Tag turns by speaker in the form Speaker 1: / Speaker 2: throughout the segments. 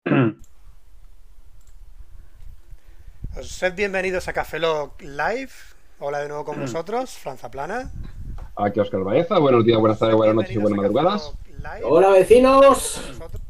Speaker 1: Sed bienvenidos a Café Lock Live. Hola de nuevo con vosotros, Franza Plana.
Speaker 2: Aquí Oscar Baeza, buenos días, buenas tardes, buenas noches y buenas madrugadas.
Speaker 3: Hola vecinos.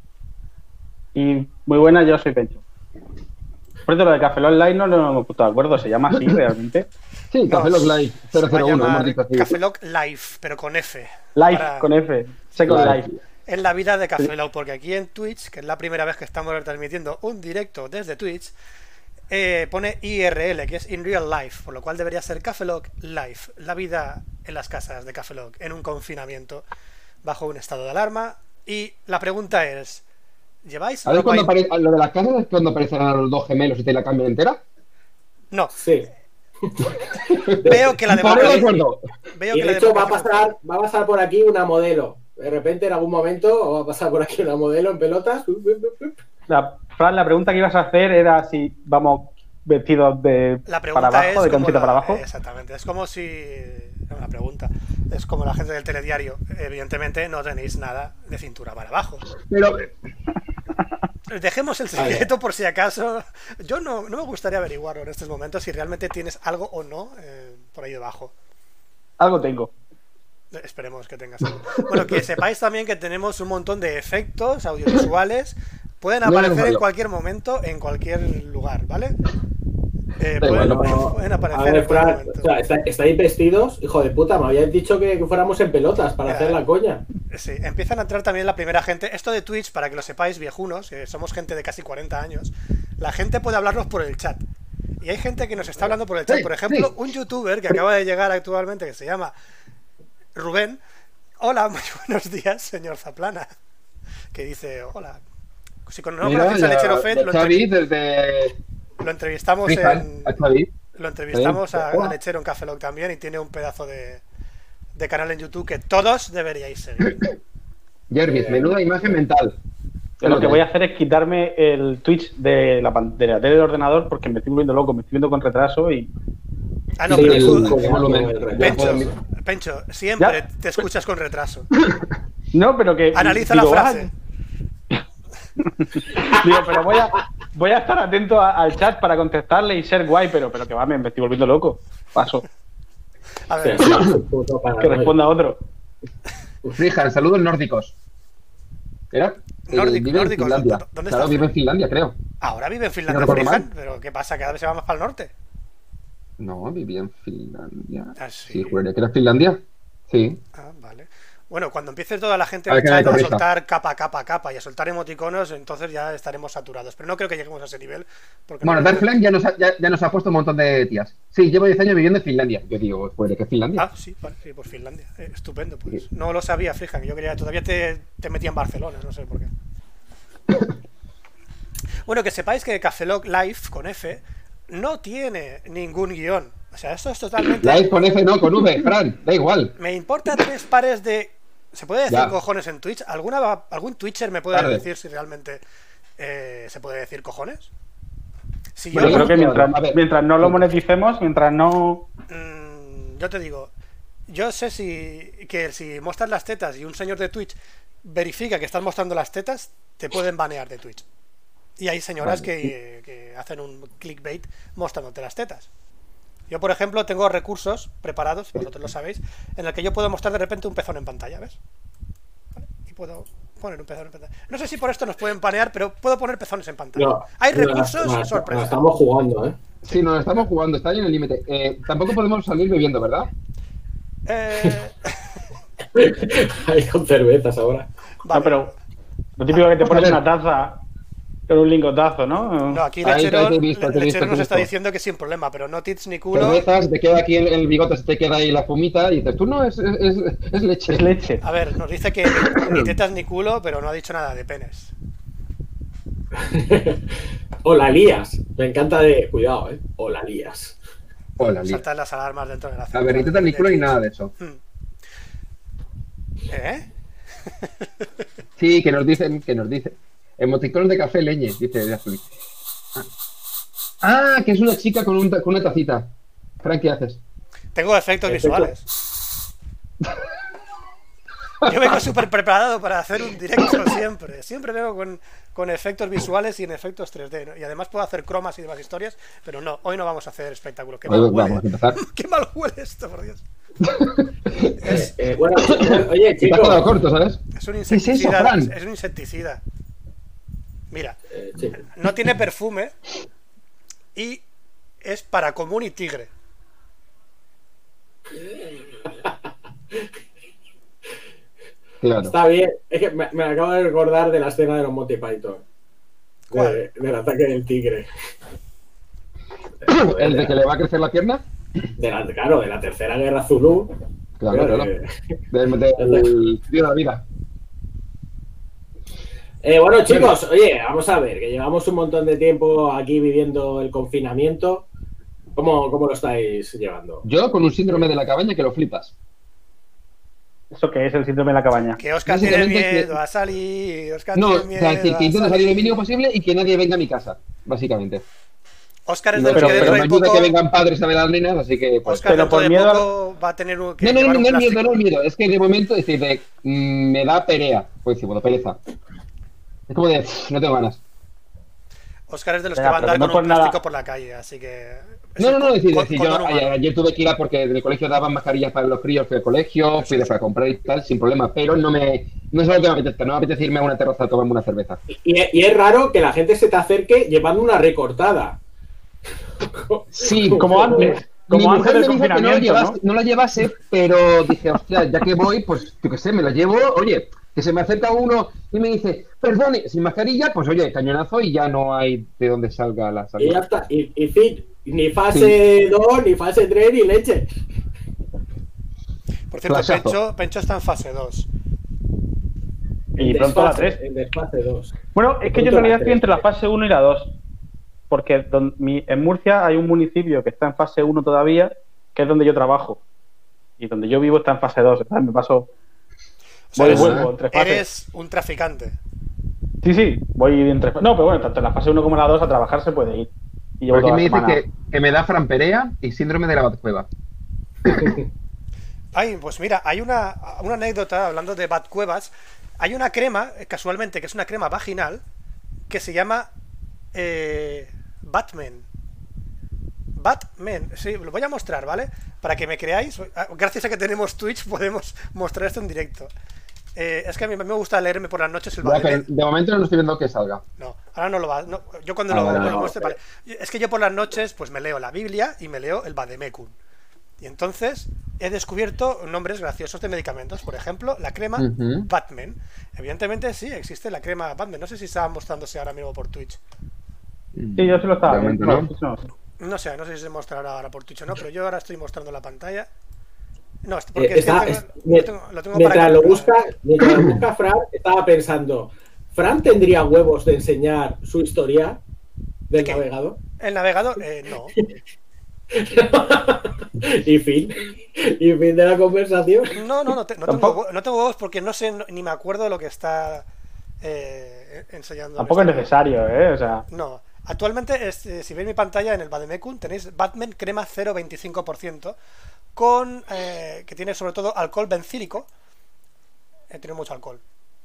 Speaker 4: Y muy buenas, yo soy Pencho. Por cierto, lo de Café Lock Live no lo hemos puesto de acuerdo, ¿se llama así realmente?
Speaker 2: Sí, Café Lock Live 001, hemos dicho así.
Speaker 1: Café Lock Live, pero con F.
Speaker 4: Live, con F, Second Life.
Speaker 1: En la vida de Café Lock, porque aquí en Twitch, que es la primera vez que estamos transmitiendo un directo desde Twitch, pone IRL, que es In Real Life, por lo cual debería ser Café Lock Live, la vida en las casas de Café Lock, en un confinamiento, bajo un estado de alarma. Y la pregunta es, ¿lleváis
Speaker 2: ¿sabes cuando lo de las casas es cuando aparecen a los dos gemelos y te la cambian entera?
Speaker 1: No.
Speaker 3: Sí.
Speaker 1: Veo que la de
Speaker 3: de hecho va a pasar por aquí una modelo. De repente, en algún momento, va a pasar por aquí una modelo en pelotas.
Speaker 4: Fran, la pregunta que ibas a hacer era si vamos vestidos de para abajo, de camiseta para abajo.
Speaker 1: Exactamente, es como si... Una pregunta. Es como la gente del telediario. Evidentemente no tenéis nada de cintura para abajo.
Speaker 2: Pero...
Speaker 1: Dejemos el secreto por si acaso. Yo no me gustaría averiguarlo en estos momentos si realmente tienes algo o no por ahí debajo.
Speaker 4: Algo tengo.
Speaker 1: Esperemos que tengas algo. Bueno, que sepáis también que tenemos un montón de efectos audiovisuales. Pueden aparecer en cualquier momento, en cualquier lugar, ¿vale? Pueden aparecer en cualquier momento.
Speaker 3: O sea, ¿estáis vestidos? Hijo de puta, me habíais dicho que fuéramos en pelotas para hacer la coña.
Speaker 1: Sí, empiezan a entrar también la primera gente. Esto de Twitch, para que lo sepáis, viejunos, somos gente de casi 40 años. La gente puede hablarnos por el chat. Y hay gente que nos está hablando por el chat. Por ejemplo, un youtuber que acaba de llegar actualmente, que se llama Rubén. Hola, muy buenos días, señor Zaplana. Que dice, hola. Si no conocéis a Lechero Fed, lo entrevistamos a Lechero en Café Lock también, y tiene un pedazo de canal en YouTube que todos deberíais seguir.
Speaker 2: Jervis, menuda imagen mental.
Speaker 4: Lo que voy a hacer es quitarme el Twitch de la tele del ordenador porque me estoy volviendo loco, me estoy viendo con retraso y...
Speaker 1: Ah, no, pero Pencho, siempre te escuchas con retraso.
Speaker 4: No, pero que...
Speaker 1: Analiza la frase.
Speaker 4: Digo, pero voy a estar atento al chat para contestarle y ser guay, pero que va, me estoy volviendo loco. Paso.
Speaker 1: A ver,
Speaker 4: que responda otro.
Speaker 2: Frijan, saludos nórdicos. ¿Era?
Speaker 1: Nórdicos, ¿dónde está?
Speaker 2: Claro, vive en Finlandia, creo.
Speaker 1: Ahora vive en Finlandia, no Frijan, pero ¿qué pasa? ¿Cada vez se va más para el norte?
Speaker 2: No, vivía en Finlandia.
Speaker 1: ¿Ah, sí?
Speaker 2: Sí, juraría que era Finlandia. Sí.
Speaker 1: Ah, vale. Bueno, cuando empiece toda la gente en chat a soltar capa y a soltar emoticonos, entonces ya estaremos saturados. Pero no creo que lleguemos a ese nivel. Porque
Speaker 2: bueno, Dark Flame ya nos ha puesto un montón de tías. Sí, llevo 10 años viviendo en Finlandia. Yo digo, pues, ¿qué es Finlandia?
Speaker 1: Ah, sí, vale, sí, pues Finlandia. Estupendo, pues. Sí. No lo sabía, fija, que yo quería, todavía te metía en Barcelona, no sé por qué. Bueno, que sepáis que Café Lock Live con F no tiene ningún guión. O sea, esto es totalmente...
Speaker 2: Live con F, no, con V, Fran, da igual.
Speaker 1: Me importa 3 pares de... ¿Se puede decir cojones en Twitch? ¿Algún Twitcher me puede decir si realmente se puede decir cojones? Si
Speaker 4: yo creo que mientras no lo moneticemos, mientras no...
Speaker 1: yo te digo, yo sé si muestras las tetas y un señor de Twitch verifica que estás mostrando las tetas, te pueden banear de Twitch. Y hay señoras que hacen un clickbait mostrándote las tetas. Yo, por ejemplo, tengo recursos preparados, vosotros lo sabéis, en el que yo puedo mostrar de repente un pezón en pantalla, ¿ves? ¿Vale? Y puedo poner un pezón en pantalla. No sé si por esto nos pueden panear, pero puedo poner pezones en pantalla. No, hay recursos, sorpresa.
Speaker 3: Estamos jugando, ¿eh?
Speaker 2: Sí, nos estamos jugando, está ahí en el límite. Tampoco podemos salir bebiendo, ¿verdad?
Speaker 3: Hay con cervezas ahora.
Speaker 4: Vale. No, pero lo típico que te pones una taza... con un lingotazo, ¿no?
Speaker 1: No, aquí Lechero nos está diciendo que sin problema, pero no tits ni culo.
Speaker 2: Cervezas, te queda aquí el bigote, se te queda ahí la fumita y dices, tú no, es leche.
Speaker 4: Es leche.
Speaker 1: A ver, nos dice que ni tetas ni culo, pero no ha dicho nada de penes.
Speaker 3: O la lías. Me encanta de... Cuidado, ¿eh? O la lías.
Speaker 1: Saltan las alarmas dentro de la ciudad.
Speaker 2: A ver, ni tetas ni culo ni nada de eso.
Speaker 1: ¿Eh?
Speaker 2: Sí, que nos dicen... Emoticonos de café leñe, dice de azul. Ah, que es una chica con una tacita. Frank, ¿qué haces?
Speaker 1: Tengo efectos visuales. Yo vengo súper preparado para hacer un directo siempre. Siempre vengo con efectos visuales y en efectos 3D, ¿no? Y además puedo hacer cromas y demás historias, pero no, hoy no vamos a hacer espectáculo. Qué mal huele. Qué mal huele esto, por Dios.
Speaker 3: Bueno, oye, chicos.
Speaker 2: Te has quedado corto, ¿sabes?
Speaker 1: Es un insecticida. Es un insecticida. Mira,
Speaker 3: Sí.
Speaker 1: no tiene perfume y es para común y tigre.
Speaker 2: Claro.
Speaker 3: Está bien. Es que me acabo de recordar de la escena de los Monty Python. Del ataque del tigre.
Speaker 2: ¿El de que le va a crecer la pierna?
Speaker 3: Claro, de la tercera guerra Zulu.
Speaker 2: Claro. De la vida.
Speaker 3: Bueno, chicos, oye, vamos a ver, que llevamos un montón de tiempo aquí viviendo el confinamiento. ¿Cómo lo estáis llevando?
Speaker 2: Yo con un síndrome de la cabaña que lo flipas.
Speaker 4: ¿Eso qué es el síndrome de la cabaña?
Speaker 1: Que Oscar tiene miedo a salir. Oscar
Speaker 2: No,
Speaker 1: tiene
Speaker 2: o
Speaker 1: miedo
Speaker 2: sea, decir, que intento
Speaker 1: a
Speaker 2: salir lo mínimo posible y que nadie venga a mi casa, básicamente.
Speaker 1: Oscar es
Speaker 2: No,
Speaker 1: de los que
Speaker 2: pero
Speaker 1: dentro
Speaker 2: me
Speaker 1: de
Speaker 2: ayuda
Speaker 1: poco...
Speaker 2: que vengan padres a ver a las nenas, así que... Pues,
Speaker 1: Oscar
Speaker 4: pero
Speaker 1: dentro
Speaker 4: por
Speaker 1: de
Speaker 4: miedo
Speaker 1: poco va a tener que
Speaker 2: no,
Speaker 1: llevar un
Speaker 2: no
Speaker 1: plástico.
Speaker 2: es miedo, es que de momento, es decir, me da perea, pues decir, bueno, pereza. Es como de, no tengo ganas.
Speaker 1: Oscar es de los
Speaker 4: Ya,
Speaker 1: que va a
Speaker 4: pero
Speaker 1: andar
Speaker 4: no
Speaker 1: con un
Speaker 4: por
Speaker 1: plástico
Speaker 4: nada.
Speaker 1: por la calle, así que...
Speaker 2: No, es decir, yo
Speaker 1: condón humano.
Speaker 2: ayer tuve que ir a porque en el colegio daban mascarillas para los críos, fui al colegio, fui para comprar y tal, sin problema, pero no es algo que me apetezca, no me apetece irme a una terraza a tomarme una cerveza.
Speaker 3: Y es raro que la gente se te acerque llevando una recortada.
Speaker 2: Sí,
Speaker 4: Como antes.
Speaker 2: Mi
Speaker 4: Como
Speaker 2: mujer
Speaker 4: antes del
Speaker 2: me dijo que
Speaker 4: confinamiento,
Speaker 2: no la llevase, pero dije, hostia, ya que voy, pues yo qué sé, me la llevo, oye, que se me acerca uno y me dice, perdone, sin mascarilla, pues oye, cañonazo y ya no hay de dónde salga la
Speaker 3: Y
Speaker 2: salida.
Speaker 3: ya está. Y fin, ni fase 2, ni fase 3, ni leche.
Speaker 1: Por cierto,
Speaker 2: Flashazo.
Speaker 1: Pencho está en fase 2.
Speaker 4: Y pronto la 3.
Speaker 3: En desfase 2.
Speaker 4: Bueno, es que yo en realidad estoy entre la fase 1 y la 2. Porque en Murcia hay un municipio que está en fase 1 todavía, que es donde yo trabajo. Y donde yo vivo está en fase 2. Entonces me paso.
Speaker 1: O sea,
Speaker 4: Voy y vuelvo entre fases.
Speaker 1: eres un traficante.
Speaker 4: Sí, voy entre fases. No, pero bueno, tanto en la fase 1 como en la 2 a trabajar se puede ir. Y llevo
Speaker 2: Por aquí
Speaker 4: toda
Speaker 2: me
Speaker 4: la
Speaker 2: dice
Speaker 4: semana.
Speaker 2: que me da framperea y síndrome de la Batcueva.
Speaker 1: Ay, pues mira, hay una anécdota hablando de Batcuevas. Hay una crema, casualmente, que es una crema vaginal, que se llama Batman. Batman, sí, lo voy a mostrar, ¿vale? Para que me creáis. Gracias a que tenemos Twitch podemos mostrar esto en directo. Es que a mí me gusta leerme por las noches el Batman.
Speaker 2: De momento no estoy viendo que salga.
Speaker 1: No, ahora no lo va. No, yo cuando
Speaker 2: vale,
Speaker 1: lo muestre, vale. Es que yo por las noches pues me leo la Biblia y me leo el Vademecum. Y entonces he descubierto nombres graciosos de medicamentos. Por ejemplo, la crema Batman. Evidentemente sí, existe la crema Batman. No sé si está mostrándose ahora mismo por Twitch.
Speaker 4: Sí, yo sí lo estaba viendo.
Speaker 2: No.
Speaker 1: No sé si se mostrará ahora por Twitch o no, pero yo ahora estoy mostrando la pantalla. No, porque es que lo tengo
Speaker 3: mientras lo busca Fran, estaba pensando, ¿Fran tendría huevos de enseñar su historia del navegador?
Speaker 1: El navegador, no.
Speaker 3: Y fin de la conversación.
Speaker 1: No tengo huevos porque no sé ni me acuerdo de lo que está enseñando.
Speaker 4: Tampoco es necesario, o sea.
Speaker 1: No. Actualmente, si veis mi pantalla en el Vademecum, tenéis Batman crema 0,25% con que tiene sobre todo alcohol bencílico. Tiene mucho alcohol.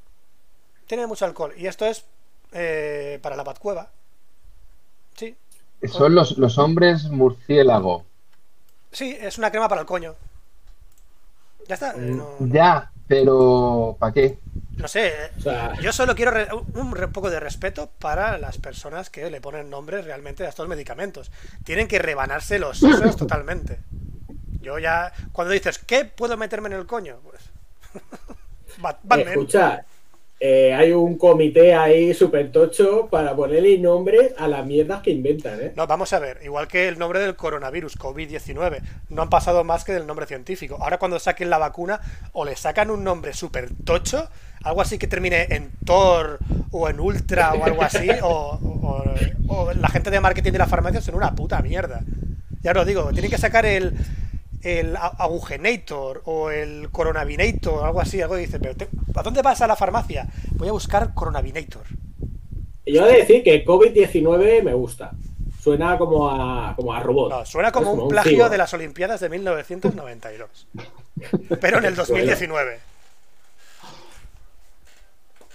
Speaker 1: Y esto es para la Batcueva. Sí.
Speaker 2: Son los hombres murciélago.
Speaker 1: Sí, es una crema para el coño. Ya está.
Speaker 2: Ya, pero ¿para qué?
Speaker 1: No sé,
Speaker 3: O sea,
Speaker 1: yo solo quiero un poco de respeto para las personas que le ponen nombres realmente a estos medicamentos. Tienen que rebanarse los sesos totalmente. Yo ya, cuando dices, ¿qué puedo meterme en el coño? Pues. Batman.
Speaker 3: Escucha, hay un comité ahí súper tocho para ponerle nombre a las mierdas que inventan, ¿eh?
Speaker 1: No, vamos a ver, igual que el nombre del coronavirus, COVID-19, no han pasado más que del nombre científico. Ahora cuando saquen la vacuna, o le sacan un nombre súper tocho, algo así que termine en Thor o en Ultra o algo así, o la gente de marketing de la farmacia son una puta mierda. Ya os lo digo, tienen que sacar el Agugenator o el Coronavinator o algo así, algo dice, pero ¿a dónde vas a la farmacia? Voy a buscar Coronavinator.
Speaker 3: Yo he de decir que COVID-19 me gusta. Suena como a robot.
Speaker 1: No, suena como un plagio
Speaker 3: cibo
Speaker 1: de las Olimpiadas de 1992. Pero en el 2019.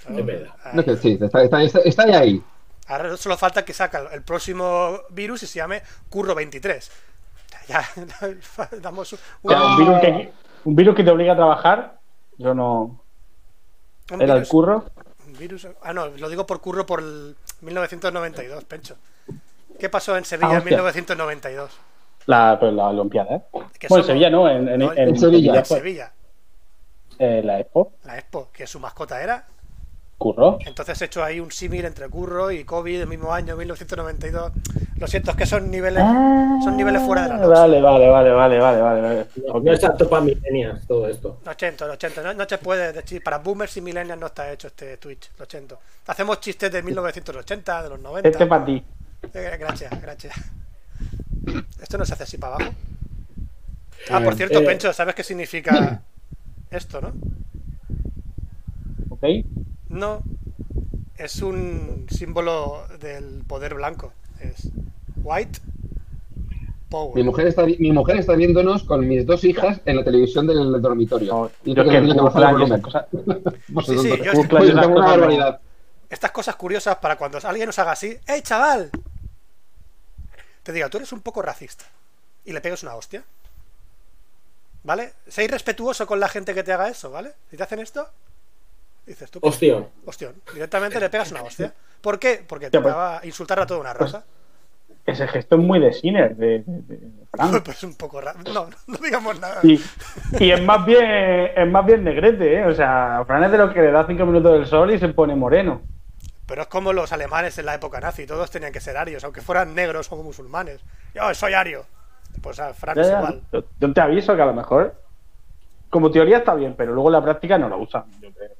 Speaker 3: Es verdad.
Speaker 2: No, que sí, está ahí.
Speaker 1: Ahora solo falta que saca el próximo virus y se llame Curro 23. Ya, damos
Speaker 4: Un virus que te obliga a trabajar. Yo no. ¿Era el curro?
Speaker 1: Un virus. Ah, no, lo digo por curro por el 1992, Pencho. ¿Qué pasó en Sevilla en 1992?
Speaker 4: La Olimpiada, ¿eh?
Speaker 1: Que
Speaker 4: Bueno,
Speaker 1: somos-
Speaker 4: en Sevilla no, en
Speaker 2: Sevilla.
Speaker 1: En Sevilla.
Speaker 4: La Expo.
Speaker 1: La Expo, que su mascota era.
Speaker 4: Curro.
Speaker 1: Entonces he hecho ahí un símil entre curro y COVID el mismo año, 1992. Lo siento, es que son niveles fuera de la noche.
Speaker 4: Vale.
Speaker 3: No es apto para millennials todo esto.
Speaker 1: Lo siento. No te puedes decir. Para boomers y millennials no está hecho este Twitch. Lo siento. Hacemos chistes de 1980, de los 90.
Speaker 4: Este para ti.
Speaker 1: Gracias. Esto no se hace así para abajo. Ah, por cierto, Pencho, ¿sabes qué significa esto, no?
Speaker 4: ¿Ok?
Speaker 1: No. Es un símbolo del poder blanco. Es white power.
Speaker 2: Mi mujer está viéndonos con mis 2 hijas en la televisión del dormitorio.
Speaker 4: No,
Speaker 2: Y
Speaker 4: yo
Speaker 2: creo
Speaker 4: que
Speaker 2: tiene que bajar el volumen.
Speaker 4: cosas.
Speaker 2: Pues
Speaker 1: Sí, sí, yo-
Speaker 2: pues es una barbaridad.
Speaker 1: Estas cosas curiosas para cuando alguien nos haga así. ¡Ey, chaval! Te diga, tú eres un poco racista. Y le pegas una hostia. ¿Vale? Sé irrespetuoso con la gente que te haga eso, ¿vale? Si te hacen esto, dices tú.
Speaker 3: Hostia.
Speaker 1: Hostia. Directamente le pegas una hostia. ¿Por qué? Porque
Speaker 4: Ya,
Speaker 1: te
Speaker 4: pues-
Speaker 1: va a insultar a toda una raza.
Speaker 4: Ese gesto es muy de Sinner, de Fran.
Speaker 1: Pues un poco raro. No digamos nada.
Speaker 4: Y es más bien negrete, ¿eh? O sea, Fran es de los que le da 5 minutos del sol y se pone moreno.
Speaker 1: Pero es como los alemanes en la época nazi. Todos tenían que ser arios, aunque fueran negros o musulmanes. Yo soy ario. Pues a Fran es igual.
Speaker 4: Yo te aviso que a lo mejor, como teoría está bien, pero luego en la práctica no lo usan, yo creo.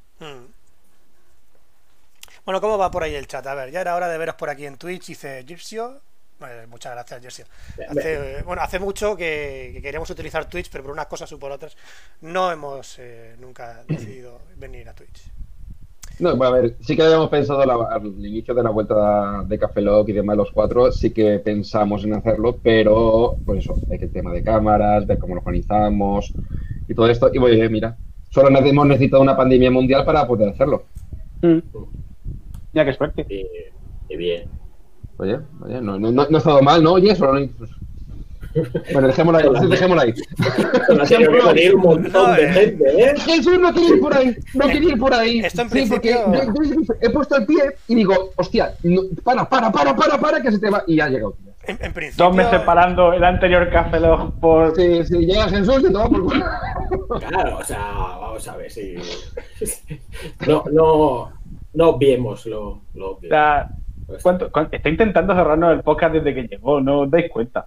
Speaker 1: Bueno, ¿cómo va por ahí el chat? A ver, ya era hora de veros por aquí en Twitch. Dice Girsio. Muchas gracias, Girsio. Hace mucho que queríamos utilizar Twitch, pero por unas cosas o por otras no hemos nunca decidido venir a Twitch.
Speaker 2: No, bueno, a ver, sí que habíamos pensado al inicio de la vuelta de Café Lock y demás, los 4, sí que pensamos en hacerlo, pero pues eso, hay que el tema de cámaras, ver cómo lo organizamos y todo esto. Y oye, mira, solo hemos necesitado una pandemia mundial para poder hacerlo.
Speaker 4: Ya, qué suerte.
Speaker 3: Qué bien.
Speaker 2: Oye, no ha estado mal, ¿no? Oye, solo Bueno, dejémoslo ahí.
Speaker 3: Ha tenido que venir un montón de gente, ¿eh?
Speaker 2: Jesús no quiere ir por ahí.
Speaker 1: Esto en
Speaker 2: Sí, porque
Speaker 1: principio-
Speaker 2: yo he puesto el pie y digo, hostia, para, que se te va. Y ya ha llegado.
Speaker 1: En principio,
Speaker 4: 2 meses parando el anterior Café Lock por...
Speaker 2: Sí, llega Jesús y te va por culo.
Speaker 3: Claro, o sea, vamos a ver si. No obviemos lo
Speaker 4: O
Speaker 3: obvio.
Speaker 4: sea, está intentando cerrarnos el podcast desde que llegó, no os dais cuenta.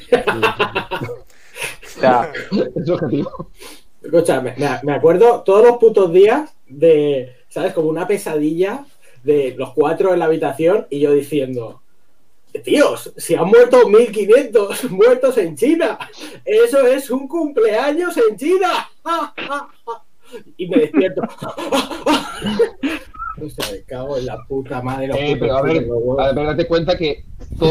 Speaker 4: O sea,
Speaker 2: Es su objetivo.
Speaker 3: Escucha, me acuerdo todos los putos días de, ¿sabes? Como una pesadilla de los 4 en la habitación y yo diciendo, tíos, si han muerto 1500 muertos en China, eso es un cumpleaños en China. Y me despierto. O sea, me cago en la puta madre.
Speaker 2: Pero a ver, date cuenta que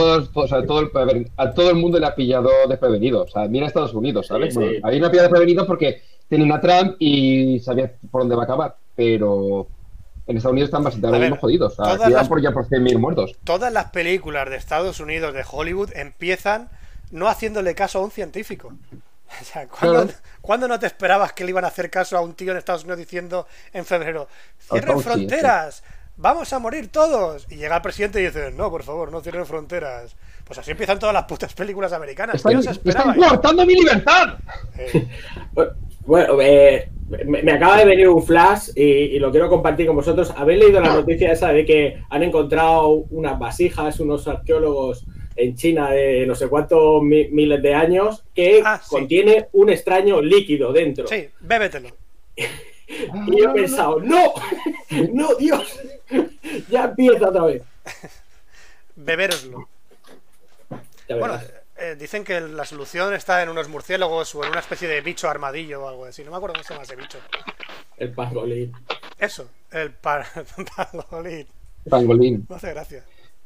Speaker 2: a todo el mundo le ha pillado desprevenido. O sea, mira Estados Unidos, ¿sabes?
Speaker 3: Sí,
Speaker 2: Bueno,
Speaker 3: sí.
Speaker 2: ahí no ha pillado desprevenido porque tienen a Trump y sabía por dónde va a acabar. Pero en Estados Unidos están bastante
Speaker 1: A ver,
Speaker 2: mismo jodidos. O sea,
Speaker 1: todas
Speaker 2: aquí
Speaker 1: las-
Speaker 2: van por 100.000 muertos.
Speaker 1: todas las películas de Estados Unidos, de Hollywood, empiezan no haciéndole caso a un científico. O sea, ¿cuándo no te esperabas que le iban a hacer caso a un tío en Estados Unidos diciendo en febrero, cierren
Speaker 2: Fauci,
Speaker 1: fronteras, vamos a morir todos? Y llega el presidente y dice, no, por favor, no cierren fronteras. Pues así empiezan todas las putas películas americanas. ¿Qué os
Speaker 2: ¡Están
Speaker 1: esperabais?
Speaker 2: coartando mi libertad!
Speaker 3: Bueno, me acaba de venir un flash y lo quiero compartir con vosotros. ¿Habéis leído la noticia esa de que han encontrado unas vasijas, unos arqueólogos en China de no sé cuántos miles de años que
Speaker 1: Ah, sí.
Speaker 3: contiene un extraño líquido dentro?
Speaker 1: Sí, bébetelo.
Speaker 3: Y yo he pensado, ¡no! ¡No, Dios! Ya empieza otra vez.
Speaker 1: Bebéroslo.
Speaker 3: Ya
Speaker 1: Bueno,
Speaker 3: verás.
Speaker 1: dicen que la solución está en unos murciélagos o en una especie de bicho armadillo o algo así. No me acuerdo cómo se llama ese bicho.
Speaker 3: El pangolín.
Speaker 1: Eso, el pangolín.
Speaker 2: Pangolín.
Speaker 1: No hace gracia.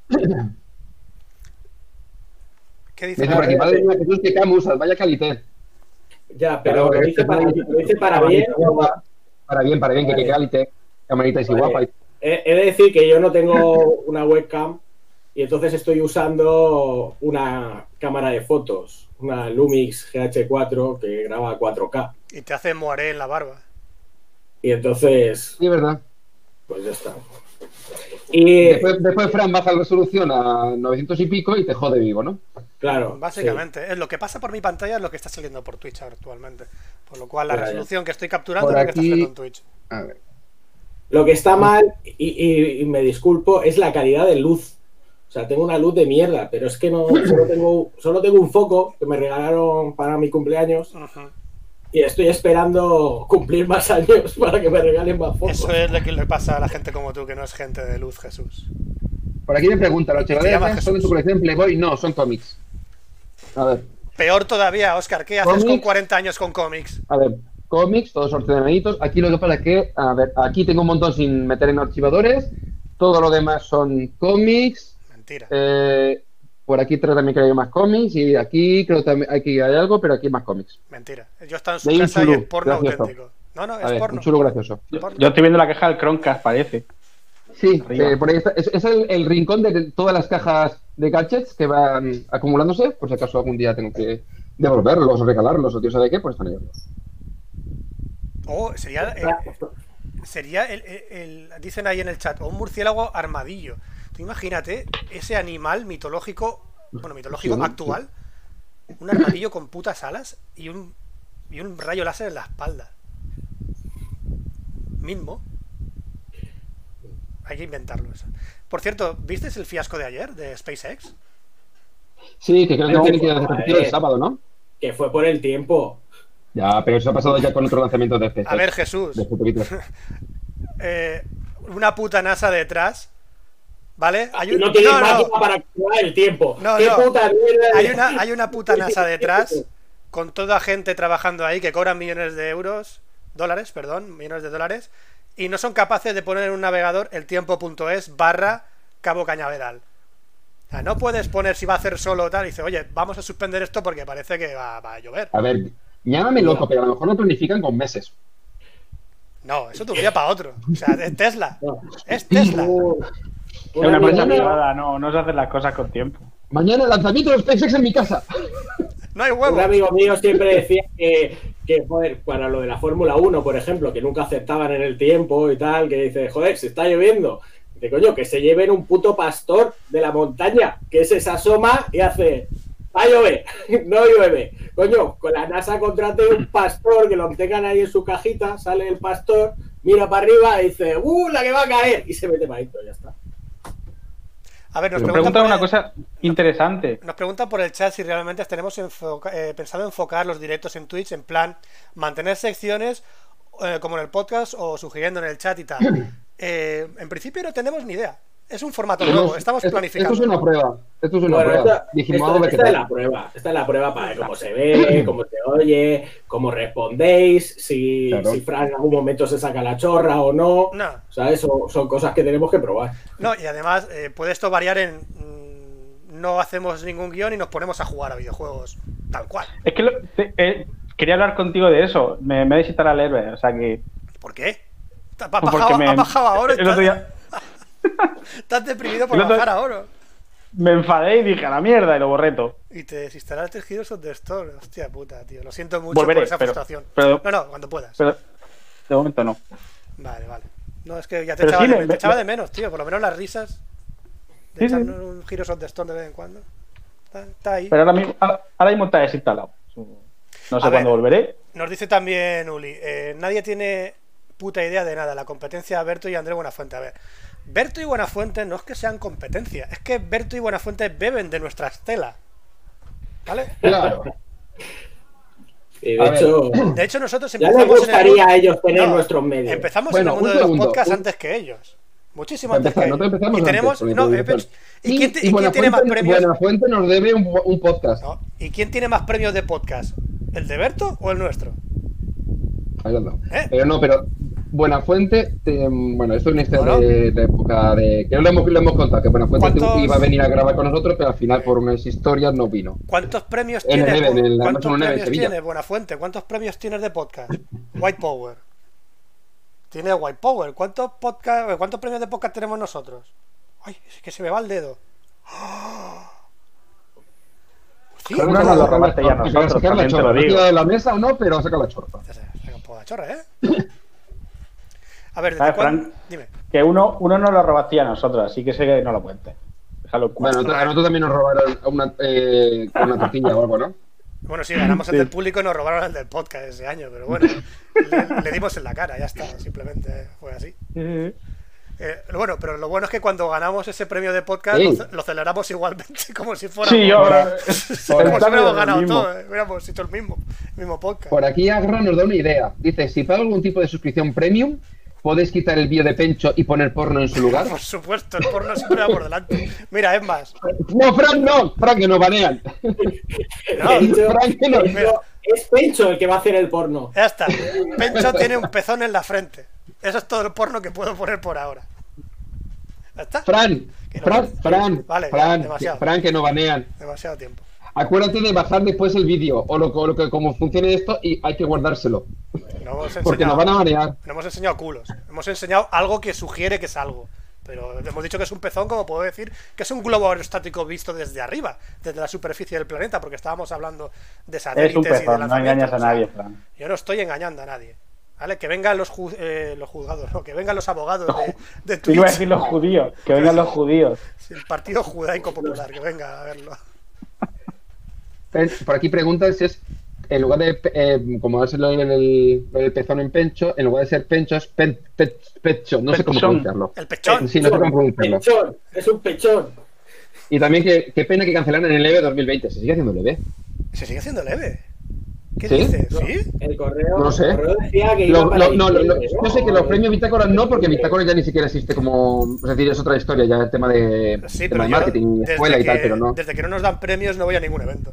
Speaker 1: ¿Qué
Speaker 2: Me
Speaker 1: dice?
Speaker 2: dice por aquí, madre mía, Jesús, que camusas, vaya calité.
Speaker 3: Ya, pero lo dice para bien.
Speaker 2: Para bien, que calité. Camarita y si
Speaker 3: Vale.
Speaker 2: guapa.
Speaker 3: he de decir que yo no tengo una webcam y entonces estoy usando una cámara de fotos, una Lumix GH4 que graba a 4K.
Speaker 1: Y te hace moaré en la barba.
Speaker 3: Y entonces,
Speaker 2: Sí, verdad.
Speaker 3: pues ya está. Y
Speaker 2: Después Fran baja la resolución a 900 y pico y te jode vivo, ¿no?
Speaker 3: claro,
Speaker 1: Básicamente, es lo que pasa por mi pantalla es lo que está saliendo por Twitch actualmente. Por lo cual la
Speaker 3: Ya, ya.
Speaker 1: resolución que estoy capturando
Speaker 2: Por
Speaker 1: es lo que está
Speaker 2: aquí-
Speaker 1: saliendo en Twitch.
Speaker 2: A ver.
Speaker 3: lo que está mal, y me disculpo, es la calidad de luz. O sea, tengo una luz de mierda, pero es que no solo tengo un foco que me regalaron para mi cumpleaños
Speaker 1: Ujú.
Speaker 3: y estoy esperando cumplir más años para que me regalen más focos.
Speaker 1: Eso es lo que le pasa a la gente como tú, que no es gente de luz, Jesús.
Speaker 2: Por aquí me preguntan, ¿los
Speaker 1: Te llamas
Speaker 2: chavales son de
Speaker 1: Jesús.
Speaker 2: tu colección Playboy? No, son cómics. A ver,
Speaker 1: Peor todavía, Oscar, ¿qué haces con
Speaker 2: ¿Cómics?
Speaker 1: 40 años con cómics?
Speaker 2: cómics, todos ordenaditos. Aquí lo que pasa es que, a ver, aquí tengo un montón sin meter en archivadores. Todo lo demás son cómics.
Speaker 1: Mentira.
Speaker 2: Por aquí también creo que hay más cómics. Y aquí creo también aquí hay algo, pero aquí hay más cómics.
Speaker 1: Mentira. Yo estaba en
Speaker 2: Leí
Speaker 1: su
Speaker 2: un
Speaker 1: casa y
Speaker 2: chulú,
Speaker 1: es porno
Speaker 2: gracioso.
Speaker 1: auténtico. No,
Speaker 2: A
Speaker 1: es
Speaker 2: ver,
Speaker 1: porno.
Speaker 2: un chulo gracioso.
Speaker 1: Porno.
Speaker 4: Yo estoy viendo la caja del Chromecast, parece.
Speaker 2: Sí,
Speaker 4: Arriba.
Speaker 2: por ahí está. Es el rincón de todas las cajas de gadgets que van acumulándose. Por si acaso algún día tengo que devolverlos o regalarlos o Dios sabe qué, pues están ahí.
Speaker 1: Oh, sería dicen ahí en el chat, o un murciélago armadillo. Tú imagínate ese animal mitológico, bueno, mitológico
Speaker 2: Sí, ¿no?
Speaker 1: actual, un armadillo con putas alas y un rayo láser en la espalda. Mismo. Hay que inventarlo eso. Por cierto, ¿viste el fiasco de ayer de SpaceX?
Speaker 2: Sí, que creo que
Speaker 3: No,
Speaker 2: tienen que
Speaker 3: joder.
Speaker 2: repetir el sábado, ¿no?
Speaker 3: Que fue por el tiempo.
Speaker 2: Ya, pero eso ha pasado ya con otro lanzamiento de SpaceX.
Speaker 1: A ver, Jesús,
Speaker 2: De este poquito.
Speaker 1: una puta NASA detrás, ¿vale?
Speaker 3: Y no tienes máquina para activar el tiempo.
Speaker 1: No,
Speaker 3: ¡Qué
Speaker 1: no.
Speaker 3: puta mierda!
Speaker 1: Hay una puta NASA detrás con toda gente trabajando ahí que cobran millones de dólares, millones de dólares, y no son capaces de poner en un navegador el tiempo.es/Cabo Cañaveral. O sea, no puedes poner si va a hacer solo o tal, y dice, oye, vamos a suspender esto porque parece que va a llover.
Speaker 2: A ver, llámame loco, pero a lo mejor lo planifican con meses.
Speaker 1: No, eso de un día para otro. O sea, es Tesla.
Speaker 3: No.
Speaker 1: Es Tesla.
Speaker 4: Es una
Speaker 3: Una
Speaker 4: empresa
Speaker 3: amiga-
Speaker 4: privada, no se hacen las cosas con tiempo.
Speaker 2: Mañana lanzamiento de SpaceX en mi casa.
Speaker 1: No hay
Speaker 3: Un
Speaker 1: huevo.
Speaker 3: amigo mío siempre decía que, joder, para lo de la Fórmula 1, por ejemplo, que nunca aceptaban en el tiempo y tal, que dice, joder, se está lloviendo. Dice, coño, que se lleven un puto pastor de la montaña, que se asoma y hace, va a llover, no llueve. Coño, con la NASA contrate un pastor que lo tengan ahí en su cajita, sale el pastor, mira para arriba y dice, la que va a caer, y se mete para adentro, ya está.
Speaker 1: A ver, nos
Speaker 4: Me
Speaker 1: preguntan
Speaker 4: preguntan una
Speaker 1: por
Speaker 4: cosa interesante.
Speaker 1: Nos preguntan por el chat si realmente tenemos pensado enfocar los directos en Twitch en plan mantener secciones como en el podcast o sugiriendo en el chat y tal. En principio no tenemos ni idea. Es un formato nuevo, estamos planificando.
Speaker 2: Esto es una prueba. Esto es una
Speaker 3: Bueno,
Speaker 2: prueba. Dijimos, a ver qué
Speaker 3: esta es
Speaker 2: tal.
Speaker 3: la prueba. Esta es la prueba para ver cómo se ve, cómo se oye, cómo respondéis, si,
Speaker 2: Claro.
Speaker 3: si Fran en algún momento se saca la chorra o no.
Speaker 1: No.
Speaker 3: ¿Sabes? Son cosas que tenemos que probar.
Speaker 1: No, y además puede esto variar en no hacemos ningún guión y nos ponemos a jugar a videojuegos tal cual.
Speaker 4: Es que quería hablar contigo de eso. Me he desinstala el Herbe, o sea que...
Speaker 1: ¿Por qué? ¿Ha
Speaker 4: porque
Speaker 1: bajado ahora?
Speaker 4: el otro día
Speaker 1: Estás deprimido por
Speaker 4: el otro-
Speaker 1: bajar ahora.
Speaker 4: me enfadé y dije a la mierda y lo borré todo.
Speaker 1: Y te desinstalaste el Heroes of the Storm. Hostia puta, tío. Lo siento mucho
Speaker 4: Volveré,
Speaker 1: por esa
Speaker 4: pero-
Speaker 1: frustración.
Speaker 4: pero-
Speaker 1: No, cuando puedas.
Speaker 4: Pero de momento no.
Speaker 1: Vale. No, es que ya te
Speaker 4: Pero
Speaker 1: echaba,
Speaker 4: sí,
Speaker 1: te echaba de menos, tío. Por lo menos las risas de
Speaker 4: Sí,
Speaker 1: echarnos un Heroes of the Storm de vez en cuando. Está ahí.
Speaker 4: Pero ahora mismo está desinstalado. No sé
Speaker 1: A ver.
Speaker 4: cuándo volveré.
Speaker 1: Nos dice también Uli, nadie tiene puta idea de nada. La competencia de Berto y André Buenafuente. A ver, Berto y Buenafuente no es que sean competencia, es que Berto y Buenafuente beben de nuestra estela. ¿Vale?
Speaker 2: Claro.
Speaker 3: Y
Speaker 2: A
Speaker 3: de
Speaker 2: ver.
Speaker 3: hecho,
Speaker 1: De hecho, nosotros
Speaker 3: ya les
Speaker 1: empezamos en el
Speaker 3: gustaría
Speaker 1: mundo-
Speaker 3: a ellos tener
Speaker 1: No,
Speaker 3: nuestros medios.
Speaker 1: Empezamos
Speaker 2: Bueno,
Speaker 1: en el mundo
Speaker 2: un
Speaker 1: de los
Speaker 2: segundo,
Speaker 1: podcasts
Speaker 2: un-
Speaker 1: antes que ellos. Muchísimo
Speaker 2: Para
Speaker 1: antes que
Speaker 2: empezar,
Speaker 1: ellos.
Speaker 2: nosotros empezamos
Speaker 1: Y tenemos.
Speaker 2: antes con la
Speaker 1: No,
Speaker 2: introducción.
Speaker 1: ¿y quién tiene más premios?
Speaker 2: Buenafuente nos debe un podcast.
Speaker 1: No, ¿y quién tiene más premios de podcast? ¿El de Berto o el nuestro?
Speaker 2: Ahí lo han dado.
Speaker 1: ¿Eh?
Speaker 2: Pero Buenafuente, bueno, esto es una historia
Speaker 1: Bueno.
Speaker 2: de época de... Que no lo hemos contado, que Buenafuente
Speaker 1: ¿Cuántos-
Speaker 2: iba a venir a grabar con nosotros, pero al final por unas historias no vino.
Speaker 1: ¿Cuántos premios
Speaker 2: En el
Speaker 1: tienes?
Speaker 2: Neve, en la
Speaker 1: ¿Cuántos
Speaker 2: Amazon Neve de
Speaker 1: premios
Speaker 2: Sevilla.
Speaker 1: tienes, Buenafuente? ¿Cuántos premios tienes de podcast? White Power. Tiene White Power. ¿Cuántos premios de podcast tenemos nosotros? Ay, es que se me va el dedo.
Speaker 4: Uno nos lo robaste ya nosotros, también te lo digo.
Speaker 2: ¿De la mesa o no? Pero saca la chorpa.
Speaker 1: Saca un poco la chorra, ¿eh? A ver,
Speaker 4: ¿sabes, Frank?
Speaker 1: Dime.
Speaker 4: Que uno nos lo robaste a nosotros, así que sé que no lo cuentes. Déjalo.
Speaker 2: Bueno, a nosotros también nos robaron una tortilla o algo, ¿no?
Speaker 1: Bueno, sí, ganamos el del público y nos robaron el del podcast ese año, pero bueno, le dimos en la cara, ya está, simplemente fue así. Bueno, pero lo bueno es que cuando ganamos ese premio de podcast lo celebramos igualmente, como si fuéramos.
Speaker 4: Sí, yo.
Speaker 1: Como si hubiéramos ganado todo, hubiéramos hecho el mismo podcast.
Speaker 2: Por aquí Agra nos da una idea. Dice: si pago algún tipo de suscripción premium, ¿podéis quitar el vídeo de Pencho y poner porno en su lugar?
Speaker 1: Por supuesto, el porno siempre va por delante. Mira, es más.
Speaker 2: No, Frank, que nos banean.
Speaker 1: No,
Speaker 2: Frank, que no.
Speaker 3: Es Pencho el que va a hacer el porno.
Speaker 1: Ya está. Pencho tiene un pezón en la frente. Eso es todo el porno que puedo poner por ahora. ¿Ya está?
Speaker 2: Vale,
Speaker 1: demasiado.
Speaker 2: Frank, que nos banean.
Speaker 1: Demasiado tiempo.
Speaker 2: Acuérdate de bajar después el vídeo o cómo funcione esto y hay que guardárselo. Porque nos van a banear.
Speaker 1: No hemos enseñado culos. Hemos enseñado algo que sugiere que es algo. Pero hemos dicho que es un pezón, como puedo decir, que es un globo aerostático visto desde arriba, desde la superficie del planeta, porque estábamos hablando de satélites
Speaker 4: es un pezón,
Speaker 1: y de lanzamientos.
Speaker 4: no engañas a nadie, Frank.
Speaker 1: Yo no estoy engañando a nadie. ¿Vale? Que vengan los juzgados, no, que vengan los abogados de Twitch.
Speaker 4: Iba a decir los judíos, que vengan los judíos.
Speaker 1: Sí, el Partido Judaico Popular, que venga a verlo.
Speaker 2: Por aquí preguntan si es, en lugar de, como es el pezón en Pencho, en lugar de ser Pencho es Pecho, no sé cómo pronunciarlo.
Speaker 1: El pechón.
Speaker 2: Sí, no sé cómo pronunciarlo.
Speaker 3: Pechón, es un pechón.
Speaker 2: Y también qué pena que cancelaron el EVE 2020, se sigue haciendo el EVE.
Speaker 1: ¿Se sigue haciendo leve? ¿Qué
Speaker 2: ¿Sí?
Speaker 1: dices?
Speaker 3: No,
Speaker 1: ¿Sí?
Speaker 3: el correo,
Speaker 2: No sé.
Speaker 3: el correo decía que iba para
Speaker 2: yo sé que los premios Bitácora no, porque Bitácora ya ni siquiera existe como. Es decir, es otra historia, ya el tema de,
Speaker 1: Sí,
Speaker 2: tema
Speaker 1: pero
Speaker 2: de
Speaker 1: yo,
Speaker 2: marketing, escuela y tal, pero no.
Speaker 1: Desde que no nos dan premios no voy a ningún evento.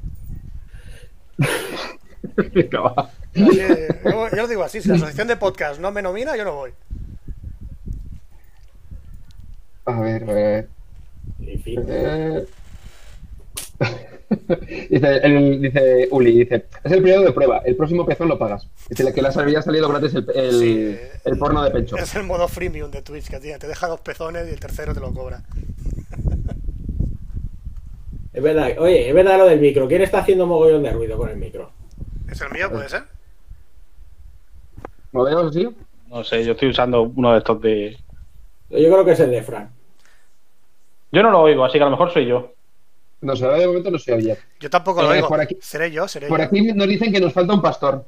Speaker 2: Venga, va.
Speaker 1: Yo lo digo así, si la asociación de podcast no me nomina, yo no voy.
Speaker 2: A ver.
Speaker 3: En fin.
Speaker 2: Dice Uli, es el periodo de prueba, el próximo pezón lo pagas. Dice que les había salido gratis el porno de Pencho.
Speaker 1: Es el modo freemium de Twitch, que te deja 2 pezones y el tercero te lo cobra.
Speaker 3: Es verdad, oye, es verdad lo del micro. ¿Quién está haciendo mogollón de ruido con el micro?
Speaker 1: ¿Es el mío? ¿Puede ser?
Speaker 2: ¿Lo veo así?
Speaker 4: No sé, yo estoy usando uno de estos de.
Speaker 3: Yo creo que es el de Fran.
Speaker 4: Yo no lo oigo, así que a lo mejor soy yo.
Speaker 2: No sé, de momento no se oye.
Speaker 1: Yo tampoco lo oigo. Seré yo.
Speaker 2: Por aquí nos dicen que nos falta un pastor.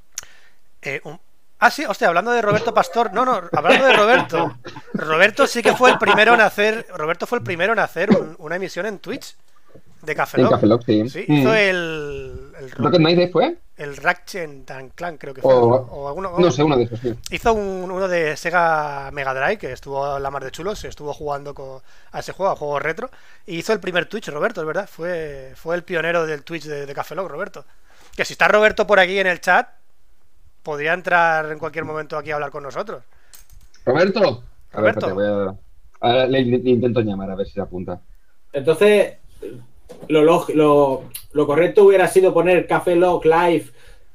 Speaker 1: Sí, hostia, hablando de Roberto Pastor. No, hablando de Roberto. Roberto sí que fue el primero en hacer. Roberto fue el primero en hacer una emisión en Twitch de Café Lock.
Speaker 2: En Café Lock, sí.
Speaker 1: Sí, hizo el
Speaker 2: Rocket Knight fue.
Speaker 1: El Ratchet & Clank, creo que fue.
Speaker 2: O alguno, no sé, uno de esos, sí.
Speaker 1: Hizo uno de Sega Mega Drive, que estuvo a la mar de chulo, se estuvo jugando a ese juego, a juegos retro. Y hizo el primer Twitch, Roberto, es verdad. Fue el pionero del Twitch de Café Lock, Roberto. Que si está Roberto por aquí en el chat, podría entrar en cualquier momento aquí a hablar con nosotros.
Speaker 2: ¿Roberto?
Speaker 1: Roberto.
Speaker 2: Ahora le intento llamar a ver si se apunta.
Speaker 3: Entonces, lo correcto hubiera sido poner Café Lock Live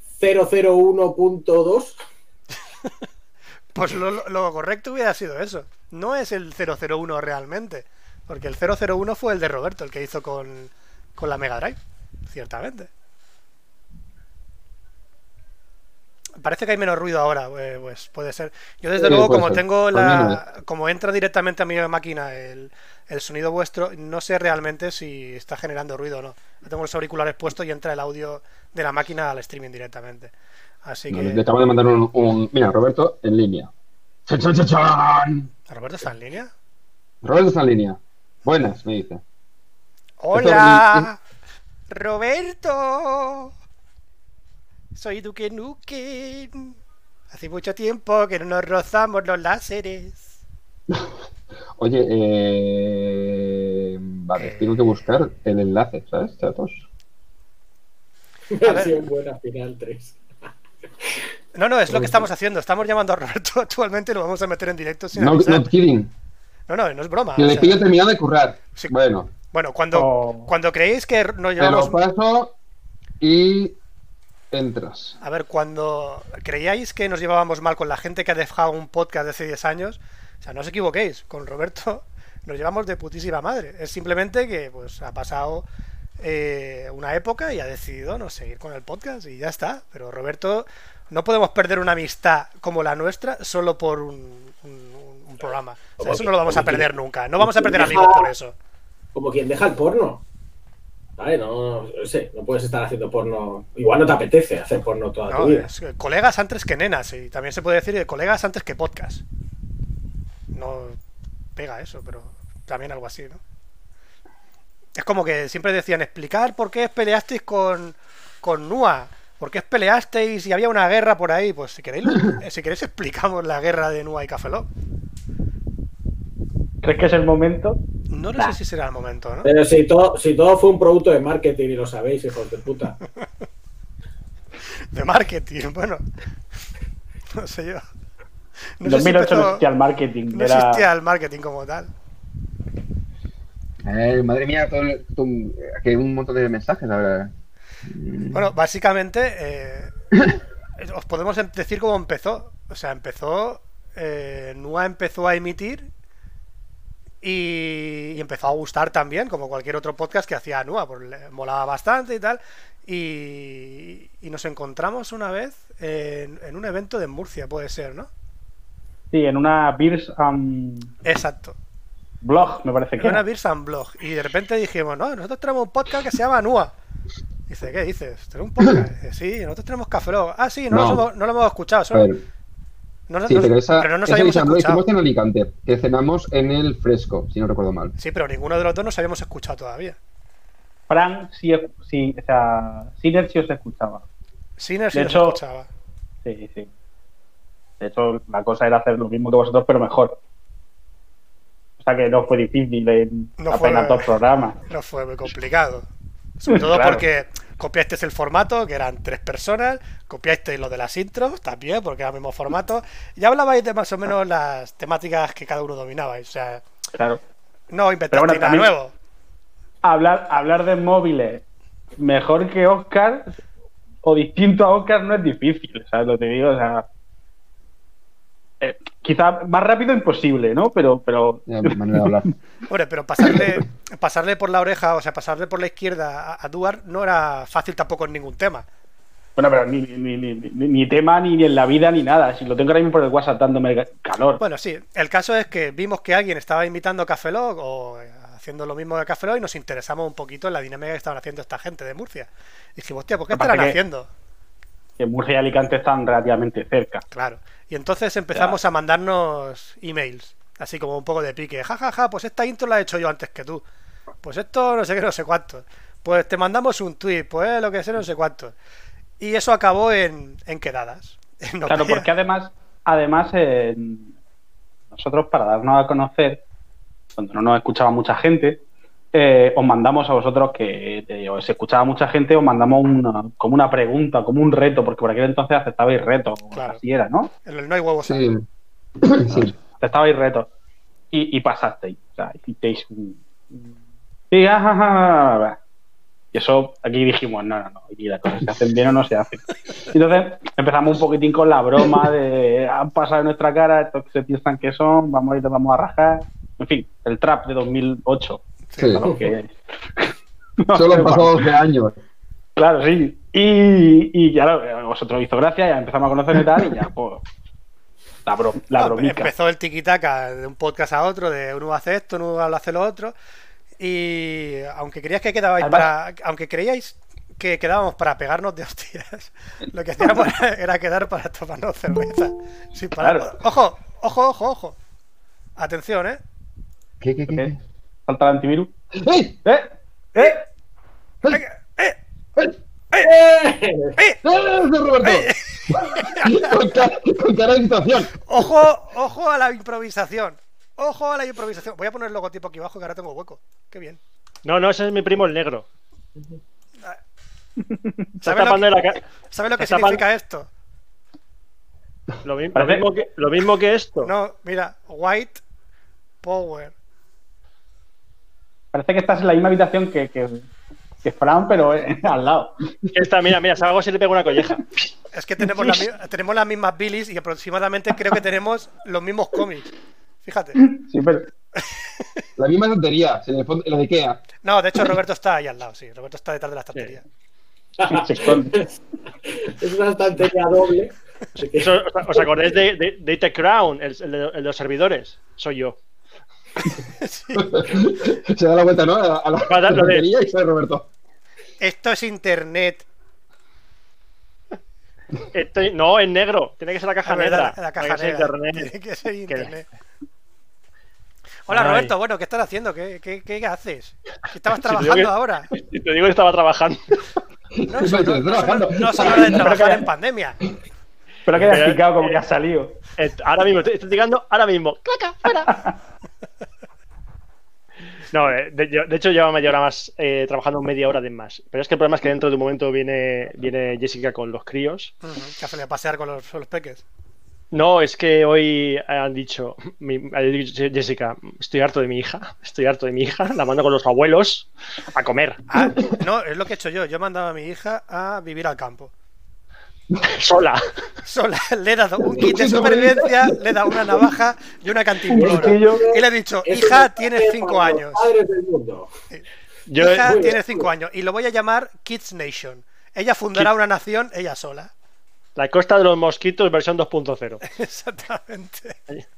Speaker 3: 001.2.
Speaker 1: Pues lo correcto hubiera sido eso. No es el 001 realmente. Porque el 001 fue el de Roberto, el que hizo con la Mega Drive. Ciertamente. Parece que hay menos ruido ahora, pues puede ser. Yo desde luego, como tengo como entra directamente a mi máquina el sonido vuestro, no sé realmente si está generando ruido o no. Yo tengo los auriculares puestos y entra el audio de la máquina al streaming directamente. Así que.
Speaker 2: Le acabo de mandar mira, Roberto en línea. ¡Chan, chan, chan, chan!
Speaker 1: ¿Roberto está en línea?
Speaker 2: Roberto está en línea. Buenas, me dice.
Speaker 1: ¡Hola! ¡Roberto! Soy Duque Nukem. Hace mucho tiempo que no nos rozamos los láseres.
Speaker 2: Oye, vale, tengo que buscar el enlace, ¿sabes, chatos?
Speaker 3: Versión buena final 3.
Speaker 1: No, es lo que estamos haciendo. Estamos llamando a Roberto actualmente y lo vamos a meter en directo sin
Speaker 2: avisar. Not kidding.
Speaker 1: No es broma.
Speaker 2: Que le pillo terminado de currar. Sí. Bueno,
Speaker 1: cuando creéis que nos llevamos...
Speaker 2: Te lo paso y... entras.
Speaker 1: A ver, cuando creíais que nos llevábamos mal con la gente que ha dejado un podcast de hace 10 años, o sea, no os equivoquéis, con Roberto nos llevamos de putísima madre. Es simplemente que pues ha pasado una época y ha decidido no seguir con el podcast y ya está. Pero Roberto, no podemos perder una amistad como la nuestra solo por un programa. O sea, eso no lo vamos a perder nunca. No vamos a perder amigos por eso.
Speaker 3: Como quien deja el porno. ¿Vale? No sé, no puedes estar haciendo porno. Igual no te apetece hacer porno toda tu vida.
Speaker 1: Es colegas antes que nenas, y también se puede decir colegas antes que podcast. No pega eso, pero también algo así, ¿no? Es como que siempre decían explicar por qué peleasteis con Nua, por qué peleasteis y había una guerra por ahí. Pues si queréis explicamos la guerra de Nua y Café Lock.
Speaker 4: ¿Crees que es el momento?
Speaker 1: No sé si será el momento, ¿no?
Speaker 3: Pero si todo fue un producto de marketing y lo sabéis, hijos de puta.
Speaker 1: De marketing, bueno. No sé yo.
Speaker 4: En 2008 no existía el marketing.
Speaker 1: No existía el marketing como tal.
Speaker 2: Madre mía, que un montón de mensajes ahora.
Speaker 1: Bueno, básicamente os podemos decir cómo empezó. O sea, Nua empezó a emitir y empezó a gustar también, como cualquier otro podcast que hacía Nua, pues le molaba bastante y tal. Y nos encontramos una vez en un evento de Murcia, puede ser, ¿no?
Speaker 4: Sí, en una Beers
Speaker 1: Exacto.
Speaker 4: Blog, me parece que
Speaker 1: era. Una Beers and Blog. Y de repente dijimos, no, nosotros tenemos un podcast que se llama Nua. Dice, ¿qué dices? ¿Tenemos un podcast? Sí, nosotros tenemos Café Lock. Ah, sí, no lo hemos escuchado. Solo...
Speaker 2: pero
Speaker 1: no nos habíamos escuchado.
Speaker 2: Hicimos en Alicante, que cenamos en el Fresco, si no recuerdo mal.
Speaker 1: Sí, pero ninguno de los dos nos habíamos escuchado todavía.
Speaker 4: Fran sí, o sea, Sinner sí os escuchaba.
Speaker 1: Sinner sí os escuchaba.
Speaker 4: Sí. De hecho, la cosa era hacer lo mismo que vosotros, pero mejor. O sea que no fue difícil en apenas 2 programas.
Speaker 1: No fue muy complicado. Sobre todo claro. Porque copiasteis el formato, que eran 3 personas, copiasteis lo de las intros también, porque era el mismo formato, y hablabais de más o menos las temáticas que cada uno dominabais. O sea,
Speaker 4: claro.
Speaker 1: No inventasteis nada nuevo.
Speaker 4: Hablar de móviles mejor que Oscar o distinto a Oscar no es difícil, ¿sabes lo que te digo? O sea, quizá más rápido imposible, ¿no? Pero
Speaker 2: manera de hablar.
Speaker 1: Hombre, pero pasarle por la oreja, o sea, pasarle por la izquierda a Duar no era fácil tampoco en ningún tema.
Speaker 4: Bueno, pero ni tema, ni en la vida, ni nada. Si lo tengo ahora mismo por el WhatsApp dándome calor.
Speaker 1: Bueno, sí. El caso es que vimos que alguien estaba imitando Café Lock o haciendo lo mismo de Café Lock y nos interesamos un poquito en la dinámica que estaban haciendo esta gente de Murcia. Y dijimos, hostia, ¿por qué estarán haciendo?
Speaker 4: Que Murcia y Alicante están relativamente cerca.
Speaker 1: Claro. Y entonces empezamos a mandarnos emails, así como un poco de pique. Ja, pues esta intro la he hecho yo antes que tú. Pues esto no sé qué, no sé cuánto. Pues te mandamos un tweet, pues lo que sé, no sé cuánto. Y eso acabó en quedadas.
Speaker 4: Claro, porque además nosotros para darnos a conocer, cuando no nos escuchaba mucha gente, os mandamos a vosotros que os escuchaba mucha gente, os mandamos como una pregunta, como un reto, porque por aquel entonces aceptabais retos, claro. Así era, ¿no?
Speaker 1: No hay huevos.
Speaker 2: Sí.
Speaker 4: Sí. Aceptabais retos y pasasteis, o sea, hicisteis sí, ajá. Y eso aquí dijimos, no, y las cosas se hacen bien o no se hacen. Entonces empezamos un poquitín con la broma de han pasado en nuestra cara, estos que se piensan que son, vamos a ir, vamos a rajar. En fin, el trap de 2008.
Speaker 2: Sí. Solo han pasado 12 años.
Speaker 4: Claro, sí. Y claro, a vosotros hizo gracia, ya empezamos a conocer y tal, y ya, pues, la bromica.
Speaker 1: Empezó el tiquitaca de un podcast a otro, de uno hace esto, uno hace lo otro. Y aunque creíais que quedábamos para pegarnos de hostias, lo que hacíamos era quedar para tomarnos cerveza. Sin parar. Claro. Ojo. Atención, ¿eh?
Speaker 2: ¿Qué?
Speaker 4: ¿Falta el antivirus?
Speaker 2: ¡Ey! Con cara de situación.
Speaker 1: Ojo a la improvisación. Voy a poner el logotipo aquí abajo que ahora tengo hueco. Qué bien.
Speaker 5: No, ese es mi primo el negro.
Speaker 1: ¿Sabes lo que significa esto?
Speaker 5: Lo mismo que esto.
Speaker 1: No, mira, White Power.
Speaker 4: Parece que estás en la misma habitación que Que Fran, pero al lado.
Speaker 5: Esta, mira, salgo si le pego una colleja.
Speaker 1: Es que tenemos las mismas bilis y aproximadamente creo que tenemos los mismos cómics. Fíjate.
Speaker 4: Sí, pero...
Speaker 2: La misma tontería, en el fondo, en la de Ikea.
Speaker 1: No, de hecho Roberto está ahí al lado, sí. Roberto está detrás de la estantería.
Speaker 4: se esconde.
Speaker 3: Es una estantería doble.
Speaker 5: ¿Os acordáis de The Crown, el de los servidores? Soy yo.
Speaker 1: Sí.
Speaker 2: Se da la vuelta, ¿no? A la
Speaker 5: Va a dar lo de-
Speaker 2: tontería y soy Roberto.
Speaker 1: Esto es internet.
Speaker 5: No, en negro. Tiene que ser la caja
Speaker 1: A ver,
Speaker 5: negra.
Speaker 1: la caja
Speaker 5: Tiene que ser
Speaker 1: negra.
Speaker 5: internet.
Speaker 1: Tiene que ser internet. Hola
Speaker 5: Ay.
Speaker 1: Roberto, bueno, ¿qué estás haciendo? ¿Qué haces? ¿Qué estabas
Speaker 5: Si te digo
Speaker 1: trabajando
Speaker 5: que-
Speaker 1: ahora?
Speaker 5: Y te digo que estaba trabajando.
Speaker 1: No,
Speaker 2: Estoy trabajando.
Speaker 1: no son horas de trabajar
Speaker 4: que-
Speaker 1: en pandemia.
Speaker 4: Espero que hayas picado como que has salido.
Speaker 5: Ahora mismo, estoy llegando ahora mismo. ¡Claca! ¡Fuera! No, de hecho lleva media hora más trabajando media hora de más. Pero es que el problema es que dentro de un momento viene Jessica con los críos.
Speaker 1: Que hacen a pasear con los peques.
Speaker 5: No, es que hoy ha dicho Jessica, estoy harto de mi hija, la mando con los abuelos a comer.
Speaker 1: Ah, no, es lo que he hecho yo. Yo he mandado a mi hija a vivir al campo.
Speaker 5: Sola.
Speaker 1: Sola, le he dado un kit de supervivencia, le he dado una navaja y una cantimplora.
Speaker 4: cuchillo.
Speaker 1: Y le he dicho,
Speaker 3: Es
Speaker 1: hija,
Speaker 3: una
Speaker 1: tienes
Speaker 3: tarea
Speaker 1: 5
Speaker 3: para los
Speaker 1: años.
Speaker 3: padres del mundo.
Speaker 5: Yo,
Speaker 1: Hija,
Speaker 3: Muy bien.
Speaker 1: tienes 5 años. Y lo voy a llamar Kids Nation. Ella fundará una nación, ella sola.
Speaker 5: la costa de los mosquitos versión 2.0.
Speaker 1: Exactamente.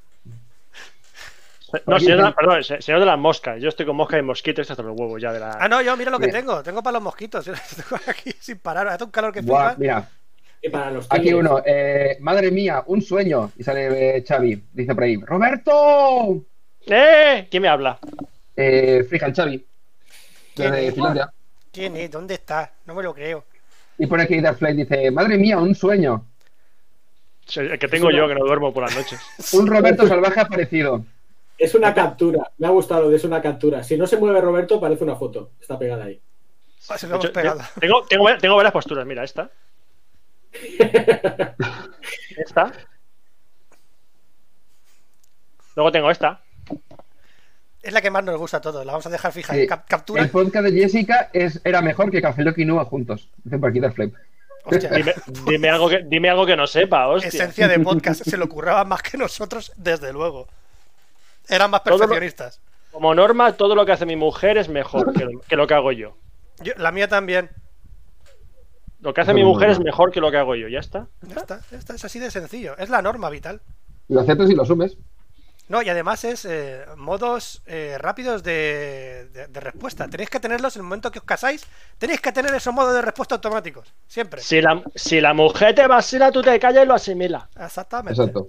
Speaker 5: No, señor de las moscas. Yo estoy con moscas y mosquitos hasta los huevos ya de la...
Speaker 1: Ah, no, yo mira lo que
Speaker 2: Bien.
Speaker 1: tengo. Tengo para los mosquitos. Tengo aquí sin parar. Hace un calor que
Speaker 2: Buah,
Speaker 1: flipas.
Speaker 2: mira,
Speaker 3: Y para los
Speaker 2: aquí
Speaker 3: tigres.
Speaker 2: uno. Madre mía, un sueño. Y sale Xavi. Dice por ahí, ¡Roberto!
Speaker 5: ¿Quién me habla?
Speaker 2: Frijan Xavi. Desde Finlandia.
Speaker 1: ¿Quién es? ¿Dónde está? No me lo creo.
Speaker 2: Y por aquí Darkflame dice, madre mía, un sueño.
Speaker 5: El que tengo yo, que no duermo por las noches.
Speaker 2: Un Roberto salvaje aparecido.
Speaker 3: Es una captura. Me ha gustado lo de es una captura. Si no se mueve Roberto, parece una foto. Está pegada ahí.
Speaker 1: Se
Speaker 5: De
Speaker 1: lo hemos
Speaker 5: hecho,
Speaker 1: pegado.
Speaker 5: tengo varias posturas. Mira, esta. Esta. Luego tengo esta.
Speaker 1: Es la que más nos gusta a todos. La vamos a dejar fija.
Speaker 2: Sí.
Speaker 1: Captura.
Speaker 2: El podcast de Jessica era mejor que Café Lock y Nua juntos. Dice por aquí Darkflame.
Speaker 1: Hostia.
Speaker 5: Dime algo que no sepa, hostia.
Speaker 1: Esencia de podcast. Se lo curraban más que nosotros, desde luego. Eran más
Speaker 5: Todo lo-
Speaker 1: perfeccionistas.
Speaker 5: Como norma, todo lo que hace mi mujer es mejor que lo que hago yo.
Speaker 1: La mía también.
Speaker 5: Lo que hace mi mujer es mejor que lo que hago yo. ¿Ya está?
Speaker 1: Ya está. Es así de sencillo. Es la norma vital.
Speaker 2: Lo aceptas y lo asumes.
Speaker 1: No, y además es modos rápidos de respuesta. Tenéis que tenerlos en el momento que os casáis. Tenéis que tener esos modos de respuesta automáticos. Siempre.
Speaker 5: Si la mujer te vacila, tú te callas y lo asimilas.
Speaker 1: Exactamente.
Speaker 2: Exacto.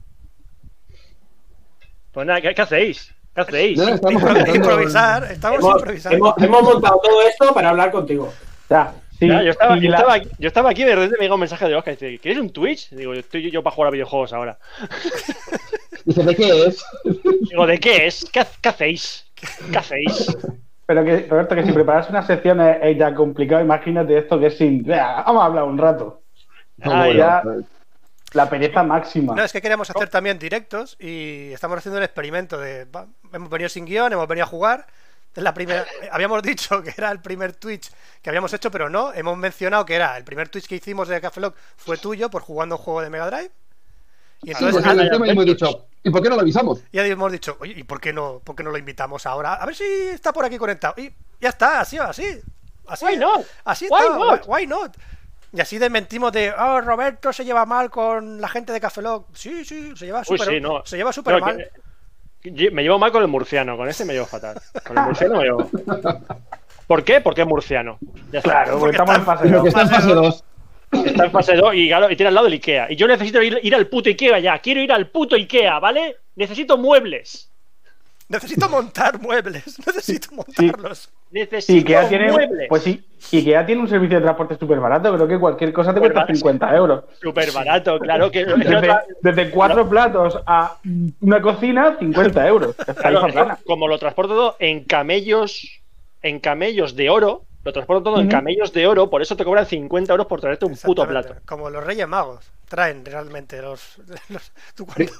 Speaker 5: Pues nada, ¿qué hacéis? ¿Qué hacéis?
Speaker 2: Nada, estamos
Speaker 1: Improvisar. Estamos improvisando.
Speaker 3: Hemos montado todo esto para hablar contigo.
Speaker 4: O sea, sí,
Speaker 5: Ya, yo
Speaker 4: y la-
Speaker 5: estaba aquí y de repente me llega un mensaje de Oscar y dice, ¿quieres un Twitch? Digo, estoy yo para jugar a videojuegos ahora.
Speaker 2: Dice, ¿de qué es?
Speaker 5: Digo, ¿de qué es? ¿Qué hacéis? ¿Qué hacéis?
Speaker 4: Pero que, Roberto, que si preparas una sección es ya complicado, imagínate esto que es sin... Vamos a hablar un rato.
Speaker 5: Ay,
Speaker 4: ya. La pereza máxima.
Speaker 1: No, es que queríamos hacer también directos y estamos haciendo un experimento de... hemos venido sin guión, hemos venido a jugar. Es la primera... Habíamos dicho que era el primer Twitch que habíamos hecho, pero no. Hemos mencionado que era el primer Twitch que hicimos de Café Lock fue tuyo por jugando un juego de Mega Drive. Y
Speaker 2: Sí,
Speaker 1: entonces
Speaker 2: pues el tema y hemos dicho, ¿y por qué no lo avisamos?
Speaker 1: ya hemos dicho, oye, ¿y por qué no lo invitamos ahora? A ver si está por aquí conectado. Y ya está, así.
Speaker 5: Why not?
Speaker 1: Así
Speaker 5: Why
Speaker 1: está.
Speaker 5: not?
Speaker 1: Why not? Y así desmentimos de, Roberto se lleva mal con la gente de Café Lock. Sí, se lleva
Speaker 5: Uy,
Speaker 1: súper
Speaker 5: sí, no.
Speaker 1: se lleva súper
Speaker 5: No,
Speaker 1: mal.
Speaker 5: me llevo mal con el murciano, con este me llevo fatal. Con el murciano me llevo. ¿Por qué? Porque es murciano. Ya está.
Speaker 4: Claro, porque estamos en fase
Speaker 2: Lo
Speaker 4: 2.
Speaker 2: que está en fase 2.
Speaker 5: Está en fase 2 y, claro, y tiene al lado el Ikea. Y yo necesito ir al puto Ikea ya. Quiero ir al puto Ikea, ¿vale? Necesito muebles.
Speaker 1: Necesito montar muebles. Necesito montarlos.
Speaker 5: Necesito
Speaker 4: Sí, Ikea tiene,
Speaker 5: muebles.
Speaker 4: pues sí, Ikea tiene un servicio de transporte súper barato. Creo que cualquier cosa te cuesta
Speaker 5: Superbarato.
Speaker 4: 50 euros.
Speaker 5: Súper barato, claro que.
Speaker 4: Desde 4 platos a una cocina, 50 euros.
Speaker 5: Claro,
Speaker 4: Tarifa plana.
Speaker 5: como lo transporto todo en camellos de oro, lo transporto todo en camellos de oro, por eso te cobran 50 euros por traerte un puto
Speaker 1: Exactamente.
Speaker 5: plato.
Speaker 1: Como los Reyes Magos. Traen realmente tú cuando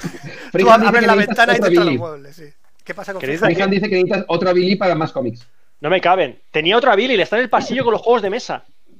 Speaker 1: tú
Speaker 2: Frijan
Speaker 1: abres la
Speaker 2: dice que
Speaker 1: ventana y te
Speaker 2: necesitas otra
Speaker 1: traen los
Speaker 2: Billy.
Speaker 1: muebles, sí. ¿Qué pasa con
Speaker 5: ¿Queréis
Speaker 1: Frijan?
Speaker 2: Frijan dice que necesitas otra Billy para más cómics.
Speaker 5: No me caben. Tenía otra Billy, le está en el pasillo con los juegos de mesa.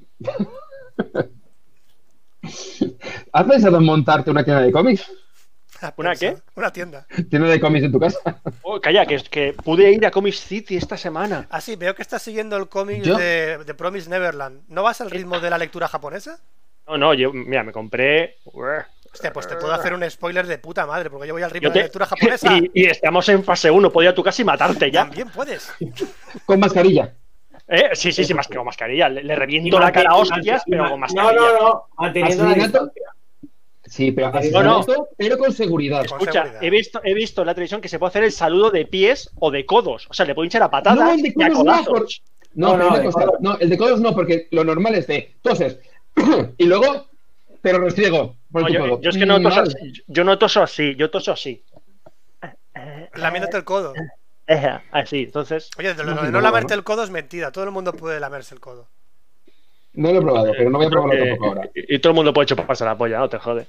Speaker 2: ¿Has pensado en montarte una tienda de cómics?
Speaker 5: ¿Una qué?
Speaker 1: Una tienda.
Speaker 2: ¿Tienda de cómics en tu casa?
Speaker 5: Oh, calla, que pude ir a Comic City esta semana.
Speaker 1: Ah, sí, veo que estás siguiendo el cómic
Speaker 2: ¿Yo?
Speaker 1: de Promise Neverland. ¿No vas al ritmo de la lectura japonesa?
Speaker 5: No, yo, mira, me compré.
Speaker 1: Hostia, pues te puedo hacer un spoiler de puta madre, porque yo voy al ritmo de la lectura japonesa.
Speaker 5: Y estamos en fase 1, puedo ir a tu casa y matarte ya.
Speaker 1: También puedes.
Speaker 2: Con mascarilla.
Speaker 5: Sí, más que con mascarilla. Le reviento la cara a hostias, pero con mascarilla.
Speaker 3: No, manteniendo la
Speaker 2: Asesinato.
Speaker 3: distancia.
Speaker 2: Sí, pero
Speaker 5: No.
Speaker 2: asesinato, pero con seguridad.
Speaker 1: Con
Speaker 5: Escucha,
Speaker 1: seguridad.
Speaker 5: he visto en la televisión que se puede hacer el saludo de pies o de codos. O sea, le puedo hinchar a patadas
Speaker 2: No, el de
Speaker 5: y a
Speaker 2: codos no,
Speaker 5: codazos.
Speaker 2: No,
Speaker 3: No,
Speaker 2: pero
Speaker 3: de
Speaker 2: una cosa,
Speaker 3: codos.
Speaker 2: no, el de codos no, porque lo normal es de toses y luego te lo restriego por
Speaker 5: No,
Speaker 2: tu codo.
Speaker 5: yo es que no toso
Speaker 2: Mal.
Speaker 5: así. Yo no toso así, yo toso así.
Speaker 1: Lamiéndote el codo.
Speaker 5: Así, entonces.
Speaker 1: Oye, de lo
Speaker 2: No,
Speaker 1: de
Speaker 2: no,
Speaker 1: no lamerte
Speaker 2: no.
Speaker 1: el codo es mentira. Todo el mundo puede lamerse el codo.
Speaker 2: No lo he probado, pero no voy a probarlo
Speaker 5: eh,
Speaker 2: tampoco ahora.
Speaker 5: y todo el mundo puede chuparse la polla, no te jode.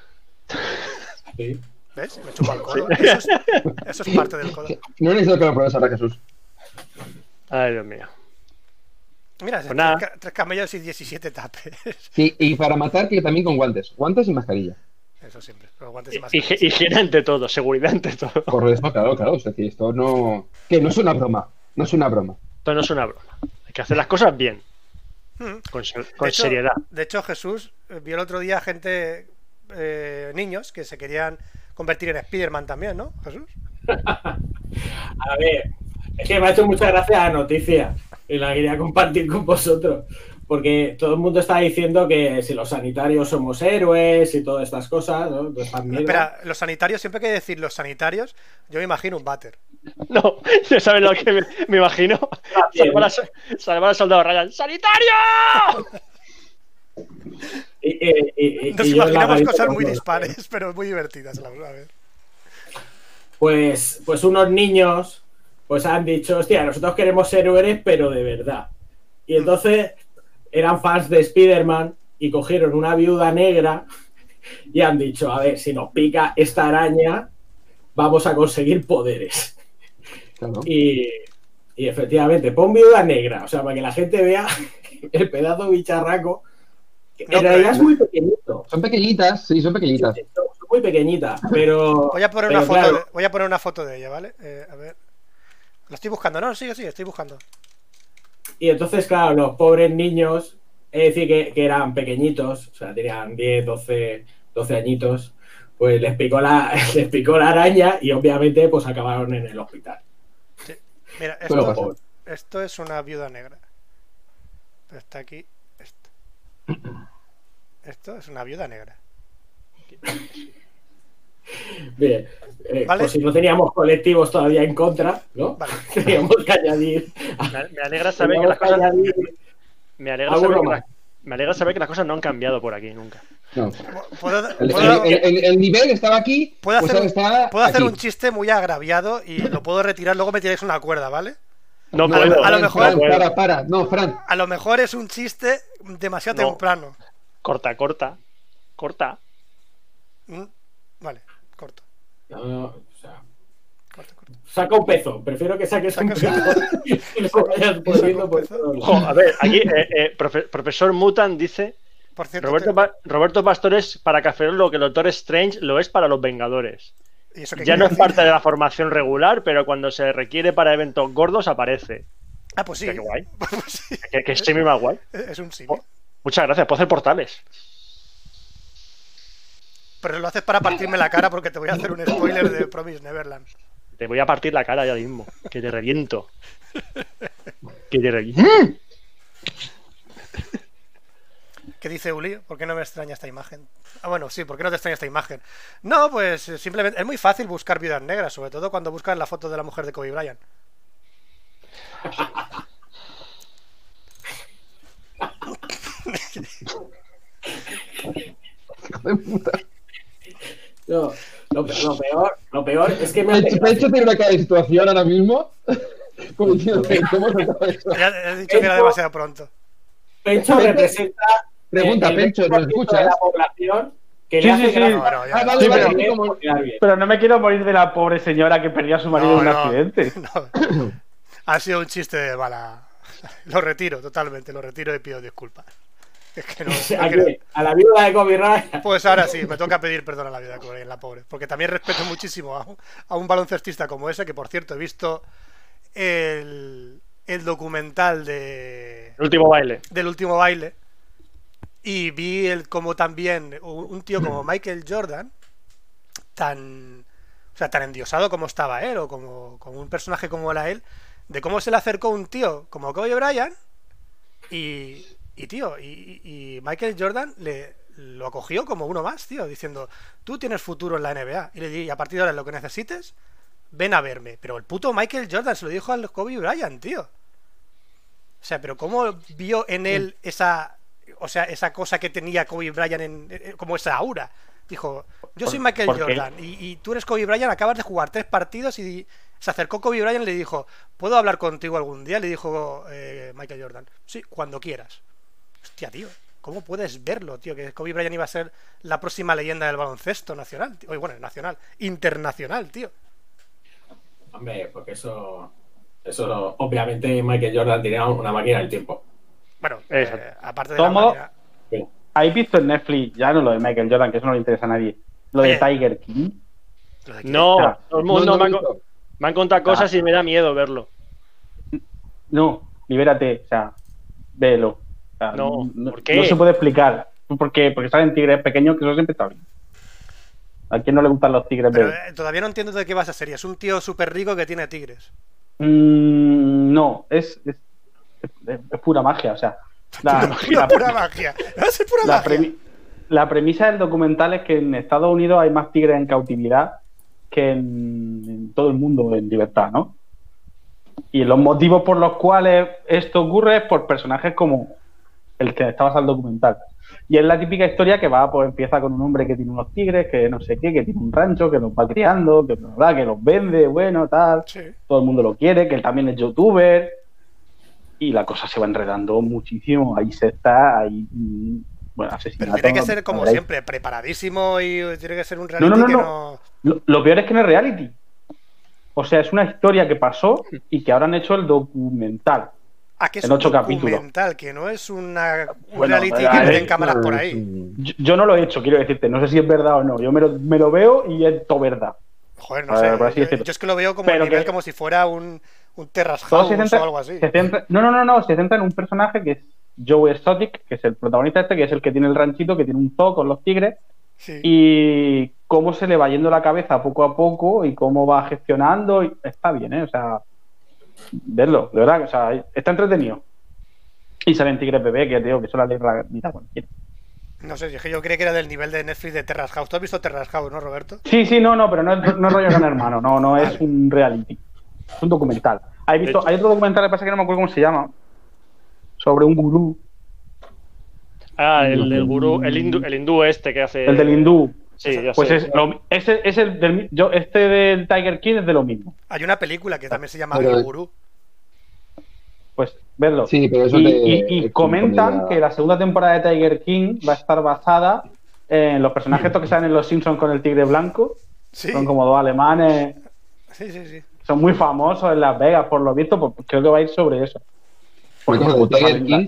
Speaker 3: Sí.
Speaker 1: ¿Ves? Me chupa el codo. Eso es parte del codo.
Speaker 2: No necesito que lo pruebes ahora, Jesús.
Speaker 5: Ay, Dios mío.
Speaker 1: Mira,
Speaker 5: Pues nada.
Speaker 1: 3 camellos y 17 tapes.
Speaker 2: Sí, y para matar, que también con guantes. Guantes y mascarilla.
Speaker 1: Eso siempre. Los guantes y más.
Speaker 5: Higiene ante todo, seguridad ante todo.
Speaker 2: Correcto, claro. Es decir, esto no. Que no es una broma. No es una broma.
Speaker 5: Esto no es una broma. Hay que hacer las cosas bien, con
Speaker 1: De hecho,
Speaker 5: seriedad.
Speaker 1: De hecho, Jesús vio el otro día gente, niños, que se querían convertir en Spider-Man también, ¿no, Jesús?
Speaker 3: A ver, es que me ha hecho mucha gracia la noticia y la quería compartir con vosotros. Porque todo el mundo está diciendo que si los sanitarios somos héroes y todas estas cosas, ¿no? Todas estas mierdas.
Speaker 1: Espera, los sanitarios, siempre que decir los sanitarios, yo me imagino un váter.
Speaker 5: No, ya sabes lo que me imagino. Salvar al soldado Ryan. ¡Sanitario!
Speaker 1: Nos
Speaker 3: y yo en la
Speaker 1: imaginamos
Speaker 3: garita
Speaker 1: cosas
Speaker 3: con
Speaker 1: muy
Speaker 3: los-
Speaker 1: dispares, pero muy divertidas a la vez.
Speaker 3: Pues unos niños pues han dicho, hostia, nosotros queremos ser héroes, pero de verdad. Y entonces eran fans de Spider-Man y cogieron una viuda negra y han dicho, a ver, si nos pica esta araña, vamos a conseguir poderes.
Speaker 2: Claro.
Speaker 3: Y efectivamente, pon viuda negra, o sea, para que la gente vea el pedazo de bicharraco, que
Speaker 1: No,
Speaker 3: en realidad
Speaker 1: pero-
Speaker 3: es muy pequeñito.
Speaker 2: Son pequeñitas, sí, son pequeñitas.
Speaker 3: Son muy pequeñitas, pero...
Speaker 1: Voy a poner
Speaker 3: pero
Speaker 1: una foto,
Speaker 3: claro,
Speaker 1: voy a poner una foto de ella, ¿vale? A ver. Lo estoy buscando, no, sigue, estoy buscando.
Speaker 3: Y entonces, claro, los pobres niños, es decir, que eran pequeñitos, o sea, tenían 10, 12 añitos, pues les picó la araña y obviamente pues acabaron en el hospital.
Speaker 1: Sí. Mira,
Speaker 2: Suele
Speaker 1: esto,
Speaker 2: pasar.
Speaker 1: esto es una viuda negra. Está aquí. Esto es una viuda negra.
Speaker 3: Bien,
Speaker 1: Vale.
Speaker 3: pues si no teníamos colectivos todavía en contra, ¿no?
Speaker 1: Vale.
Speaker 3: Teníamos que añadir...
Speaker 5: Me alegra saber que las cosas. Me alegra
Speaker 3: Alguno
Speaker 5: saber que
Speaker 3: más.
Speaker 5: me alegra saber que las cosas no han cambiado por aquí nunca.
Speaker 2: No.
Speaker 1: ¿Puedo,
Speaker 2: El,
Speaker 1: puedo-
Speaker 2: el nivel estaba aquí,
Speaker 1: puedo
Speaker 2: pues
Speaker 1: hacer,
Speaker 2: ahora está
Speaker 1: puedo hacer
Speaker 2: aquí.
Speaker 1: un chiste muy agraviado y lo puedo retirar, luego me tiráis una cuerda, ¿vale?
Speaker 5: No
Speaker 2: No,
Speaker 5: puedo.
Speaker 1: a lo
Speaker 2: Fran,
Speaker 1: mejor-
Speaker 2: Fran, para. No, Fran.
Speaker 1: A lo mejor es un chiste demasiado
Speaker 5: No.
Speaker 1: temprano.
Speaker 5: Corta.
Speaker 1: Mm, Vale, corto.
Speaker 3: No, o sea,
Speaker 1: Corto.
Speaker 3: saca un pezo, prefiero que saques un
Speaker 1: Saca un
Speaker 3: pezo y lo vayas poniendo
Speaker 1: un
Speaker 3: por
Speaker 1: pezo.
Speaker 3: todos lados.
Speaker 5: Jo, a ver, aquí profesor Mutant dice
Speaker 1: Por cierto,
Speaker 5: Roberto Pastores para Café lo que el Doctor Strange lo es para los Vengadores.
Speaker 1: ¿y eso qué
Speaker 5: Ya
Speaker 1: quiere
Speaker 5: no es
Speaker 1: decir?
Speaker 5: parte de la formación regular, pero cuando se requiere para eventos gordos aparece.
Speaker 1: Ah, pues sí.
Speaker 5: Qué guay.
Speaker 1: Pues sí.
Speaker 5: Que es semi más guay.
Speaker 1: Es un símil.
Speaker 5: Muchas gracias, puedo hacer portales.
Speaker 1: Pero lo haces para partirme la cara porque te voy a hacer un spoiler de Promise Neverland.
Speaker 5: Te voy a partir la cara ya mismo. Que te reviento. Que te reviento.
Speaker 1: ¿Qué dice Uli? ¿Por qué no me extraña esta imagen? Ah, bueno, sí, ¿por qué no te extraña esta imagen? No, pues simplemente es muy fácil buscar viudas negras, sobre todo cuando buscas la foto de la mujer de Kobe Bryant.
Speaker 3: No, lo peor es que me hace
Speaker 2: Pencho
Speaker 3: gracia.
Speaker 2: tiene una cara de situación ahora mismo. Como diciendo, ¿cómo se acaba eso?
Speaker 1: Ya he dicho que era demasiado pronto.
Speaker 3: Pencho representa
Speaker 2: Pregunta,
Speaker 3: el
Speaker 2: Pencho,
Speaker 3: 20%
Speaker 2: ¿nos escuchas?
Speaker 3: de la población que
Speaker 4: Sí,
Speaker 3: le hace
Speaker 4: sí, sí.
Speaker 3: gracia.
Speaker 1: No, no, ya.
Speaker 2: Ah, vale,
Speaker 4: Sí,
Speaker 2: vale,
Speaker 4: pero-
Speaker 2: sí, como-
Speaker 3: quedar bien.
Speaker 4: Pero no me quiero morir de la pobre señora que perdió a su marido en un accidente.
Speaker 1: No. Ha sido un chiste de mala. Lo retiro totalmente, lo retiro y pido disculpas. Es que no.
Speaker 3: A la viuda de Kobe Bryant.
Speaker 1: Pues ahora sí, me toca pedir perdón a la vida de Kobe Bryant, la pobre. Porque también respeto muchísimo a un baloncestista como ese, que por cierto he visto el documental
Speaker 5: El último baile.
Speaker 1: del último baile. Y vi como también un tío como Michael Jordan, tan endiosado como estaba él, o como un personaje como era él, de cómo se le acercó un tío como Kobe Bryant y Michael Jordan lo acogió como uno más, tío, diciendo, tú tienes futuro en la NBA, y a partir de ahora lo que necesites, ven a verme. Pero el puto Michael Jordan se lo dijo al Kobe Bryant, tío. O sea, pero cómo vio en él esa cosa que tenía Kobe Bryant, como esa aura. Dijo, yo soy Michael Jordan y tú eres Kobe Bryant, acabas de jugar 3 partidos, y se acercó Kobe Bryant y le dijo, ¿puedo hablar contigo algún día? Le dijo Michael Jordan, sí, cuando quieras. Hostia, tío, ¿cómo puedes verlo, tío? Que Kobe Bryant iba a ser la próxima leyenda del baloncesto nacional, tío. Bueno, nacional, internacional, tío.
Speaker 3: Hombre, porque eso obviamente Michael Jordan tenía una máquina del tiempo.
Speaker 1: Bueno, aparte de
Speaker 4: todo
Speaker 1: la
Speaker 4: modo,
Speaker 1: máquina...
Speaker 4: ¿habéis visto en Netflix, ya no lo de Michael Jordan, que eso no le interesa a nadie, lo de Tiger King?
Speaker 5: No, todo el mundo
Speaker 2: No,
Speaker 5: me han contado cosas y me da miedo verlo.
Speaker 4: No, libérate, o sea, véelo. O sea,
Speaker 5: No, ¿por qué?
Speaker 4: No se puede explicar. Porque salen tigres pequeños, que eso siempre está bien. ¿A quién no le gustan los tigres
Speaker 1: Pero
Speaker 4: bebés?
Speaker 1: todavía no entiendo de qué va esa serie. Es un tío súper rico que tiene tigres.
Speaker 4: No, es pura magia, o sea.
Speaker 1: Pura magia. Es pura magia.
Speaker 4: La premisa del documental es que en Estados Unidos hay más tigres en cautividad que en todo el mundo en libertad, ¿no? Y los motivos por los cuales esto ocurre es por personajes como el que está basado en el documental. Y es la típica historia que pues empieza con un hombre que tiene unos tigres, que no sé qué, que tiene un rancho, que los va criando, que los vende, bueno, tal.
Speaker 1: Sí.
Speaker 4: Todo el mundo lo quiere, que él también es youtuber. Y la cosa se va enredando muchísimo. Hay sectas, hay asesinatos.
Speaker 1: Pero tiene que ser como siempre, preparadísimo, y tiene que ser un reality que no...
Speaker 4: Lo peor es que no es reality. O sea, es una historia que pasó y que ahora han hecho el documental.
Speaker 1: Que es
Speaker 4: en 8 capítulos.
Speaker 1: Documental, que no es un reality que meten cámaras por ahí.
Speaker 4: Yo no lo he hecho, quiero decirte. No sé si es verdad o no. Yo me lo veo y es todo verdad.
Speaker 1: Joder, no sé. Yo es que lo veo como a nivel como si fuera un Terrace House o algo así.
Speaker 4: Se centra en un personaje que es Joe Exotic, que es el protagonista que es el que tiene el ranchito, que tiene un zoo con los tigres.
Speaker 1: Sí.
Speaker 4: Y cómo se le va yendo la cabeza poco a poco y cómo va gestionando. Y está bien, ¿eh? O sea, verlo, de verdad, o sea, está entretenido. Y salen tigres bebé, que digo, que son la ley mitad cualquiera.
Speaker 1: No sé, yo creía que era del nivel de Netflix de Terrace House. ¿Tú has visto Terrace House, no, Roberto?
Speaker 4: Sí, no, pero no es rollo Gran Hermano, no vale. Es un reality. Es un documental. Hay otro documental, que pasa que no me acuerdo cómo se llama, sobre un gurú.
Speaker 5: El del gurú, el hindú este que hace...
Speaker 4: El del hindú.
Speaker 5: Sí, ya
Speaker 4: pues
Speaker 5: sé.
Speaker 4: Es el del... Este del Tiger King es de lo mismo.
Speaker 1: Hay una película que también se llama El Gurú.
Speaker 4: Pues verlo.
Speaker 2: Sí, pero eso
Speaker 4: y comentan que la segunda temporada de Tiger King va a estar basada en los personajes estos que salen en Los Simpsons con el tigre blanco.
Speaker 1: Sí.
Speaker 4: Son como 2 alemanes.
Speaker 1: Sí.
Speaker 4: Son muy famosos en Las Vegas, por lo visto, pues creo que va a ir sobre eso.
Speaker 2: Porque Tiger King,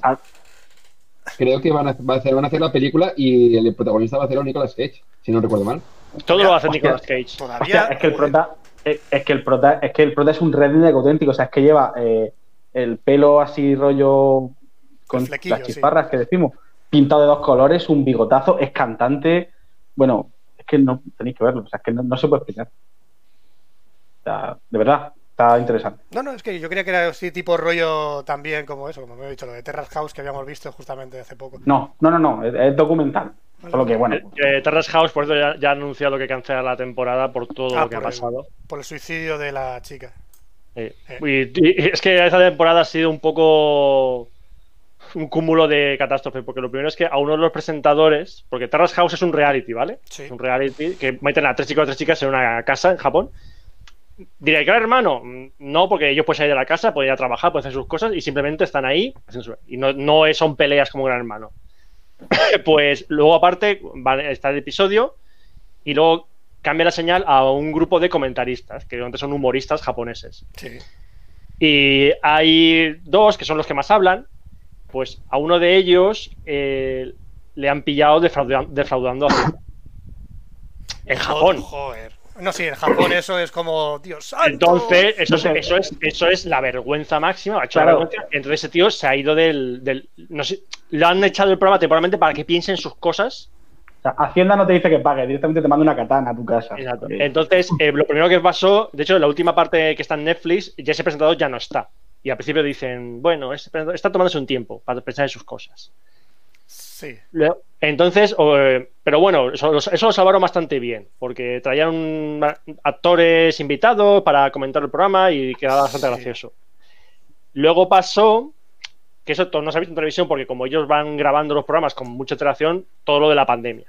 Speaker 2: creo que van a hacer la película y el protagonista va a ser Nicolas Cage, si no recuerdo mal.
Speaker 5: Todo lo va a hacer Nicolas Cage.
Speaker 1: Todavía.
Speaker 4: Es que el prota es un redneck auténtico, o sea, es que lleva el pelo así rollo con las chisparras que decimos, pintado de 2 colores, un bigotazo, es cantante. Bueno, es que no tenéis que verlo, o sea, es que no se puede explicar. O sea, de verdad, está interesante.
Speaker 1: No, es que yo creía que era así tipo rollo también como eso, como me he dicho, lo de Terrace House que habíamos visto justamente hace poco.
Speaker 4: No, es documental. Solo que, bueno.
Speaker 5: Terrace House, por eso ya ha anunciado que cancela la temporada por todo lo que ha pasado.
Speaker 1: Por el suicidio de la chica.
Speaker 5: Y es que esa temporada ha sido un poco un cúmulo de catástrofes, porque lo primero es que a uno de los presentadores, porque Terrace House es un reality, ¿vale?
Speaker 1: Sí.
Speaker 5: Es un reality que meten a 3 chicos o 3 chicas en una casa en Japón. Diré, claro, hermano, no, porque ellos pueden salir de la casa, pueden ir a trabajar, pueden hacer sus cosas y simplemente están ahí y no son peleas como Gran Hermano. Pues luego aparte está el episodio y luego cambia la señal a un grupo de comentaristas que realmente son humoristas japoneses.
Speaker 1: Sí.
Speaker 5: Y hay dos que son los que más hablan. Pues a uno de ellos le han pillado defraudando a Hacienda. En Japón.
Speaker 1: Joder. No, sí, en Japón eso es como, Dios santo.
Speaker 5: Entonces, eso es la vergüenza máxima. Ha hecho la vergüenza. Entonces ese tío se ha ido no sé, le han echado el programa temporalmente para que piense en sus cosas.
Speaker 4: O sea, Hacienda no te dice que pague, directamente te manda una katana a tu casa.
Speaker 5: Exacto. Entonces, lo primero que pasó, de hecho, la última parte que está en Netflix, ya ese presentador ya no está. Y al principio dicen, bueno, está tomándose un tiempo para pensar en sus cosas.
Speaker 1: Sí.
Speaker 5: Entonces, pero bueno, eso lo salvaron bastante bien, porque traían actores invitados para comentar el programa y quedaba bastante gracioso. Luego pasó, que eso no se ha visto en televisión porque como ellos van grabando los programas con mucha antelación, todo lo de la pandemia.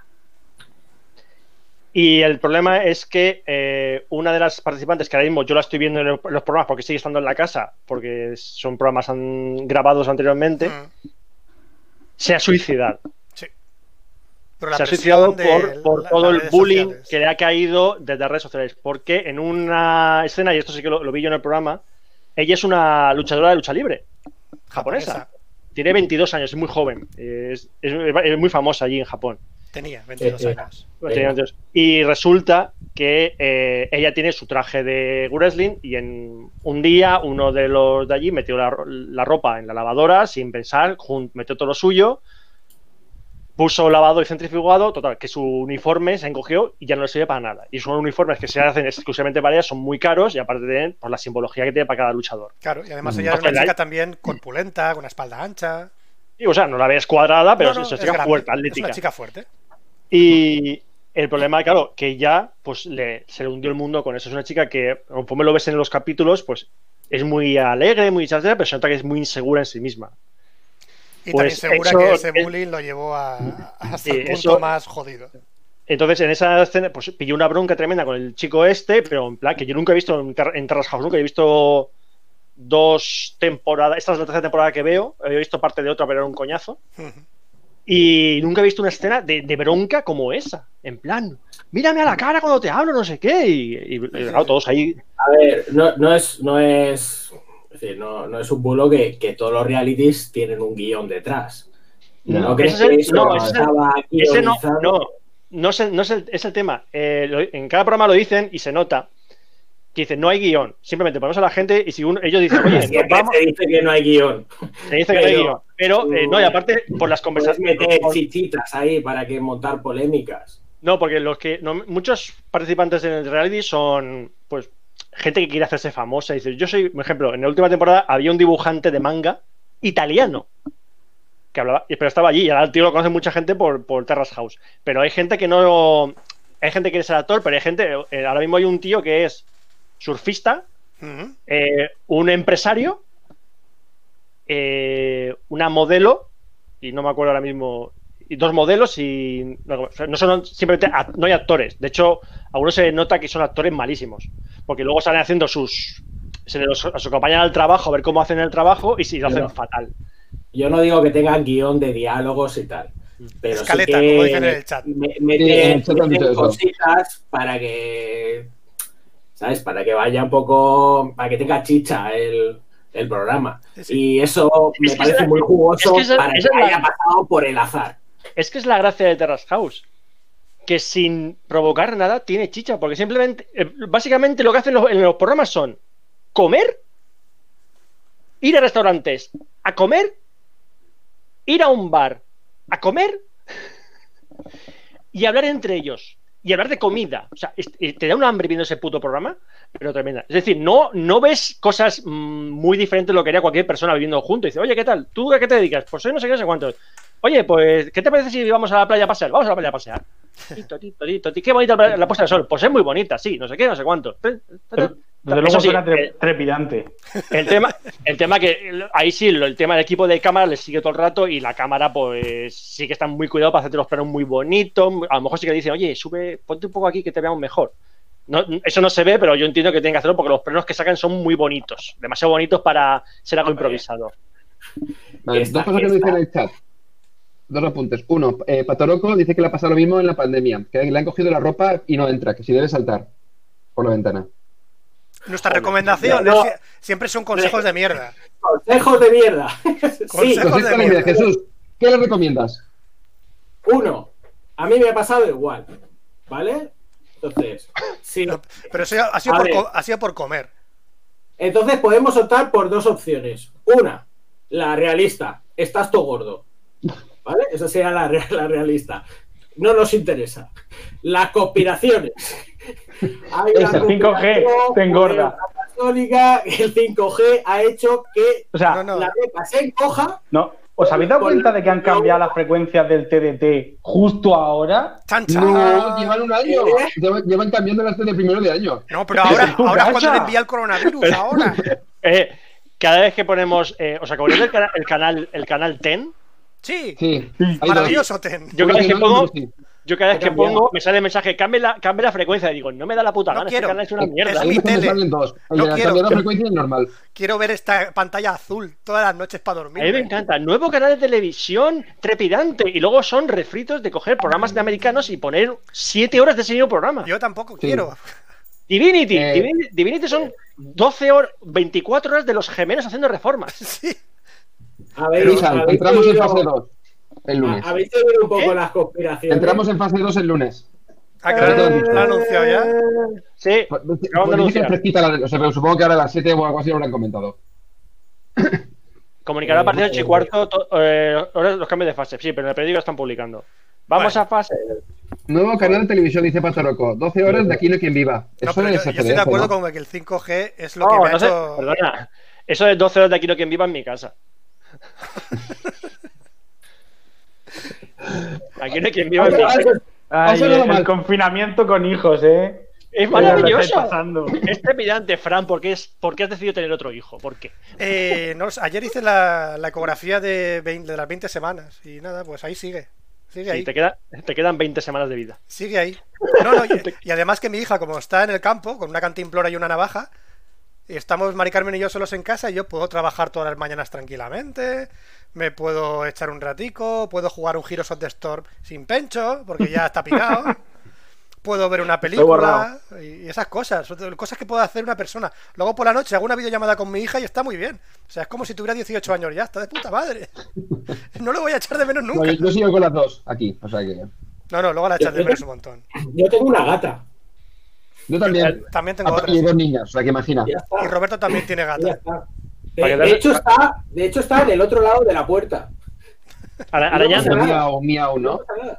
Speaker 5: Y el problema es que una de las participantes, que ahora mismo yo la estoy viendo en los programas porque sigue estando en la casa, porque son programas grabados anteriormente, se ha suicidado.
Speaker 1: Sí.
Speaker 5: Se ha suicidado por todo el bullying sociales que le ha caído desde redes sociales. Porque en una escena, y esto sí que lo vi yo en el programa, ella es una luchadora de lucha libre japonesa. Tiene 22 años, es muy joven. Es muy famosa allí en Japón.
Speaker 1: Tenía 22 años.
Speaker 5: Y resulta que ella tiene su traje de wrestling y en un día uno de los de allí metió la ropa en la lavadora sin pensar, metió todo lo suyo, puso lavado y centrifugado, total, que su uniforme se encogió y ya no le sirve para nada. Y son uniformes que se hacen exclusivamente para ella, son muy caros y aparte tienen por la simbología que tiene para cada luchador.
Speaker 1: Claro, y además ella era una chica también corpulenta, con una espalda ancha.
Speaker 5: Y, o sea, no la ves cuadrada, pero es una chica fuerte, atlética.
Speaker 1: Es una chica fuerte.
Speaker 5: Y el problema, claro, que ya pues se le hundió el mundo con eso. Es una chica que, conforme lo ves en los capítulos, pues es muy alegre, muy chachera, pero se nota que es muy insegura en sí misma.
Speaker 1: Y pues tan insegura que ese bullying lo llevó hasta el punto más jodido.
Speaker 5: Entonces, en esa escena, pues pilló una bronca tremenda con el chico este, pero en plan que yo nunca he visto en Terrace House, nunca he visto 2 temporadas. Esta es la tercera temporada que veo. He visto parte de otra, pero era un coñazo. Y nunca he visto una escena de bronca como esa. En plan, mírame a la cara cuando te hablo, no sé qué. Y claro, todos ahí.
Speaker 3: A ver, no es decir, no es un bulo que todos los realities tienen un guión detrás. No crees que eso estaba guionizado.
Speaker 5: No es el tema. En cada programa lo dicen y se nota. Que dicen, no hay guión. Simplemente ponemos a la gente y si ellos dicen, oye,
Speaker 3: se dice que no hay guión.
Speaker 5: Se dice que no hay guión. Pero, no, y aparte, por las conversaciones.
Speaker 3: Meter chichitas ahí para que montar polémicas.
Speaker 5: No, porque muchos participantes en el reality son, pues, gente que quiere hacerse famosa. Y dice, yo soy, por ejemplo, en la última temporada había un dibujante de manga italiano que hablaba, pero estaba allí. Y ahora el tío lo conoce mucha gente por Terrace House. Pero hay gente que no. Hay gente que quiere ser actor, pero hay gente. Ahora mismo hay un tío que es surfista, un empresario, una modelo, y no me acuerdo ahora mismo, y 2 modelos, y no son simplemente, no hay actores. De hecho, algunos se nota que son actores malísimos, porque luego salen haciendo se los acompañan al trabajo a ver cómo hacen el trabajo y si lo hacen fatal.
Speaker 3: Yo no digo que tengan guión de diálogos y tal, pero
Speaker 1: escaleta,
Speaker 3: sí que
Speaker 1: como dicen en el chat.
Speaker 3: Meten cositas para que, ¿sabes? Para que vaya un poco, para que tenga chicha el programa. Sí. Y eso me parece muy jugoso para que haya pasado por el azar.
Speaker 5: Es que es la gracia de Terrace House, que sin provocar nada tiene chicha, porque simplemente, básicamente lo que hacen en los programas son comer, ir a restaurantes a comer, ir a un bar a comer y hablar entre ellos. Y hablar de comida. O sea, te da un hambre viendo ese puto programa, pero tremenda. Es decir, no ves cosas muy diferentes de lo que haría cualquier persona viviendo junto. Y dice, oye, ¿qué tal? ¿Tú a qué te dedicas? Pues soy no sé qué, no sé cuántos. Oye, pues, ¿qué te parece si vamos a la playa a pasear? Vamos a la playa a pasear. Qué bonita la puesta de sol. Pues es muy bonita, sí, no sé qué, no sé cuánto.
Speaker 4: Desde luego suena trepidante.
Speaker 5: El tema que ahí sí, el tema del equipo de cámara les sigue todo el rato y la cámara pues sí que están muy cuidados para hacerte los planos muy bonitos. A lo mejor sí que dicen, oye, ponte un poco aquí que te veamos mejor. No, eso no se ve, pero yo entiendo que tienen que hacerlo porque los planos que sacan son muy bonitos, demasiado bonitos para ser algo improvisado.
Speaker 2: Vale, 2 cosas que nos dicen en el chat. 2 apuntes. 1, Patoroco dice que le ha pasado lo mismo en la pandemia, que le han cogido la ropa y no entra, que si debe saltar por la ventana.
Speaker 1: Nuestra recomendación
Speaker 3: No.
Speaker 1: siempre son consejos de mierda.
Speaker 3: Consejos de mierda. Sí.
Speaker 1: Consejos de mierda.
Speaker 2: Jesús, ¿qué le recomiendas?
Speaker 3: 1. A mí me ha pasado igual. ¿Vale? Entonces, sí.
Speaker 1: Pero eso ha sido por comer.
Speaker 3: Entonces podemos optar por 2 opciones. Una, la realista. Estás todo gordo. ¿Vale? Esa sería la realista. No nos interesa. Las conspiraciones. Hay
Speaker 4: El 5G te engorda.
Speaker 3: El 5G ha hecho que
Speaker 4: O sea,
Speaker 1: No.
Speaker 3: la ropa se encoja.
Speaker 4: ¿no? ¿Os habéis dado cuenta de que han cambiado las frecuencias del TDT justo ahora?
Speaker 1: ¡Chan, chan!
Speaker 2: No, llevan un año. Llevan cambiando las de primero de año.
Speaker 1: No, pero ahora es cuando
Speaker 4: gacha.
Speaker 1: le envía el coronavirus, ahora.
Speaker 5: Cada vez que ponemos. ¿Os acordáis del el canal TEN?
Speaker 1: Sí,
Speaker 2: Sí. hay dos.
Speaker 1: maravilloso, Ten.
Speaker 5: Yo cada vez que pongo.
Speaker 2: Sí.
Speaker 5: Yo cada vez que
Speaker 3: cambiado.
Speaker 5: pongo, me sale el mensaje, cambie la frecuencia. Y digo, no me da la puta
Speaker 1: No
Speaker 5: gana,
Speaker 1: quiero.
Speaker 5: este canal es una
Speaker 1: Es
Speaker 5: mierda.
Speaker 2: Ahí
Speaker 1: mi
Speaker 2: es donde
Speaker 1: tele.
Speaker 2: salen dos. El
Speaker 1: No
Speaker 2: de
Speaker 1: quiero.
Speaker 2: cambiar la frecuencia es normal.
Speaker 1: Quiero ver esta pantalla azul todas las noches para dormir.
Speaker 5: A mí me encanta. Nuevo canal de televisión trepidante. Y luego son refritos de coger programas de americanos y poner 7 horas de ese mismo programa.
Speaker 1: Yo tampoco
Speaker 2: Sí.
Speaker 1: quiero.
Speaker 5: Divinity.
Speaker 2: Eh.
Speaker 5: Divinity son 12 horas, 24 horas de los gemelos haciendo reformas.
Speaker 1: Sí.
Speaker 2: Cristian, entramos en fase 2 el lunes.
Speaker 3: Habéis seguido un poco
Speaker 5: ¿Qué?
Speaker 3: las conspiraciones.
Speaker 2: Entramos en fase 2 el lunes.
Speaker 1: Ah, que lo han anunciado ya.
Speaker 5: Sí.
Speaker 2: Pues
Speaker 5: Acaban de
Speaker 2: dice que es
Speaker 5: anunciar.
Speaker 2: fresquita o sea, pero supongo que ahora a las 7 o algo así lo habrán comentado.
Speaker 5: Comunicará a partir de 8 y cuarto ahora los cambios de fase. Sí, pero en el periódico están publicando. Vamos
Speaker 1: Bueno.
Speaker 5: a fase.
Speaker 2: Nuevo canal de televisión, dice Pastoroco. 12 horas de aquí no hay quien viva.
Speaker 1: No,
Speaker 2: Eso
Speaker 1: pero
Speaker 2: es
Speaker 1: yo estoy de
Speaker 2: FDF,
Speaker 1: acuerdo
Speaker 2: ¿no?
Speaker 1: con que el 5G es lo que me ha
Speaker 5: No sé.
Speaker 1: hecho.
Speaker 5: Perdona. Eso de 12 horas de aquí no quien viva en mi casa. Aquí no hay quien viva en mi casa.
Speaker 4: Ay,
Speaker 2: sonado mal.
Speaker 4: el confinamiento con hijos, ¿eh?
Speaker 5: Es
Speaker 4: Lo estáis
Speaker 5: maravilloso.
Speaker 4: pasando.
Speaker 5: Es trepidante, Fran. ¿Por qué has decidido tener otro hijo? ¿Por qué?
Speaker 1: Ayer hice la ecografía de las 20 semanas y nada, pues ahí sigue. Sigue
Speaker 5: Sí,
Speaker 1: ahí.
Speaker 5: te quedan 20 semanas de vida.
Speaker 1: Sigue ahí. No, y además que mi hija, como está en el campo, con una cantimplora y una navaja, y estamos Mari Carmen y yo solos en casa, y yo puedo trabajar todas las mañanas tranquilamente, me puedo echar un ratico, puedo jugar un Heroes of the Storm sin pencho, porque ya está picado. Puedo ver una película y esas cosas, son cosas que puede hacer una persona. Luego por la noche hago una videollamada con mi hija y está muy bien. O sea, es como si tuviera 18 años ya, está de puta madre. No lo voy a echar de menos nunca.
Speaker 2: No, yo sigo con las dos aquí, o sea que.
Speaker 1: No, luego la echas de menos un montón.
Speaker 3: Yo tengo una gata.
Speaker 2: Yo también.
Speaker 1: También tengo
Speaker 2: Y
Speaker 1: otras.
Speaker 2: 2 niñas, o sea que imagina.
Speaker 3: Ya está.
Speaker 1: Y Roberto también tiene
Speaker 3: Ya
Speaker 1: gata.
Speaker 3: está.
Speaker 5: Para que
Speaker 3: De hecho está en el otro lado de la puerta.
Speaker 5: Arañando.
Speaker 3: No pasa
Speaker 2: Miau, miau,
Speaker 3: No
Speaker 2: ¿no?
Speaker 3: pasa nada.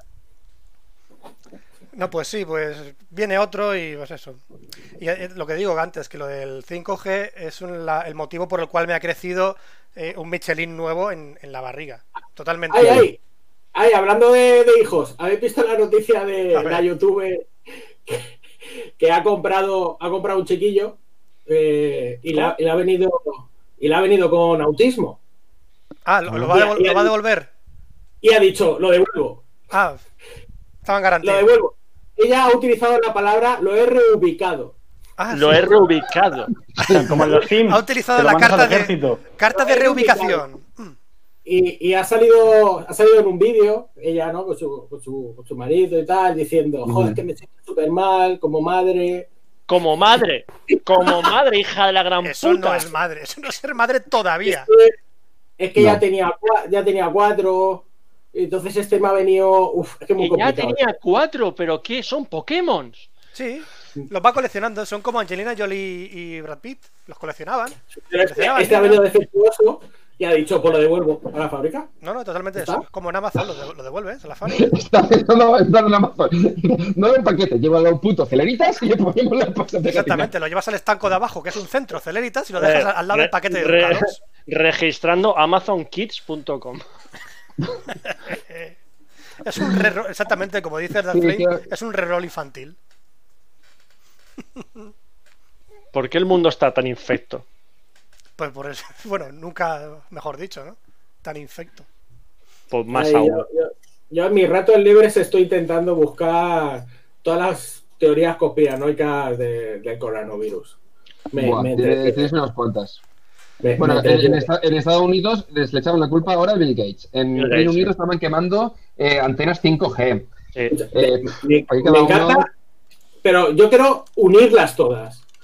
Speaker 1: No, pues sí, pues viene otro y pues eso. Y lo que digo antes, que lo del 5G es el motivo por el cual me ha crecido un Michelin nuevo en la barriga. Totalmente.
Speaker 3: Ay, hablando de hijos, ¿habéis visto la noticia de
Speaker 1: A ver.
Speaker 3: la youtuber que ha comprado un chiquillo y le ha venido con autismo?
Speaker 1: Ah, ¿lo va a devolver?
Speaker 3: Y ha dicho, lo devuelvo.
Speaker 1: Ah, estaba en
Speaker 3: Lo
Speaker 1: garantía.
Speaker 3: devuelvo. Ella ha utilizado la palabra, lo he reubicado.
Speaker 1: Ah,
Speaker 5: Lo
Speaker 1: sí.
Speaker 5: he reubicado.
Speaker 4: Como en los Sims.
Speaker 1: Ha utilizado
Speaker 4: que lo
Speaker 1: la
Speaker 4: mandas
Speaker 1: carta
Speaker 4: al ejército.
Speaker 1: de reubicación.
Speaker 3: Y ha salido en un vídeo, ella, ¿no? Con su marido y tal, diciendo, joder, que me siento súper mal, como madre.
Speaker 5: Como madre, hija de la gran
Speaker 1: Eso
Speaker 5: puta.
Speaker 1: no es madre, eso no es ser madre todavía.
Speaker 3: Es que
Speaker 2: No.
Speaker 3: ya tenía 4, entonces este me ha venido, es que muy
Speaker 5: Que ya
Speaker 3: complicado.
Speaker 5: tenía 4, pero ¿qué? Son Pokémon.
Speaker 1: Sí, los va coleccionando. Son como Angelina Jolie y Brad Pitt. Los coleccionaban.
Speaker 3: Pero este ha venido defectuoso y ha dicho, pues lo devuelvo a la fábrica.
Speaker 1: No, totalmente
Speaker 3: ¿Está?
Speaker 1: eso. Como en Amazon, lo devuelves a la fábrica.
Speaker 2: Está en Amazon. No en paquete, lleva un puto celeritas y le ponemos la pasta de
Speaker 1: Exactamente, lo llevas al estanco de abajo, que es un centro Celeritas, y lo dejas al lado del paquete de educados.
Speaker 5: Registrando amazonkids.com.
Speaker 1: Es un reroll, exactamente como dice Darth
Speaker 2: Sí,
Speaker 1: Flame,
Speaker 2: que-
Speaker 1: es un reroll infantil.
Speaker 5: ¿Por qué el mundo está tan infecto?
Speaker 1: Pues por eso, bueno, nunca mejor dicho, ¿no? Tan infecto.
Speaker 5: Pues más
Speaker 3: Ay,
Speaker 5: aún.
Speaker 3: yo en mis ratos libres estoy intentando buscar todas las teorías conspiranoicas del coronavirus.
Speaker 2: Buah,
Speaker 3: entretiene.
Speaker 2: tienes unas cuantas.
Speaker 3: Me
Speaker 2: Bueno,
Speaker 3: entretiene.
Speaker 2: en Estados Unidos les le echaban la culpa ahora a Bill Gates. En
Speaker 5: Bill Gates,
Speaker 2: Reino Unido
Speaker 5: sí.
Speaker 2: estaban quemando antenas 5G.
Speaker 5: Sí.
Speaker 2: Eh,
Speaker 3: Me
Speaker 2: ahí cada
Speaker 3: encanta,
Speaker 2: uno-
Speaker 3: pero yo quiero unirlas todas.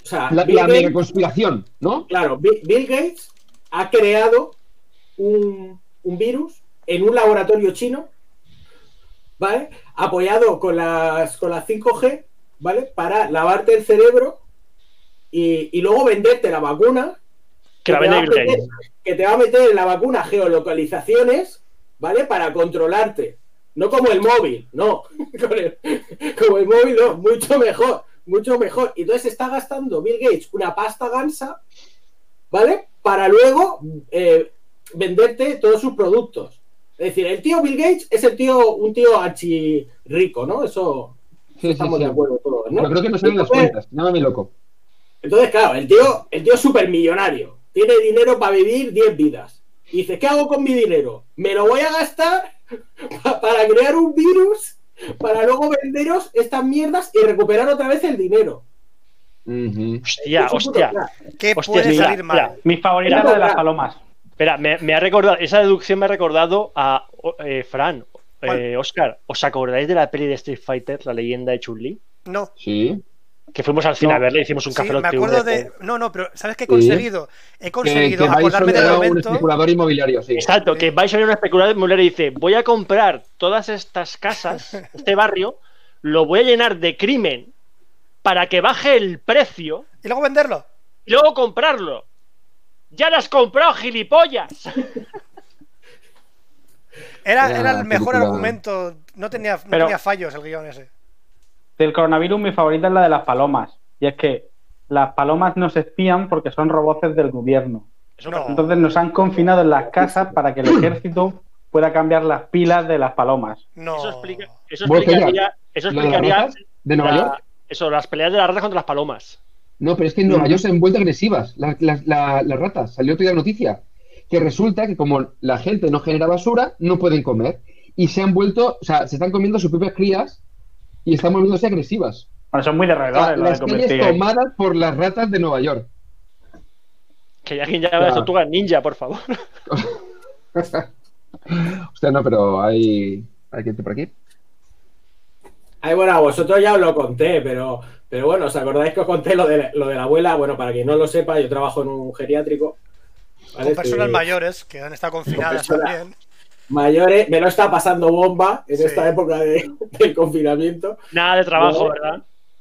Speaker 3: O sea,
Speaker 2: La
Speaker 3: Bill
Speaker 2: mega
Speaker 3: Gates,
Speaker 2: conspiración, ¿no?
Speaker 3: claro, Bill Gates ha creado un virus en un laboratorio chino, ¿vale? Apoyado con las 5G, ¿vale? Para lavarte el cerebro y luego venderte la vacuna
Speaker 5: Que la vende Bill Gates.
Speaker 3: que te va a meter en la vacuna geolocalizaciones, ¿vale? Para controlarte. No como el móvil, no. Como el móvil, no. Mucho mejor, mucho mejor. Y entonces está gastando Bill Gates una pasta gansa, ¿vale? Para luego venderte todos sus productos. Es decir, el tío Bill Gates es un tío archi rico, ¿no? Eso
Speaker 2: Sí,
Speaker 3: estamos de acuerdo todos, ¿no?
Speaker 2: Pero creo que no salen las cuentas. Llámame loco.
Speaker 3: Entonces, claro, el tío es súper millonario. Tiene dinero para vivir 10 vidas. Y dice, ¿qué hago con mi dinero? Me lo voy a gastar para crear un virus para luego venderos estas mierdas y recuperar otra vez el dinero.
Speaker 5: Hostia, hostia.
Speaker 1: ¿Qué
Speaker 5: Hostia,
Speaker 1: puede
Speaker 5: mira,
Speaker 1: salir mal?
Speaker 5: mira.
Speaker 4: Mi favorita es la de las palomas.
Speaker 5: Espera, me ha recordado, esa deducción me ha recordado a Fran,
Speaker 1: ¿Cuál?
Speaker 5: Oscar, ¿os acordáis de la peli de Street Fighter, la leyenda de Chun-Li?
Speaker 1: No.
Speaker 2: Sí.
Speaker 5: Que fuimos al cine a verla y hicimos un
Speaker 1: Sí,
Speaker 5: café
Speaker 1: me
Speaker 5: Lock
Speaker 1: acuerdo
Speaker 5: TV.
Speaker 1: de. No, pero ¿sabes qué he conseguido? He conseguido
Speaker 2: Que
Speaker 1: acordarme
Speaker 2: Bison
Speaker 1: del
Speaker 2: era un
Speaker 1: momento.
Speaker 2: especulador inmobiliario, sí.
Speaker 5: Exacto, que vais a ver una especuladora inmobiliaria y dice, voy a comprar todas estas casas, este barrio, lo voy a llenar de crimen para que baje el precio
Speaker 1: Y luego venderlo.
Speaker 5: y luego comprarlo. ¡Ya lo has comprado, gilipollas!
Speaker 1: Era el
Speaker 2: La
Speaker 1: mejor
Speaker 2: película.
Speaker 1: argumento. No tenía
Speaker 4: Pero-
Speaker 1: fallos el guión ese.
Speaker 4: Del coronavirus, mi favorita es la de las palomas. Y es que las palomas nos espían porque son robots del gobierno.
Speaker 5: Eso
Speaker 1: No.
Speaker 4: Entonces nos han confinado en las casas para que el ejército pueda cambiar las pilas de las palomas.
Speaker 1: No.
Speaker 5: eso
Speaker 2: Bueno,
Speaker 5: explicaría, eso
Speaker 2: ¿Lo de las
Speaker 5: explicaría
Speaker 2: ratas de Nueva York?
Speaker 5: eso, las peleas de las ratas contra las palomas.
Speaker 2: No, pero es que en Nueva York se han vuelto agresivas las ratas. Salió otra noticia. Que resulta que como la gente no genera basura, no pueden comer. Y se han vuelto, o sea, se están comiendo sus propias crías y están volviéndose agresivas.
Speaker 4: Bueno, son muy de
Speaker 2: O sea,
Speaker 4: roedores lo de
Speaker 2: las calles
Speaker 4: convertir.
Speaker 2: tomadas por las ratas de Nueva York.
Speaker 5: Que alguien llame a las
Speaker 2: Ya.
Speaker 5: tortugas ninja, por favor.
Speaker 2: Hostia, no, pero hay gente por aquí.
Speaker 3: Ay, bueno, a vosotros ya os lo conté, pero bueno, ¿os acordáis que os conté lo de la abuela? Bueno, para quien no lo sepa, yo trabajo en un geriátrico. ¿vale?
Speaker 1: Con personas
Speaker 3: Estoy-
Speaker 1: mayores que han estado confinadas
Speaker 3: personas-
Speaker 1: también.
Speaker 3: Mayores, me lo está pasando bomba en
Speaker 1: Sí.
Speaker 3: esta época del confinamiento.
Speaker 5: Nada de trabajo,
Speaker 3: No.
Speaker 5: ¿verdad?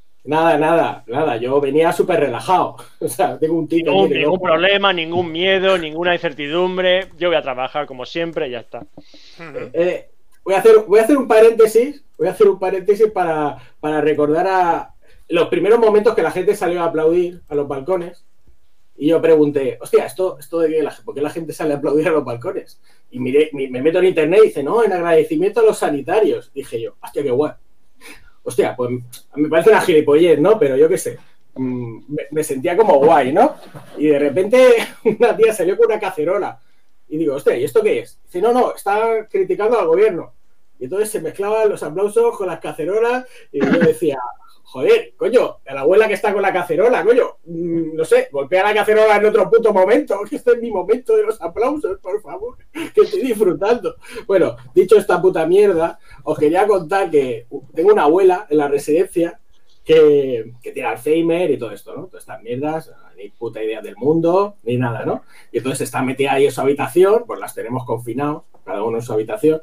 Speaker 3: Nada, yo venía súper relajado. O sea, tengo un tico.
Speaker 5: Ningún,
Speaker 3: aquí de
Speaker 5: ningún
Speaker 3: loco.
Speaker 5: problema, ningún miedo, ninguna incertidumbre. Yo voy a trabajar como siempre y ya está.
Speaker 1: Ujú.
Speaker 3: Voy a hacer un paréntesis. Voy a hacer un paréntesis para recordar a los primeros momentos que la gente salió a aplaudir a los balcones. Y yo pregunté, hostia, esto de que ¿por qué la gente sale a aplaudir a los balcones? Y miré, me meto en internet y dice, no, en agradecimiento a los sanitarios. Dije yo, hostia, qué guay. Hostia, pues me parece una gilipollez, ¿no? Pero yo qué sé. Me sentía como guay, ¿no? Y de repente una tía salió con una cacerola. Y digo, hostia, ¿y esto qué es? Dice, no, está criticando al gobierno. Y entonces se mezclaban los aplausos con las cacerolas y yo decía, joder, coño, a la abuela que está con la cacerola, coño, no sé, golpea la cacerola en otro puto momento, que este es mi momento de los aplausos, por favor, que estoy disfrutando. Bueno, dicho esta puta mierda, os quería contar que tengo una abuela en la residencia que tiene Alzheimer y todo esto, ¿no? Todas estas mierdas, ni puta idea del mundo, ni nada, ¿no? Y entonces está metida ahí en su habitación, pues las tenemos confinados, cada uno en su habitación,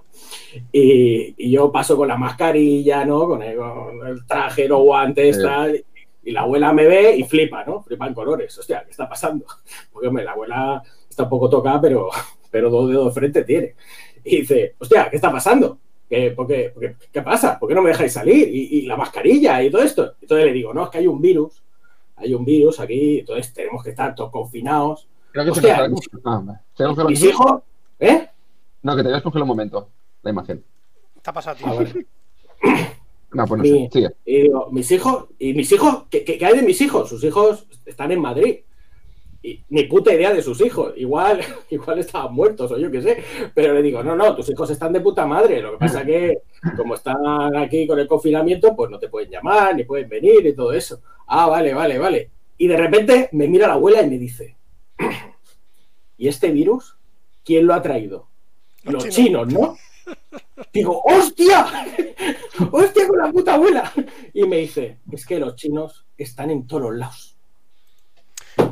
Speaker 3: y yo paso con la mascarilla, ¿no? Con el traje, los guantes,
Speaker 2: Sí.
Speaker 3: tal, y la abuela me ve y flipa, ¿no? Flipa en colores, hostia, ¿qué está pasando? Porque, hombre, la abuela está un poco tocada, pero dos dedos de frente tiene. Y dice, hostia, ¿qué está pasando? ¿Qué pasa? ¿Por qué no me dejáis salir? Y la mascarilla y todo esto. Entonces le digo, no, es que hay un virus aquí, entonces tenemos que estar todos confinados.
Speaker 2: Creo que
Speaker 3: Hostia,
Speaker 2: se nos vale. ¿Se nos
Speaker 3: mis hijos, ¿eh?
Speaker 2: No, que te habías cogido un momento la imagen.
Speaker 1: ¿Qué ha pasado, tío?
Speaker 3: Ah, vale.
Speaker 2: No, pues no
Speaker 3: Mi-
Speaker 2: sé. Sigue.
Speaker 3: Y digo, mis hijos, ¿qué hay de mis hijos? Sus hijos están en Madrid. Y ni puta idea de sus hijos. Igual estaban muertos o yo qué sé. Pero le digo, no, tus hijos están de puta madre. Lo que pasa que, como están aquí con el confinamiento, pues no te pueden llamar, ni pueden venir y todo eso. Ah, vale. Y de repente me mira la abuela y me dice, ¿y este virus? ¿Quién lo ha traído? Los chinos, ¿no? Digo, ¡hostia! ¡Hostia con la puta abuela! Y me dice, es que los chinos están en todos los lados.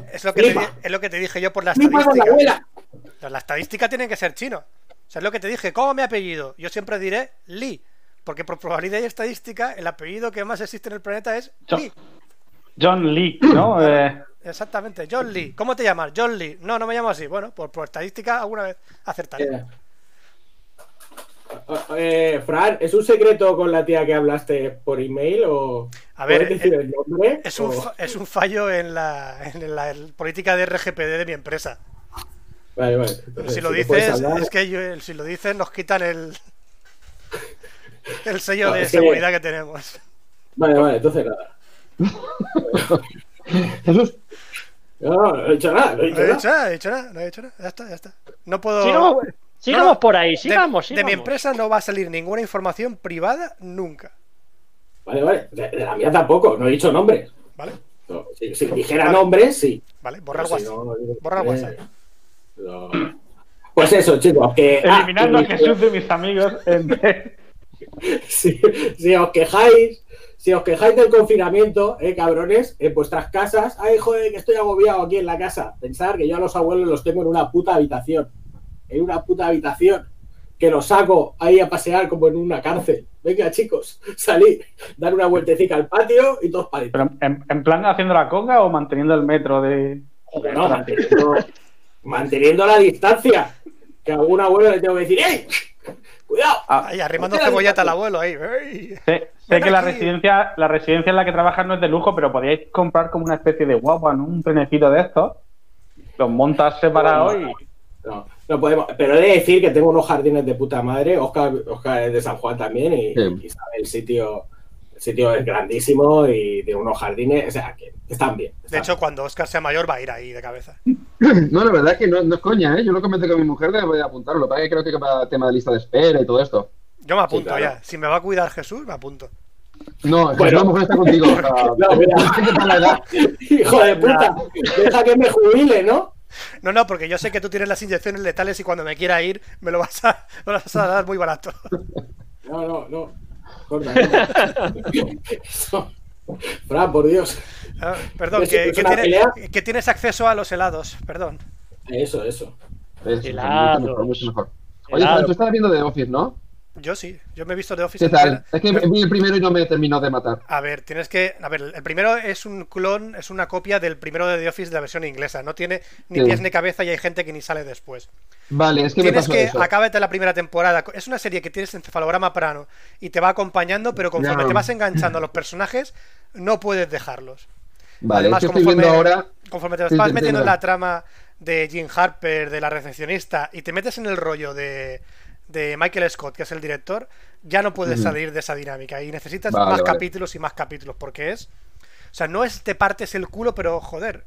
Speaker 1: Es lo que te dije yo por la
Speaker 3: Flipa con la
Speaker 1: estadística.
Speaker 3: abuela.
Speaker 1: La estadística tiene que ser chino. O sea, es lo que te dije. ¿Cómo mi apellido? Yo siempre diré Li. Porque por probabilidad y estadística, el apellido que más existe en el planeta es Li.
Speaker 4: John Lee, ¿no?
Speaker 1: Exactamente, John Lee. ¿Cómo te llamas? John Lee. No, no me llamo así. Bueno, por estadística alguna vez acertaré.
Speaker 3: Fran, ¿es un secreto con la tía que hablaste por email o
Speaker 1: A ver,
Speaker 3: puedes decir el nombre?
Speaker 1: es un fallo en la política de RGPD de mi empresa.
Speaker 3: Vale.
Speaker 1: Entonces, si lo
Speaker 3: puedes
Speaker 1: dices,
Speaker 3: hablar.
Speaker 1: es que si lo dices nos quitan el sello
Speaker 3: No,
Speaker 1: de
Speaker 3: es que-
Speaker 1: seguridad que tenemos.
Speaker 3: Vale, entonces nada.
Speaker 2: Jesús,
Speaker 3: No he dicho nada,
Speaker 1: No he dicho nada. Ya está. No puedo.
Speaker 5: Sigamos por ahí,
Speaker 1: De
Speaker 5: sigamos.
Speaker 1: mi empresa no va a salir ninguna información privada nunca.
Speaker 3: Vale. De la mía tampoco, no he dicho nombres.
Speaker 1: ¿Vale?
Speaker 3: No, si dijera nombres, sí.
Speaker 1: Vale, borra el
Speaker 3: Pero si
Speaker 1: WhatsApp.
Speaker 3: no, digo,
Speaker 1: Borra el WhatsApp.
Speaker 3: no. Pues eso, chicos, que.
Speaker 4: Eliminando a
Speaker 3: que-
Speaker 4: Jesús de mis amigos.
Speaker 3: si os quejáis del confinamiento, cabrones, en vuestras casas, ay, joder, que estoy agobiado aquí en la casa. Pensar que yo a los abuelos los tengo en una puta habitación. Que los saco ahí a pasear como en una cárcel. Venga, chicos, salid, dar una vueltecita al patio y todos para
Speaker 4: Pero en plan haciendo la conga o manteniendo el metro de.
Speaker 3: Joder, no, manteniendo la distancia. Que a algún abuelo le tengo que decir, ¡ey! ¡Cuidado!
Speaker 1: Ahí, arrimando
Speaker 3: Hostia,
Speaker 1: cebolleta al abuelo ahí. ¡Ey!
Speaker 4: Sé
Speaker 1: Ven
Speaker 4: que la
Speaker 1: aquí.
Speaker 4: residencia en la que trabajas no es de lujo, pero podíais comprar como una especie de guagua, ¿no? Un trenecito de estos. Los montas separados y.
Speaker 3: No podemos. Pero he de decir que tengo unos jardines de puta madre. Oscar es de San Juan también y sabe el sitio. El sitio es grandísimo y tiene unos jardines. O sea, que están bien.
Speaker 1: De hecho, cuando Oscar sea mayor va a ir ahí de cabeza.
Speaker 2: no, la verdad es que no es coña, ¿eh? Yo lo comenté con mi mujer de voy a apuntarlo. Para que creo que para tema de lista de espera y todo esto.
Speaker 1: Yo me apunto
Speaker 3: Sí, claro.
Speaker 1: ya. Si me va a cuidar Jesús, me apunto.
Speaker 2: No,
Speaker 3: Bueno.
Speaker 2: la mujer está contigo. O sea,
Speaker 3: No, mira.
Speaker 2: es que para la edad.
Speaker 3: Hijo de puta, deja que me jubile, ¿no?
Speaker 1: No, porque yo sé que tú tienes las inyecciones letales y cuando me quiera ir me lo vas a dar muy barato.
Speaker 3: No. Corta. Eso. Fran, por Dios.
Speaker 1: Ah, perdón,
Speaker 3: ¿Es una
Speaker 1: que
Speaker 3: pelea?
Speaker 1: que tienes acceso a los helados. Perdón.
Speaker 3: Eso.
Speaker 2: Eso,
Speaker 5: Helados.
Speaker 2: mucho mejor. Oye,
Speaker 5: Helados.
Speaker 2: Fran, tú estabas viendo The Office, ¿no?
Speaker 1: Yo sí, yo me he visto de Office
Speaker 2: ¿Qué tal?
Speaker 1: entera.
Speaker 2: Es que vi el primero y no me terminó de matar.
Speaker 1: A ver, el primero es un clon, es una copia del primero de The Office de la versión inglesa. No tiene ni
Speaker 2: Sí.
Speaker 1: pies ni cabeza y hay gente que ni sale después.
Speaker 2: Vale, es que me
Speaker 1: Tienes
Speaker 2: pasó
Speaker 1: que
Speaker 2: eso.
Speaker 1: acábate la primera temporada. Es una serie que tienes encefalograma plano y te va acompañando, pero conforme
Speaker 2: Ya.
Speaker 1: te vas enganchando a los personajes, no puedes dejarlos.
Speaker 2: Vale,
Speaker 1: Además,
Speaker 2: es que estoy viendo ahora.
Speaker 1: conforme te
Speaker 2: Sí,
Speaker 1: vas
Speaker 2: te
Speaker 1: metiendo en
Speaker 2: entiendo.
Speaker 1: la trama de Jim Harper, de la recepcionista, y te metes en el rollo de Michael Scott, que es el director, ya no puedes
Speaker 2: Ujú.
Speaker 1: salir de esa dinámica y necesitas
Speaker 2: Vale,
Speaker 1: más
Speaker 2: vale.
Speaker 1: capítulos y más capítulos, porque es... O sea, no es te partes el culo, pero joder,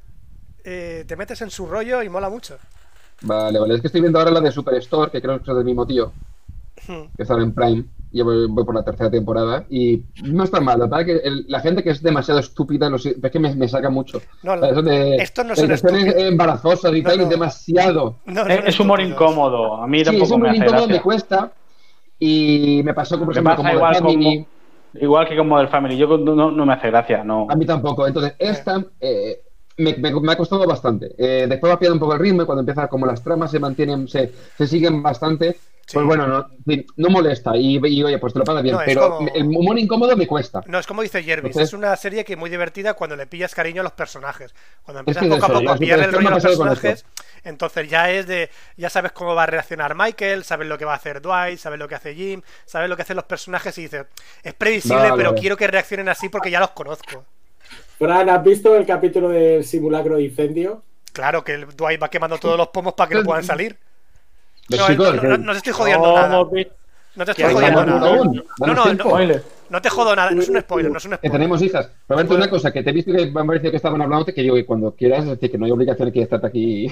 Speaker 1: te metes en su rollo y mola mucho.
Speaker 2: Vale, es que estoy viendo ahora la de Superstore, que creo que es del mismo tío, que está en Prime. Y yo voy por la tercera temporada y no está mal. La verdad que la gente que es demasiado estúpida, es que me saca mucho.
Speaker 1: No,
Speaker 2: Eso de,
Speaker 1: estos no son
Speaker 2: situaciones
Speaker 1: estúpidos.
Speaker 2: embarazosas y
Speaker 1: No,
Speaker 2: tal,
Speaker 1: no.
Speaker 2: es demasiado.
Speaker 1: No,
Speaker 4: Es humor
Speaker 1: estúpidos.
Speaker 4: incómodo. A mí
Speaker 2: Sí,
Speaker 4: tampoco
Speaker 2: es un
Speaker 4: me hace
Speaker 2: incómodo,
Speaker 4: gracia.
Speaker 2: me cuesta. Y me pasó con, por
Speaker 4: Me
Speaker 2: ejemplo,
Speaker 4: pasa
Speaker 2: como
Speaker 4: igual,
Speaker 2: The Family.
Speaker 4: igual que con Modern Family. Yo no me hace gracia. No.
Speaker 2: A mí tampoco. Entonces, esta me ha costado bastante. Después va pillando un poco el ritmo y cuando empieza como las tramas se mantienen, se siguen bastante.
Speaker 1: Sí.
Speaker 2: Pues bueno, no molesta y oye, pues te lo pasas bien.
Speaker 1: No, es
Speaker 2: Pero
Speaker 1: como-
Speaker 2: el humor incómodo me cuesta.
Speaker 1: No, es como dice Jervis,
Speaker 2: Entonces-
Speaker 1: es una serie que muy divertida cuando le pillas cariño a los personajes. Cuando
Speaker 2: Es
Speaker 1: empiezas
Speaker 2: que es
Speaker 1: poco a
Speaker 2: eso,
Speaker 1: poco a
Speaker 2: ya,
Speaker 1: pillarle el
Speaker 2: Superstore
Speaker 1: rollo a
Speaker 2: me ha
Speaker 1: los
Speaker 2: pasado con
Speaker 1: personajes, entonces ya sabes cómo va a reaccionar Michael, sabes lo que va a hacer Dwight, sabes lo que hace Jim, sabes lo que hacen los personajes y dices, es previsible,
Speaker 2: Vale,
Speaker 1: pero
Speaker 2: vale.
Speaker 1: quiero que reaccionen así porque ya los conozco.
Speaker 3: Fran, ¿has visto el capítulo del simulacro de incendio?
Speaker 1: Claro que el Dwight va quemando todos los pomos para que no puedan salir.
Speaker 2: Los
Speaker 1: No,
Speaker 2: chicos,
Speaker 1: no te estoy jodiendo nada. No te estoy
Speaker 5: Que
Speaker 1: jodiendo
Speaker 2: estamos
Speaker 1: nada.
Speaker 2: aún, danos
Speaker 1: No,
Speaker 2: tiempo.
Speaker 4: Spoiler.
Speaker 1: no te jodo nada, no es un spoiler, no es un
Speaker 2: Que
Speaker 1: spoiler.
Speaker 2: tenemos hijas. Roberto, una cosa, que te he visto que me ha parecido que estaban hablando, que digo que cuando quieras, es decir, que no hay obligación de que estés aquí.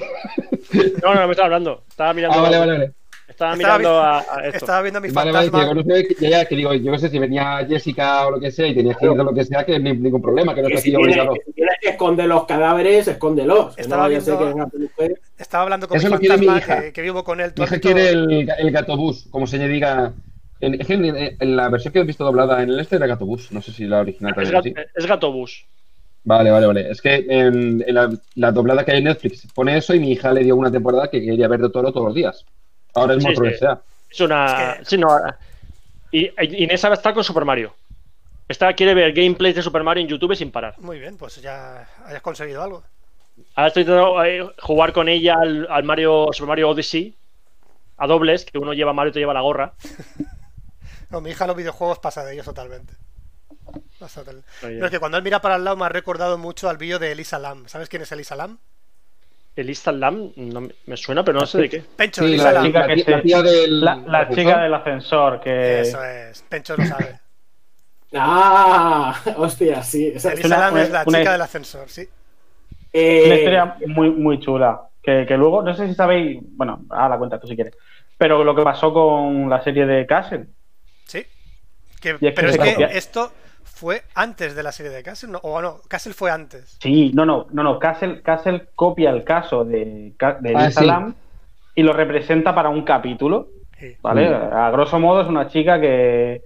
Speaker 5: No, me estaba hablando. Estaba mirando,
Speaker 2: Vale.
Speaker 5: Estaba
Speaker 1: Estaba
Speaker 5: mirando
Speaker 1: vi-
Speaker 5: a esto.
Speaker 1: Estaba viendo a mi
Speaker 2: Vale,
Speaker 1: fantasma.
Speaker 2: que no sé, que digo, yo qué sé, si venía Jessica o lo que sea y tenías que ir de lo que sea, que ningún problema, que no
Speaker 3: Que
Speaker 2: estás
Speaker 3: si
Speaker 2: aquí
Speaker 3: tienes,
Speaker 2: obligado.
Speaker 3: que si tienes que esconder los cadáveres, escóndelos. Que
Speaker 1: Estaba
Speaker 3: no vaya a ser
Speaker 1: viendo-
Speaker 3: que venga tu mujer.
Speaker 1: Estaba hablando con
Speaker 2: Eso
Speaker 1: mi
Speaker 2: lo quiere mi
Speaker 1: fantasma
Speaker 2: hija.
Speaker 1: que vivo con él.
Speaker 2: Mi
Speaker 1: ¿Tú has
Speaker 2: hija
Speaker 1: visto-
Speaker 2: quiere el gatobús, como se le diga. Es que en la versión que he visto doblada en el este era gatobús. No sé si la original
Speaker 5: Es,
Speaker 2: también así.
Speaker 5: es Gatobús.
Speaker 2: Vale. Es que en la doblada que hay en Netflix pone eso y mi hija le dio una temporada que quería ver de Toro todos los días. Ahora es
Speaker 5: Sí,
Speaker 2: monstruo
Speaker 5: sí.
Speaker 2: S.A.
Speaker 5: Es una.
Speaker 1: Es que-
Speaker 5: Sí, no. Y Inés ahora está con Super Mario. Quiere ver gameplays de Super Mario en YouTube sin parar.
Speaker 1: Muy bien, pues ya hayas conseguido algo.
Speaker 5: Ahora estoy intentando jugar con ella al Super Mario Odyssey a dobles, que uno lleva a Mario y otro lleva la gorra.
Speaker 1: No, mi hija los videojuegos pasa de ellos totalmente. Pasa total.
Speaker 5: Muy bien.
Speaker 1: Pero es que cuando él mira para el lado me ha recordado mucho al vídeo de Elisa Lam. ¿Sabes quién es Elisa Lam?
Speaker 5: Elisa Lam no me suena, pero no sé de qué.
Speaker 1: Pencho,
Speaker 2: Sí,
Speaker 1: Elisa Lam.
Speaker 4: chica que
Speaker 2: la tía del...
Speaker 4: La chica del ascensor, que...
Speaker 1: Eso es, Pencho lo sabe.
Speaker 3: Ah, hostia, sí.
Speaker 1: Elisa Lam es la
Speaker 4: una-
Speaker 1: chica del ascensor, sí.
Speaker 4: Una historia muy, muy chula. Que luego, no sé si sabéis, bueno, la cuenta tú si quieres, pero lo que pasó con la serie de Castle.
Speaker 1: Sí.
Speaker 4: Y es que
Speaker 1: Pero es
Speaker 4: se
Speaker 1: que
Speaker 4: copia.
Speaker 1: esto fue antes de la serie de Castle, ¿no? O no, Castle fue antes.
Speaker 4: Sí, no, Castle copia el caso de Elisa
Speaker 2: sí.
Speaker 4: Lam y lo representa para un capítulo,
Speaker 1: Sí.
Speaker 4: ¿vale?
Speaker 2: Mm.
Speaker 4: A grosso modo es una chica que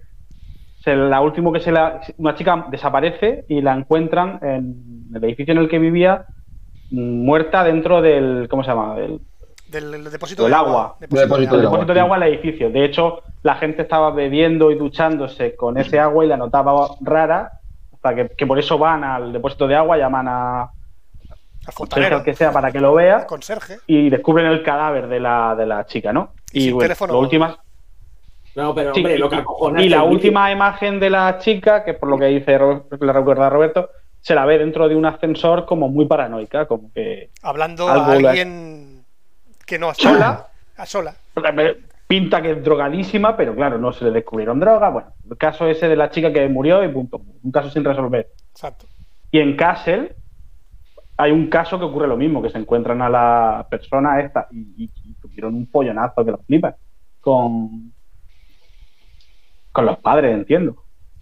Speaker 4: una chica desaparece y la encuentran en el edificio en el que vivía muerta dentro del, ¿cómo se llama?
Speaker 1: Del depósito
Speaker 4: Del
Speaker 1: de
Speaker 4: agua.
Speaker 1: Depósito
Speaker 2: Del
Speaker 1: de
Speaker 4: El
Speaker 1: agua.
Speaker 4: depósito de agua del edificio. De hecho, la gente estaba bebiendo y duchándose con ese agua y la notaba rara, hasta que por eso van al depósito de agua, llaman a
Speaker 1: Al
Speaker 4: conserje,
Speaker 1: fontanero.
Speaker 4: al que sea, para que lo vea,
Speaker 1: Al conserje.
Speaker 4: y descubren el cadáver de la chica, ¿no?
Speaker 1: Y sin
Speaker 4: bueno,
Speaker 1: teléfono
Speaker 4: la
Speaker 1: móvil.
Speaker 4: última,
Speaker 3: No, pero
Speaker 4: sí,
Speaker 3: hombre, lo que acojona
Speaker 4: y
Speaker 3: es
Speaker 4: la
Speaker 3: el vídeo.
Speaker 4: última imagen de la chica, que por lo que dice, le recuerda a Roberto, se la ve dentro de un ascensor como muy paranoica, como que
Speaker 1: Hablando
Speaker 4: algo
Speaker 1: a
Speaker 4: la-
Speaker 1: alguien que no está
Speaker 4: ¿Sola?
Speaker 1: a sola.
Speaker 4: pinta que es drogadísima, pero claro, no se le descubrieron droga. Bueno, el caso ese de la chica que murió y punto. Un caso sin resolver.
Speaker 1: Exacto.
Speaker 4: Y en Castle hay un caso que ocurre lo mismo, que se encuentran a la persona esta y tuvieron un pollonazo que los flipan con los padres, entiendo.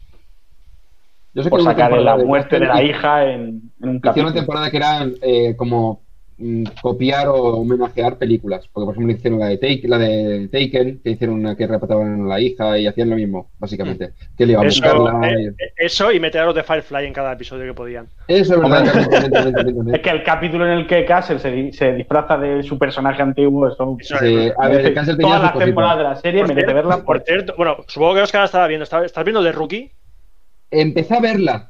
Speaker 2: Yo sé que
Speaker 4: Por
Speaker 2: una
Speaker 4: sacarle
Speaker 2: temporada
Speaker 4: la
Speaker 2: de
Speaker 4: muerte de
Speaker 2: Castle
Speaker 4: la hija en un
Speaker 2: hicieron una
Speaker 4: capítulo.
Speaker 2: temporada que era como copiar o homenajear películas. Porque, por ejemplo, hicieron la de Taken, que hicieron una que retrataban a la hija y hacían lo mismo, básicamente. Que le iba a buscarla.
Speaker 5: Eso y meter a los de Firefly en cada episodio que podían.
Speaker 2: Eso es verdad.
Speaker 4: Es que el capítulo en el que Castle se disfraza de su personaje antiguo, eso
Speaker 5: Eso
Speaker 2: Sí, a ver, Castle tenía
Speaker 4: todas
Speaker 2: sus
Speaker 4: las
Speaker 2: cositas.
Speaker 4: temporadas de la serie merece verla.
Speaker 5: Por cierto, bueno, supongo que Oscar estaba viendo. ¿Estás viendo de Rookie?
Speaker 2: Empecé a verla,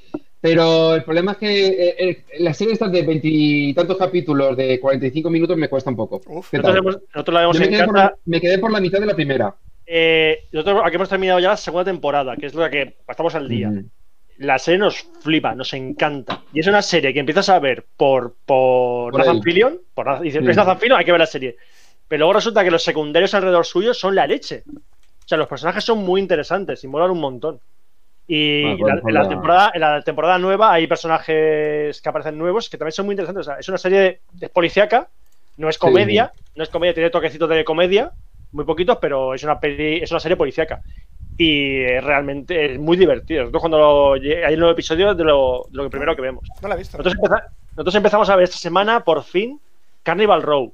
Speaker 2: pero el problema es que la serie está de 20 y tantos capítulos de 45 minutos me cuesta un poco.
Speaker 1: Uf.
Speaker 2: ¿Qué tal?
Speaker 5: Nosotros la vemos
Speaker 2: Yo me
Speaker 5: en
Speaker 2: quedé,
Speaker 5: casa.
Speaker 2: me quedé por la mitad de la primera.
Speaker 5: Nosotros aquí hemos terminado ya la segunda temporada, que es la que estamos al día.
Speaker 2: Ujú.
Speaker 5: La serie nos flipa, nos encanta. Y es una serie que empiezas a ver por Nathan
Speaker 2: él.
Speaker 5: Fillion. Dices, es Nathan Fillion, hay que ver la serie. Pero luego resulta que los secundarios alrededor suyo son la leche. O sea, los personajes son muy interesantes y molan un montón. Y en la temporada nueva hay personajes que aparecen nuevos que también son muy interesantes. O sea, es una serie de policíaca, no es comedia, tiene toquecitos de comedia, muy poquitos, pero es una serie policíaca. Y realmente es muy divertido. Nosotros cuando hay un nuevo episodio de lo primero que vemos.
Speaker 1: No la he visto.
Speaker 5: Nosotros empezamos a ver esta semana, por fin, Carnival Row.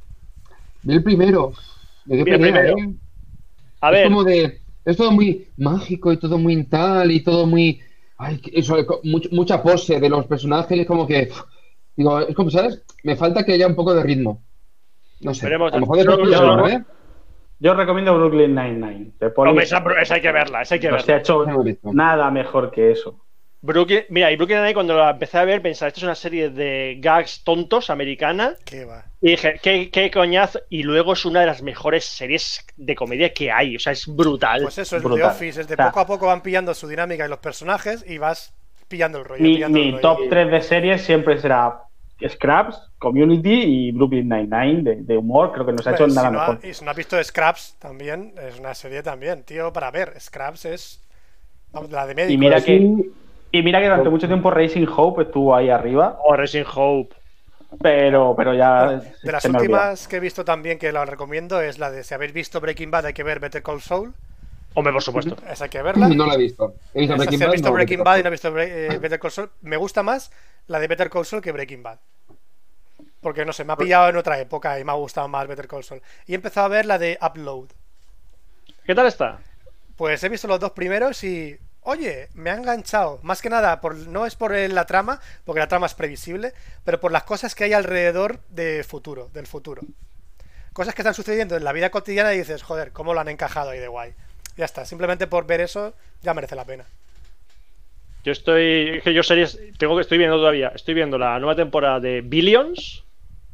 Speaker 2: Vi el primero. Me dio
Speaker 5: Vi el
Speaker 2: pelea,
Speaker 5: primero.
Speaker 2: ¿eh?
Speaker 5: A
Speaker 2: Es
Speaker 5: ver,
Speaker 2: como es todo muy mágico y todo muy tal y todo muy... Ay, eso, mucha pose de los personajes, es como que... Digo, es como, ¿sabes? Me falta que haya un poco de ritmo. No sé.
Speaker 5: Veremos.
Speaker 2: A lo mejor después
Speaker 5: Yo-
Speaker 2: puede
Speaker 5: yo-
Speaker 2: ser, ¿eh?
Speaker 4: Yo recomiendo Brooklyn Nine-Nine. De Poli.
Speaker 5: hombre, esa hay que verla, esa hay que
Speaker 4: No
Speaker 5: verla.
Speaker 4: se ha hecho
Speaker 2: No lo he visto.
Speaker 4: nada mejor que eso.
Speaker 5: Mira, y Brooklyn Nine-Nine cuando la empecé a ver pensaba, esto es una serie de gags tontos americana.
Speaker 1: ¿Qué va?
Speaker 5: Y dije, ¿qué coñazo? Y luego es una de las mejores series de comedia que hay. O sea, es brutal.
Speaker 1: Pues eso, es
Speaker 4: brutal.
Speaker 1: The Office. Es de
Speaker 4: O sea,
Speaker 1: poco a poco van pillando su dinámica y los personajes y vas pillando el rollo.
Speaker 4: Mi
Speaker 1: pillando el rollo.
Speaker 4: top 3 de series siempre será Scraps, Community y Brooklyn Nine-Nine de humor. Creo que no se ha hecho
Speaker 1: Hombre,
Speaker 4: nada
Speaker 1: si no
Speaker 4: mejor.
Speaker 1: y si no has visto Scraps también, es una serie también, tío, para ver. Scraps es vamos, la de médicos.
Speaker 4: Y mira que durante mucho tiempo Racing Hope estuvo ahí arriba,
Speaker 5: O Racing Hope.
Speaker 4: pero ya
Speaker 1: Bueno, de las
Speaker 4: se me olvidó.
Speaker 1: últimas que he visto también que la recomiendo es la de si habéis visto Breaking Bad hay que ver Better Call Saul.
Speaker 5: Hombre, por supuesto.
Speaker 1: Esa hay que verla.
Speaker 2: No la he visto. He visto
Speaker 1: Esa,
Speaker 2: Breaking
Speaker 1: si has
Speaker 2: Bad.
Speaker 1: visto
Speaker 2: no,
Speaker 1: Breaking Bad y no has visto Better Call Saul, me gusta más la de Better Call Saul que Breaking Bad. Porque no sé, me ha pillado en otra época y me ha gustado más Better Call Saul. Y he empezado a ver la de Upload.
Speaker 5: ¿Qué tal está?
Speaker 1: Pues he visto los dos primeros y oye, me ha enganchado. Más que nada, no es por la trama, porque la trama es previsible, pero por las cosas que hay alrededor del futuro. Cosas que están sucediendo en la vida cotidiana y dices, joder, ¿cómo lo han encajado ahí de guay? Ya está, simplemente por ver eso ya merece la pena.
Speaker 5: Es que yo series, estoy viendo todavía, estoy viendo la nueva temporada de Billions,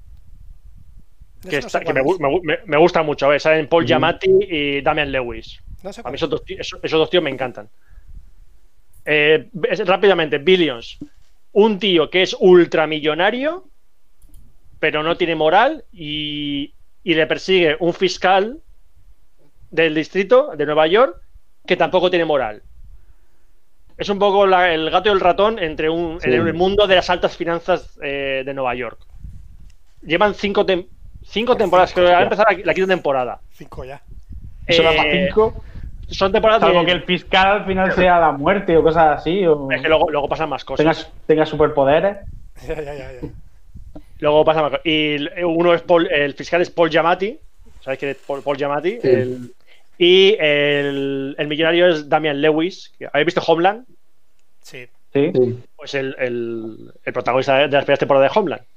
Speaker 5: que,
Speaker 1: No sé
Speaker 5: que
Speaker 1: cuál es.
Speaker 5: me gusta mucho. Salen Paul Giamatti y Damian Lewis.
Speaker 1: No sé
Speaker 5: A mí
Speaker 1: cuál
Speaker 5: esos dos tíos me encantan. Rápidamente, Billions. Un tío que es ultramillonario, pero no tiene moral y le persigue un fiscal del distrito de Nueva York que tampoco tiene moral. Es un poco el gato y el ratón en el mundo de las altas finanzas de Nueva York. Llevan 5 temporadas, creo que va a empezar la quinta temporada.
Speaker 1: 5 ya.
Speaker 4: ¿Eso da para 5?
Speaker 5: Son temporadas
Speaker 4: Salvo que el fiscal al final sea la muerte o cosas así. O
Speaker 5: es que luego pasan más cosas.
Speaker 4: tenga superpoderes.
Speaker 1: Ya.
Speaker 5: Luego pasan más cosas. Y el fiscal es Paul Giamatti. ¿Sabéis quién es Paul Giamatti?
Speaker 2: Sí.
Speaker 5: Y el millonario es Damian Lewis. ¿Habéis visto Homeland?
Speaker 1: Sí.
Speaker 4: Sí.
Speaker 5: Pues el protagonista de las primeras temporadas de Homeland.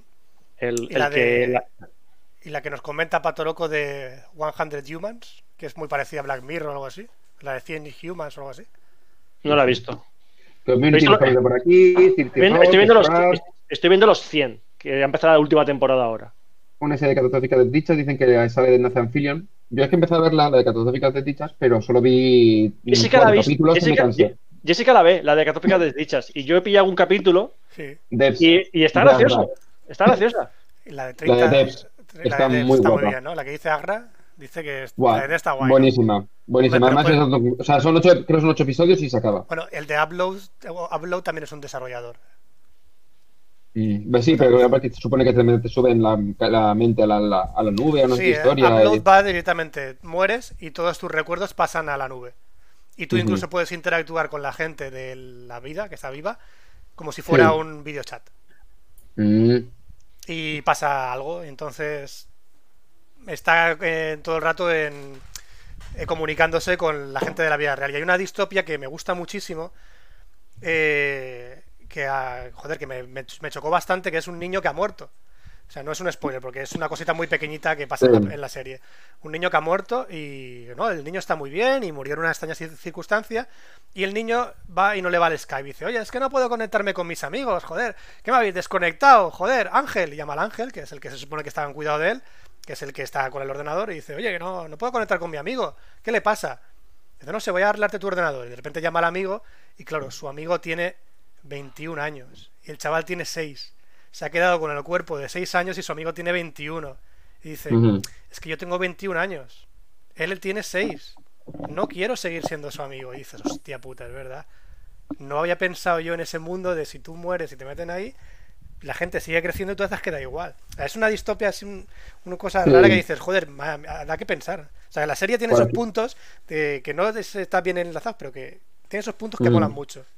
Speaker 1: Y la que nos comenta Pato Loco de 100 Humans, que es muy parecida a Black Mirror o algo así. La de 100 Humans o algo así.
Speaker 5: No la he visto.
Speaker 2: Community por aquí.
Speaker 5: Estoy viendo los 100, que ha empezado la última temporada ahora.
Speaker 2: Una serie de catastróficas desdichas, dicen que sale de Nathan Fillion. Yo es que empecé a ver la de catastróficas desdichas, pero solo vi 4 capítulos y me cansé.
Speaker 5: Jessica la ve, la de catastróficas desdichas, y yo he pillado un capítulo
Speaker 1: Sí.
Speaker 5: y está graciosa. Está graciosa.
Speaker 1: Y la de 30
Speaker 2: La de Debs está muy guapa.
Speaker 1: bien, ¿no? La que dice Agra dice que
Speaker 2: Buah,
Speaker 1: la de Debs está guay.
Speaker 2: buenísima. Buenísima.
Speaker 1: Hombre, pero
Speaker 2: además, o sea, creo que son 8 episodios y se acaba.
Speaker 1: Bueno, el de Upload también es un desarrollador.
Speaker 2: Sí, pero aparte se supone que te suben la mente a la nube, a nuestra historia.
Speaker 1: Upload va directamente, mueres y todos tus recuerdos pasan a la nube. Y tú incluso puedes interactuar con la gente de la vida, que está viva, como si fuera un videochat. Y pasa algo, entonces está todo el rato comunicándose con la gente de la vida real. Y hay una distopia que me gusta muchísimo, que me chocó bastante, que es un niño que ha muerto. O sea, no es un spoiler, porque es una cosita muy pequeñita que pasa en la serie. Un niño que ha muerto y no, el niño está muy bien y murió en una extraña circunstancia. Y el niño va y no le va al Skype. Y dice, oye, es que no puedo conectarme con mis amigos, joder. ¿Qué me habéis desconectado? Joder, Ángel. Y llama al Ángel, que es el que se supone que estaba en cuidado de él, que es el que está con el ordenador. Y dice, oye, que no puedo conectar con mi amigo. ¿Qué le pasa? Dice, no sé, voy a arreglarte tu ordenador. Y de repente llama al amigo y claro, su amigo tiene 21 años y el chaval tiene 6. Se ha quedado con el cuerpo de 6 años y su amigo tiene 21. Y dice, es que yo tengo 21 años. Él tiene 6. No quiero seguir siendo su amigo. Y dices, hostia puta, es verdad. No había pensado yo en ese mundo de si tú mueres y te meten ahí, la gente sigue creciendo y tú haces que da igual. Es una distopia, es una cosa rara que dices, joder, da que pensar. O sea, la serie tiene esos puntos que no está bien enlazados, pero que tiene esos puntos que molan mucho.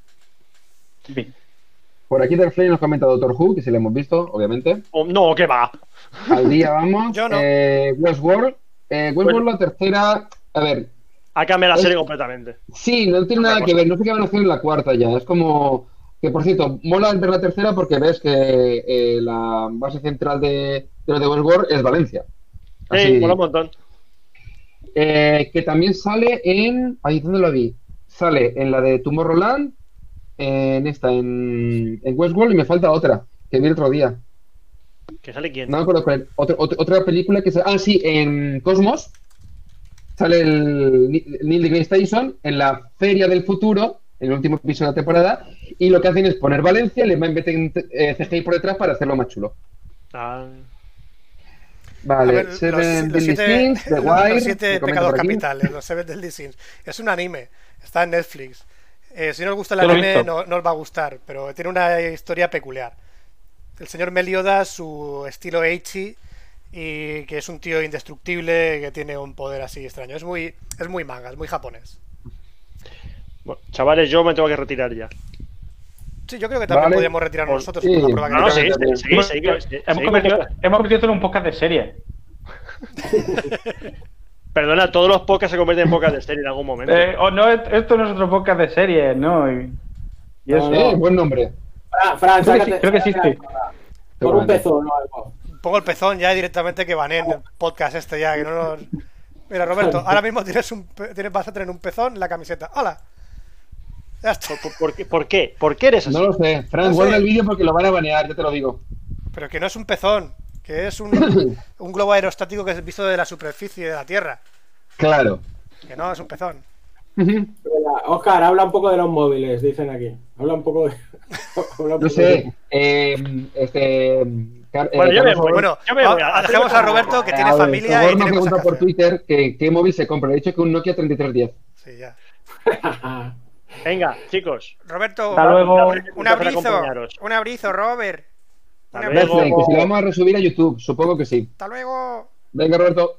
Speaker 4: Bien.
Speaker 2: Por aquí Darflay nos comenta Doctor Who, que si lo hemos visto, obviamente.
Speaker 5: No, ¿qué va?
Speaker 2: Al día vamos.
Speaker 1: Yo no.
Speaker 2: Westworld. Westworld, la tercera. A ver.
Speaker 5: Ha cambiado la serie completamente.
Speaker 2: Sí, no tiene nada que ver. No sé qué van a hacer en la cuarta ya. Es como. Que por cierto, mola ver la tercera porque ves que la base central de lo de Westworld es Valencia.
Speaker 5: Sí, mola un montón.
Speaker 2: Que también sale en. Ahí, ¿dónde lo vi? Sale en la de Tomorrowland. En Westworld, y me falta otra que vi el otro día.
Speaker 5: ¿Que sale quién?
Speaker 2: No me acuerdo cuál. Otra película que sale. Sí, en Cosmos sale el Neil deGrasse Tyson en la Feria del Futuro, en el último episodio de la temporada, y lo que hacen es poner Valencia, le meten CGI por detrás para hacerlo más chulo. Vale,
Speaker 1: ver,
Speaker 2: Seven Deadly Sins, The Wire.
Speaker 1: Los 7 pecados capitales, los Seven Deadly Sins. Es un anime, está en Netflix. Si no os gusta el anime, no os va a gustar, pero tiene una historia peculiar. El señor Meliodas, su estilo Eichi, y que es un tío indestructible que tiene un poder así extraño. Es muy manga, es muy japonés.
Speaker 5: Bueno, chavales, yo me tengo que retirar ya.
Speaker 1: Sí, yo creo que también podríamos retirarnos nosotros.
Speaker 2: Sí.
Speaker 1: Por la prueba
Speaker 4: Hemos convertido en un podcast de serie.
Speaker 5: Perdona, todos los podcasts se convierten en podcast de serie en algún momento.
Speaker 4: No, esto no es otro podcast de series, ¿no? Y eso.
Speaker 2: Buen nombre.
Speaker 3: Fran,
Speaker 4: Creo que existe.
Speaker 3: Por un pezón o algo.
Speaker 1: Pongo el pezón ya directamente que baneen el podcast este ya, que no nos... Mira, Roberto, ahora mismo vas a tener un pezón en la camiseta. ¡Hala! Ya está.
Speaker 5: ¿Por qué? ¿Por qué eres así?
Speaker 2: No lo sé. Fran,
Speaker 1: No sé.
Speaker 2: guarda el vídeo porque lo van a banear, ya te lo digo.
Speaker 1: Pero que no es un pezón, que es un globo aerostático que es visto de la superficie de la Tierra.
Speaker 2: Claro.
Speaker 1: Que no, es un pezón.
Speaker 3: Oscar, habla un poco de los móviles, dicen aquí. Habla un poco de...
Speaker 2: No sé.
Speaker 5: Bueno, yo me voy.
Speaker 1: Bueno,
Speaker 5: yo me voy.
Speaker 1: dejemos a Roberto, que tiene familia y
Speaker 2: me
Speaker 1: tiene cosas
Speaker 2: pregunta
Speaker 1: que
Speaker 2: por
Speaker 1: hacer.
Speaker 2: Twitter que qué móvil se compra. Le he dicho que un Nokia 3310.
Speaker 1: Sí, ya.
Speaker 5: Venga, chicos.
Speaker 1: Roberto,
Speaker 4: Hasta luego.
Speaker 1: un abrizo, Robert.
Speaker 5: Hasta
Speaker 1: Un
Speaker 5: luego.
Speaker 1: abrazo.
Speaker 2: Que si lo vamos a resubir a YouTube, supongo que sí.
Speaker 1: Hasta luego.
Speaker 2: Venga, Roberto.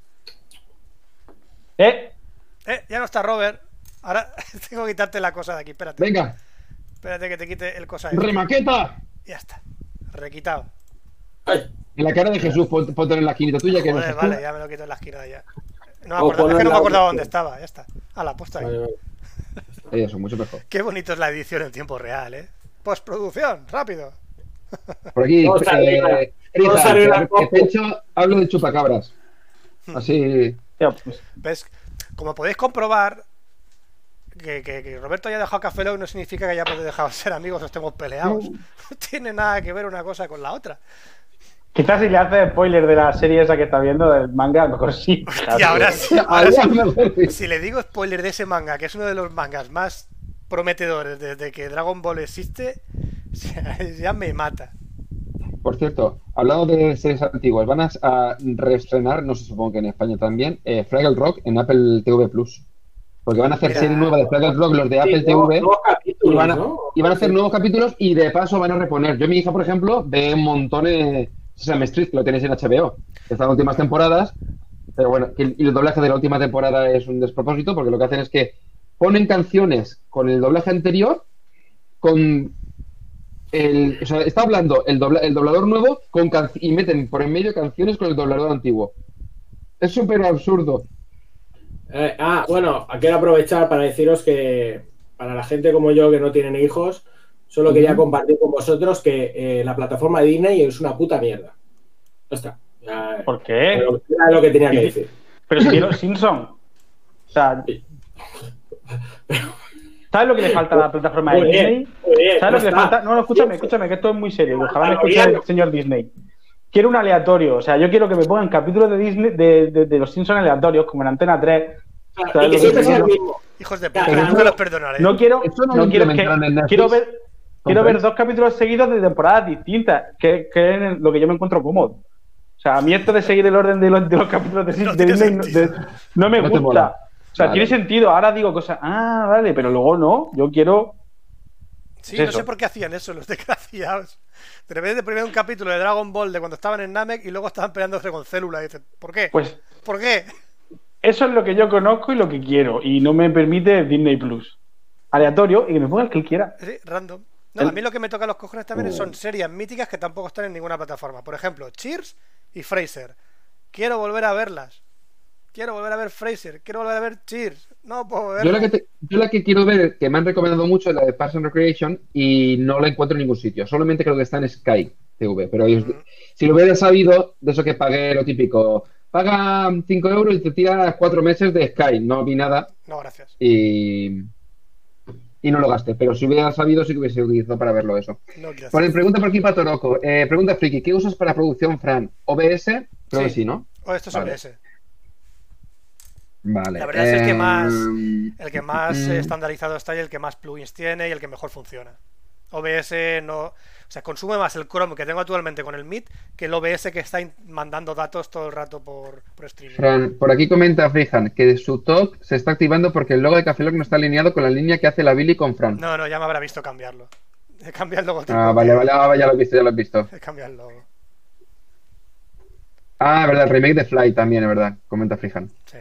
Speaker 1: Ya no está Robert. Ahora tengo que quitarte la cosa de aquí. Espérate.
Speaker 2: Venga.
Speaker 1: Espérate que te quite el cosa de aquí.
Speaker 2: ¡Remaqueta!
Speaker 1: Ya está. Requitado.
Speaker 2: En la cara de Jesús, ponte en la esquinita tuya que no
Speaker 1: Joder,
Speaker 2: sé.
Speaker 1: vale, ya me lo quito en la esquina de allá. No me
Speaker 3: O
Speaker 1: acordaba, es que no me
Speaker 3: ponerla
Speaker 1: acordaba
Speaker 3: donde
Speaker 1: dónde estaba. Ya está. La puesto ahí.
Speaker 3: Vale.
Speaker 2: Eso, mucho mejor.
Speaker 1: Qué bonito es la edición en tiempo real, ¿eh? Postproducción, rápido.
Speaker 2: Por aquí,
Speaker 3: Vamos a ver, vamos a ver la copa.
Speaker 2: Pencho, hablo de chupacabras. Así.
Speaker 4: Tío, pues,
Speaker 1: ¿Ves? Como podéis comprobar, que Roberto haya dejado Café Lock no significa que hayamos dejado de ser amigos o estemos peleados. No tiene nada que ver una cosa con la otra.
Speaker 4: quizás si le hace spoiler de la serie esa que está viendo, del manga, a lo mejor sí.
Speaker 1: Y ahora sí,
Speaker 2: Ahora mejor sí.
Speaker 1: si le digo spoiler de ese manga, que es uno de los mangas más prometedores desde que Dragon Ball existe, ya me mata.
Speaker 2: Por cierto, hablando de series antiguas, van a reestrenar, no sé, supongo que en España también, Fraggle Rock en Apple TV Plus. Porque van a hacer
Speaker 1: Mira.
Speaker 2: serie nueva de Fraggle Rock, los de Apple TV,
Speaker 3: Nuevos capítulos,
Speaker 2: y van,
Speaker 3: ¿no?
Speaker 2: y van a hacer nuevos capítulos y de paso van a reponer. Yo, mi hija, por ejemplo, ve un montón de Sesame Street, que lo tenéis en HBO, que están las últimas temporadas, pero bueno, y el doblaje de la última temporada es un despropósito, porque lo que hacen es que ponen canciones con el doblaje anterior, o sea, está hablando el doblador nuevo y meten por en medio canciones con el doblador antiguo. Es súper absurdo.
Speaker 3: Bueno, quiero aprovechar para deciros que para la gente como yo que no tienen hijos, solo quería compartir con vosotros que la plataforma de Disney es una puta mierda. Ya está.
Speaker 4: ¿Por qué?
Speaker 3: Era lo que tenía que decir.
Speaker 4: Pero si quiero Simpson. O sea, ¿sabes lo que le falta a la plataforma de
Speaker 3: Muy bien,
Speaker 4: Disney?
Speaker 3: muy bien,
Speaker 4: ¿Sabes lo que
Speaker 3: ya
Speaker 4: le
Speaker 3: está.
Speaker 4: falta? No, escúchame, que esto es muy serio. Ojalá me
Speaker 3: Claro,
Speaker 4: escuche
Speaker 3: bien.
Speaker 4: el señor Disney. Quiero un aleatorio. O sea, yo quiero que me pongan capítulos de Disney de los Simpsons aleatorios, como en Antena 3.
Speaker 3: Y
Speaker 4: ¿Sabes
Speaker 3: que
Speaker 4: lo
Speaker 3: siempre sea el
Speaker 4: quiero?
Speaker 3: mismo.
Speaker 1: Hijos de puta,
Speaker 3: Claro,
Speaker 1: nunca los perdonaré.
Speaker 4: No quiero,
Speaker 2: Eso no
Speaker 4: no
Speaker 2: lo
Speaker 4: quiero
Speaker 2: implementaron en Netflix.
Speaker 4: quiero ver 2 capítulos seguidos de temporadas distintas, que es lo que yo me encuentro cómodo. O sea, a mí esto de seguir el orden de los capítulos de
Speaker 1: No
Speaker 4: de
Speaker 1: tiene
Speaker 4: Disney
Speaker 1: sentido.
Speaker 4: no me
Speaker 2: No te mola.
Speaker 4: gusta. O sea,
Speaker 2: Vale.
Speaker 4: tiene sentido. Ahora digo cosas, vale, pero luego no. Yo quiero.
Speaker 1: Sí,
Speaker 4: Eso.
Speaker 1: no sé por qué hacían eso los desgraciados. De repente primero un capítulo de Dragon Ball de cuando estaban en Namek y luego estaban peleándose con Célula. Y dicen, ¿por qué?
Speaker 4: Pues
Speaker 1: ¿Por qué?
Speaker 4: eso es lo que yo conozco y lo que quiero. Y no me permite Disney Plus. Aleatorio y que me ponga el que él quiera.
Speaker 1: Sí, random. No, a mí lo que me toca los cojones también son series míticas que tampoco están en ninguna plataforma. Por ejemplo, Cheers y Frasier. Quiero volver a verlas. Quiero volver a ver Frasier. Quiero volver a ver Cheers. No puedo
Speaker 2: Yo
Speaker 1: verlas.
Speaker 2: la que quiero ver, que me han recomendado mucho, es la de Parks and Recreation y no la encuentro en ningún sitio. Solamente creo que está en Sky TV. Pero si lo hubiera sabido, de eso que pagué lo típico, paga 5 euros y te tira 4 meses de Sky. No vi nada
Speaker 1: No, gracias.
Speaker 2: y no lo gasté. Pero si hubiera sabido, sí que hubiese utilizado para verlo eso.
Speaker 1: No, gracias.
Speaker 2: Pregunta por aquí para Toroco. Pregunta Friki, ¿qué usas para producción, Fran? ¿OBS? Creo que sí, ¿no?
Speaker 1: O esto es
Speaker 2: Vale.
Speaker 1: OBS.
Speaker 2: Vale.
Speaker 1: La verdad es el que más estandarizado está y el que más plugins tiene y el que mejor funciona. OBS no, o sea, consume más el Chrome que tengo actualmente con el Meet que el OBS que está mandando datos todo el rato por streaming.
Speaker 2: Fran, por aquí comenta Frijan que su talk se está activando porque el logo de Café Lock no está alineado con la línea que hace la Billy con Fran.
Speaker 1: No, ya me habrá visto cambiarlo. He cambiado el logotipo.
Speaker 2: Vale, ya lo he visto.
Speaker 1: He cambiado el logo.
Speaker 2: Verdad, el remake de Fly también, es verdad, comenta Frijan.
Speaker 1: Sí.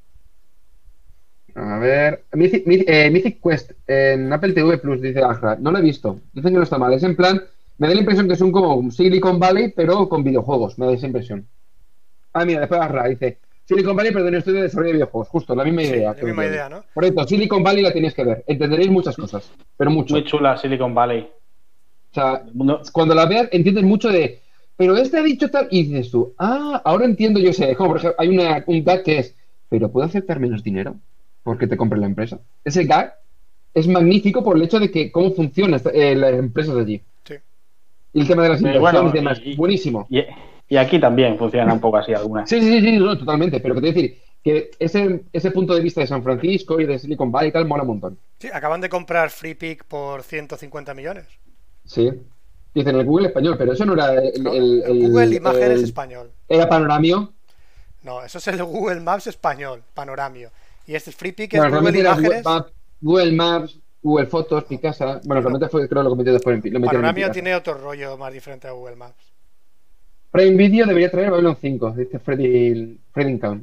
Speaker 2: A ver, Mythic Quest en Apple TV Plus, dice Aja. No lo he visto, dicen que no está mal. Es en plan, me da la impresión que es como un Silicon Valley, pero con videojuegos, me da esa impresión. Mira, después Aja dice, Silicon Valley, pero de un estudio de desarrollo de videojuegos, justo, la misma
Speaker 1: Sí,
Speaker 2: idea.
Speaker 1: la misma idea, ¿no?
Speaker 2: Por eso, Silicon Valley la tenéis que ver. Entenderéis muchas cosas, pero mucho.
Speaker 4: Muy chula Silicon Valley.
Speaker 2: O sea,
Speaker 4: No,
Speaker 2: cuando la veas, entiendes mucho de. Pero este ha dicho tal. Y dices tú, ahora entiendo, yo sé. Como por ejemplo, hay un gag que es. ¿Pero puedo aceptar menos dinero? Porque te compre la empresa. Ese gag es magnífico por el hecho de que cómo funcionan las empresas de allí.
Speaker 1: Sí.
Speaker 2: Y el tema de las inversiones
Speaker 4: bueno,
Speaker 2: y demás. Buenísimo.
Speaker 4: y aquí también funciona un poco así algunas.
Speaker 2: Sí, no, totalmente. Pero que te voy a decir que ese punto de vista de San Francisco y de Silicon Valley y tal mola un montón.
Speaker 1: Sí, acaban de comprar FreePic por 150 millones.
Speaker 2: Sí. Dicen el Google español, pero eso no era
Speaker 1: el Google Imágenes español.
Speaker 2: ¿Era Panoramio?
Speaker 1: No, eso es el Google Maps español, Panoramio. Y este FreePic es
Speaker 2: Bueno,
Speaker 1: Google Imágenes.
Speaker 2: Google Maps, Google Fotos, Picasa. Bueno, realmente fue, creo, lo comenté después.
Speaker 1: Panoramio tiene otro rollo más diferente a Google Maps.
Speaker 2: Prime Video debería traer Babylon 5, dice Freddy Count.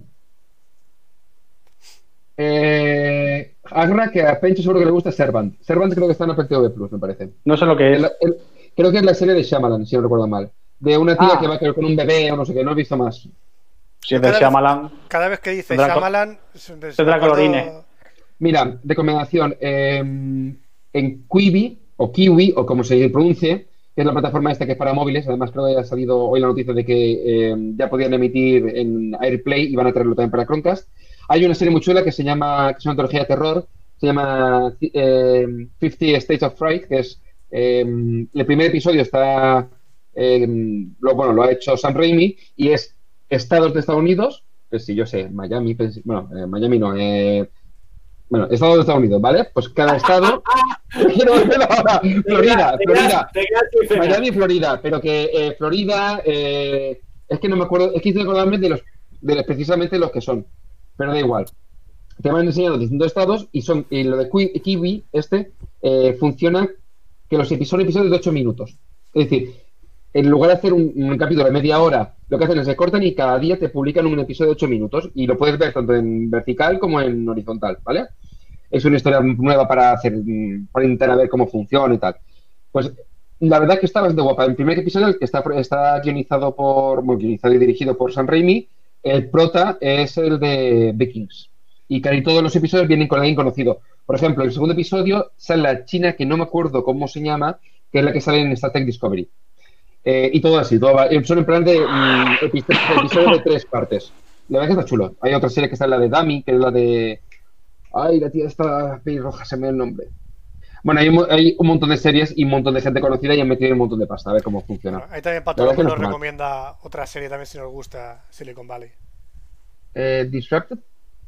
Speaker 2: Agra, que a Pencho seguro que le gusta Servant. Servant creo que está en Apple TV Plus, me parece.
Speaker 4: No sé lo que es.
Speaker 2: Creo que es la serie de Shyamalan, si no recuerdo mal. De una tía que va con un bebé o no sé qué, no he visto más.
Speaker 4: Si es de Shyamalan.
Speaker 1: Cada vez que dice Shyamalan,
Speaker 4: tendrá colorines.
Speaker 2: Mira, recomendación. En Quibi, o Kiwi, o como se pronuncie, que es la plataforma esta que es para móviles. Además, creo que ha salido hoy la noticia de que ya podían emitir en AirPlay y van a traerlo también para Chromecast. Hay una serie muy chula que se llama, que es una antología de terror, se llama 50 States of Fright, que es el primer episodio está lo ha hecho Sam Raimi y es estados de Estados Unidos, pues sí, yo sé, Miami, Miami no, estados de Estados Unidos, ¿vale? Pues cada estado Florida, Miami, Florida, pero que Florida es que no me acuerdo, es que hice acordarme de precisamente los que son, pero da igual. Te van enseñando distintos estados y lo de Kiwi funciona que los episodios de 8 minutos. Es decir, en lugar de hacer un capítulo de media hora, lo que hacen es se cortan y cada día te publican un episodio de 8 minutos y lo puedes ver tanto en vertical como en horizontal, ¿vale? Es una historia nueva para intentar ver cómo funciona y tal. Pues la verdad es que está bastante guapa. El primer episodio, el que está guionizado guionizado y dirigido por Sam Raimi, el prota es el de Vikings. Y casi todos los episodios vienen con alguien conocido. Por ejemplo, el segundo episodio sale la china, que no me acuerdo cómo se llama, que es la que sale en Star Trek Discovery. Y todo así, son en plan de episodios de 3 partes. La verdad que está chulo. Hay otra serie que está en la de Dami, que es la de... Ay, la tía esta pelirroja, se me da el nombre. Bueno, hay un montón de series y un montón de gente conocida y han metido un montón de pasta, a ver cómo funciona.
Speaker 1: Bueno, ahí también Pato nos recomienda otra serie también si nos gusta Silicon Valley.
Speaker 2: Disrupted.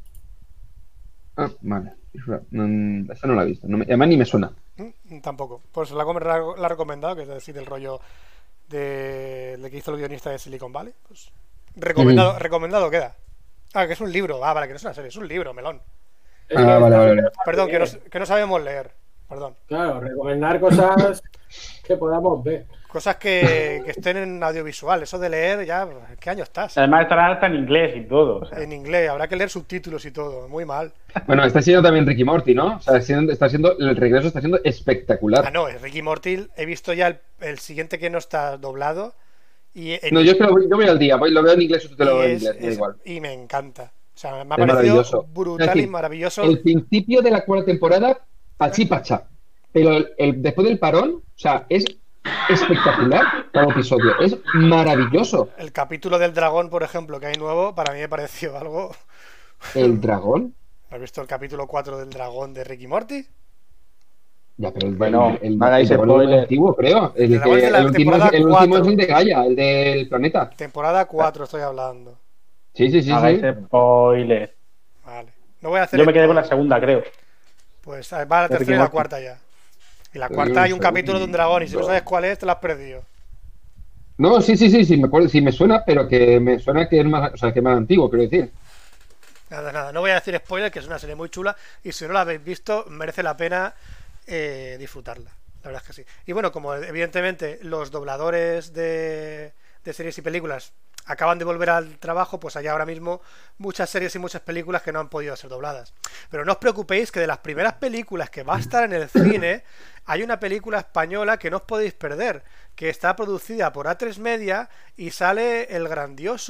Speaker 2: Vale. Esa no la he visto. Además ni me suena.
Speaker 1: Tampoco. Por eso la he recomendado, que es decir, el rollo de que hizo el guionista de Silicon Valley. Pues recomendado queda. Que es un libro. Vale, que no es una serie, es un libro, melón.
Speaker 2: Vale.
Speaker 1: Perdón, que no sabemos leer. Perdón.
Speaker 3: Claro, recomendar cosas que podamos ver.
Speaker 1: Cosas que estén en audiovisual. Eso de leer, ya, ¿qué año estás?
Speaker 4: Además estará hasta en inglés y todo. O sea.
Speaker 1: En inglés, habrá que leer subtítulos y todo. Muy mal.
Speaker 2: Bueno, está siendo también Ricky Morty, ¿no? O sea, el regreso está siendo espectacular.
Speaker 1: No, Ricky Morty, he visto ya el siguiente que no está doblado. Yo es
Speaker 2: que yo voy al día, lo veo en inglés, te lo veo en inglés, da igual.
Speaker 1: Y me encanta. O sea, me ha parecido brutal y maravilloso.
Speaker 2: El principio de la cuarta temporada, pacha. Pero después del parón, o sea, es espectacular cada episodio. Es maravilloso.
Speaker 1: El capítulo del dragón, por ejemplo, que hay nuevo, para mí me pareció algo...
Speaker 2: ¿El dragón?
Speaker 1: ¿Has visto el capítulo 4 del dragón de Ricky Morty?
Speaker 2: Ya, pero el
Speaker 4: dragón
Speaker 2: es antiguo, creo. El último es el de Gaia, el del planeta.
Speaker 1: Temporada 4 estoy hablando.
Speaker 2: Sí.
Speaker 4: Spoiler.
Speaker 1: Vale. No voy a hacer
Speaker 4: Yo me quedé con la segunda, creo.
Speaker 1: Pues va a la tercera y la cuarta ya. Y la cuarta hay un capítulo de un dragón y si no sabes cuál es, te lo has perdido.
Speaker 2: No, sí, me acuerdo, sí me suena, pero que me suena que es más, o sea, que es más antiguo, quiero decir.
Speaker 1: Nada, no voy a decir spoiler, que es una serie muy chula y si no la habéis visto, merece la pena disfrutarla. La verdad es que sí. Y bueno, como evidentemente los dobladores de series y películas acaban de volver al trabajo, pues hay ahora mismo muchas series y muchas películas que no han podido ser dobladas. Pero no os preocupéis, que de las primeras películas que va a estar en el cine, hay una película española que no os podéis perder, que está producida por A3 Media y sale el grandioso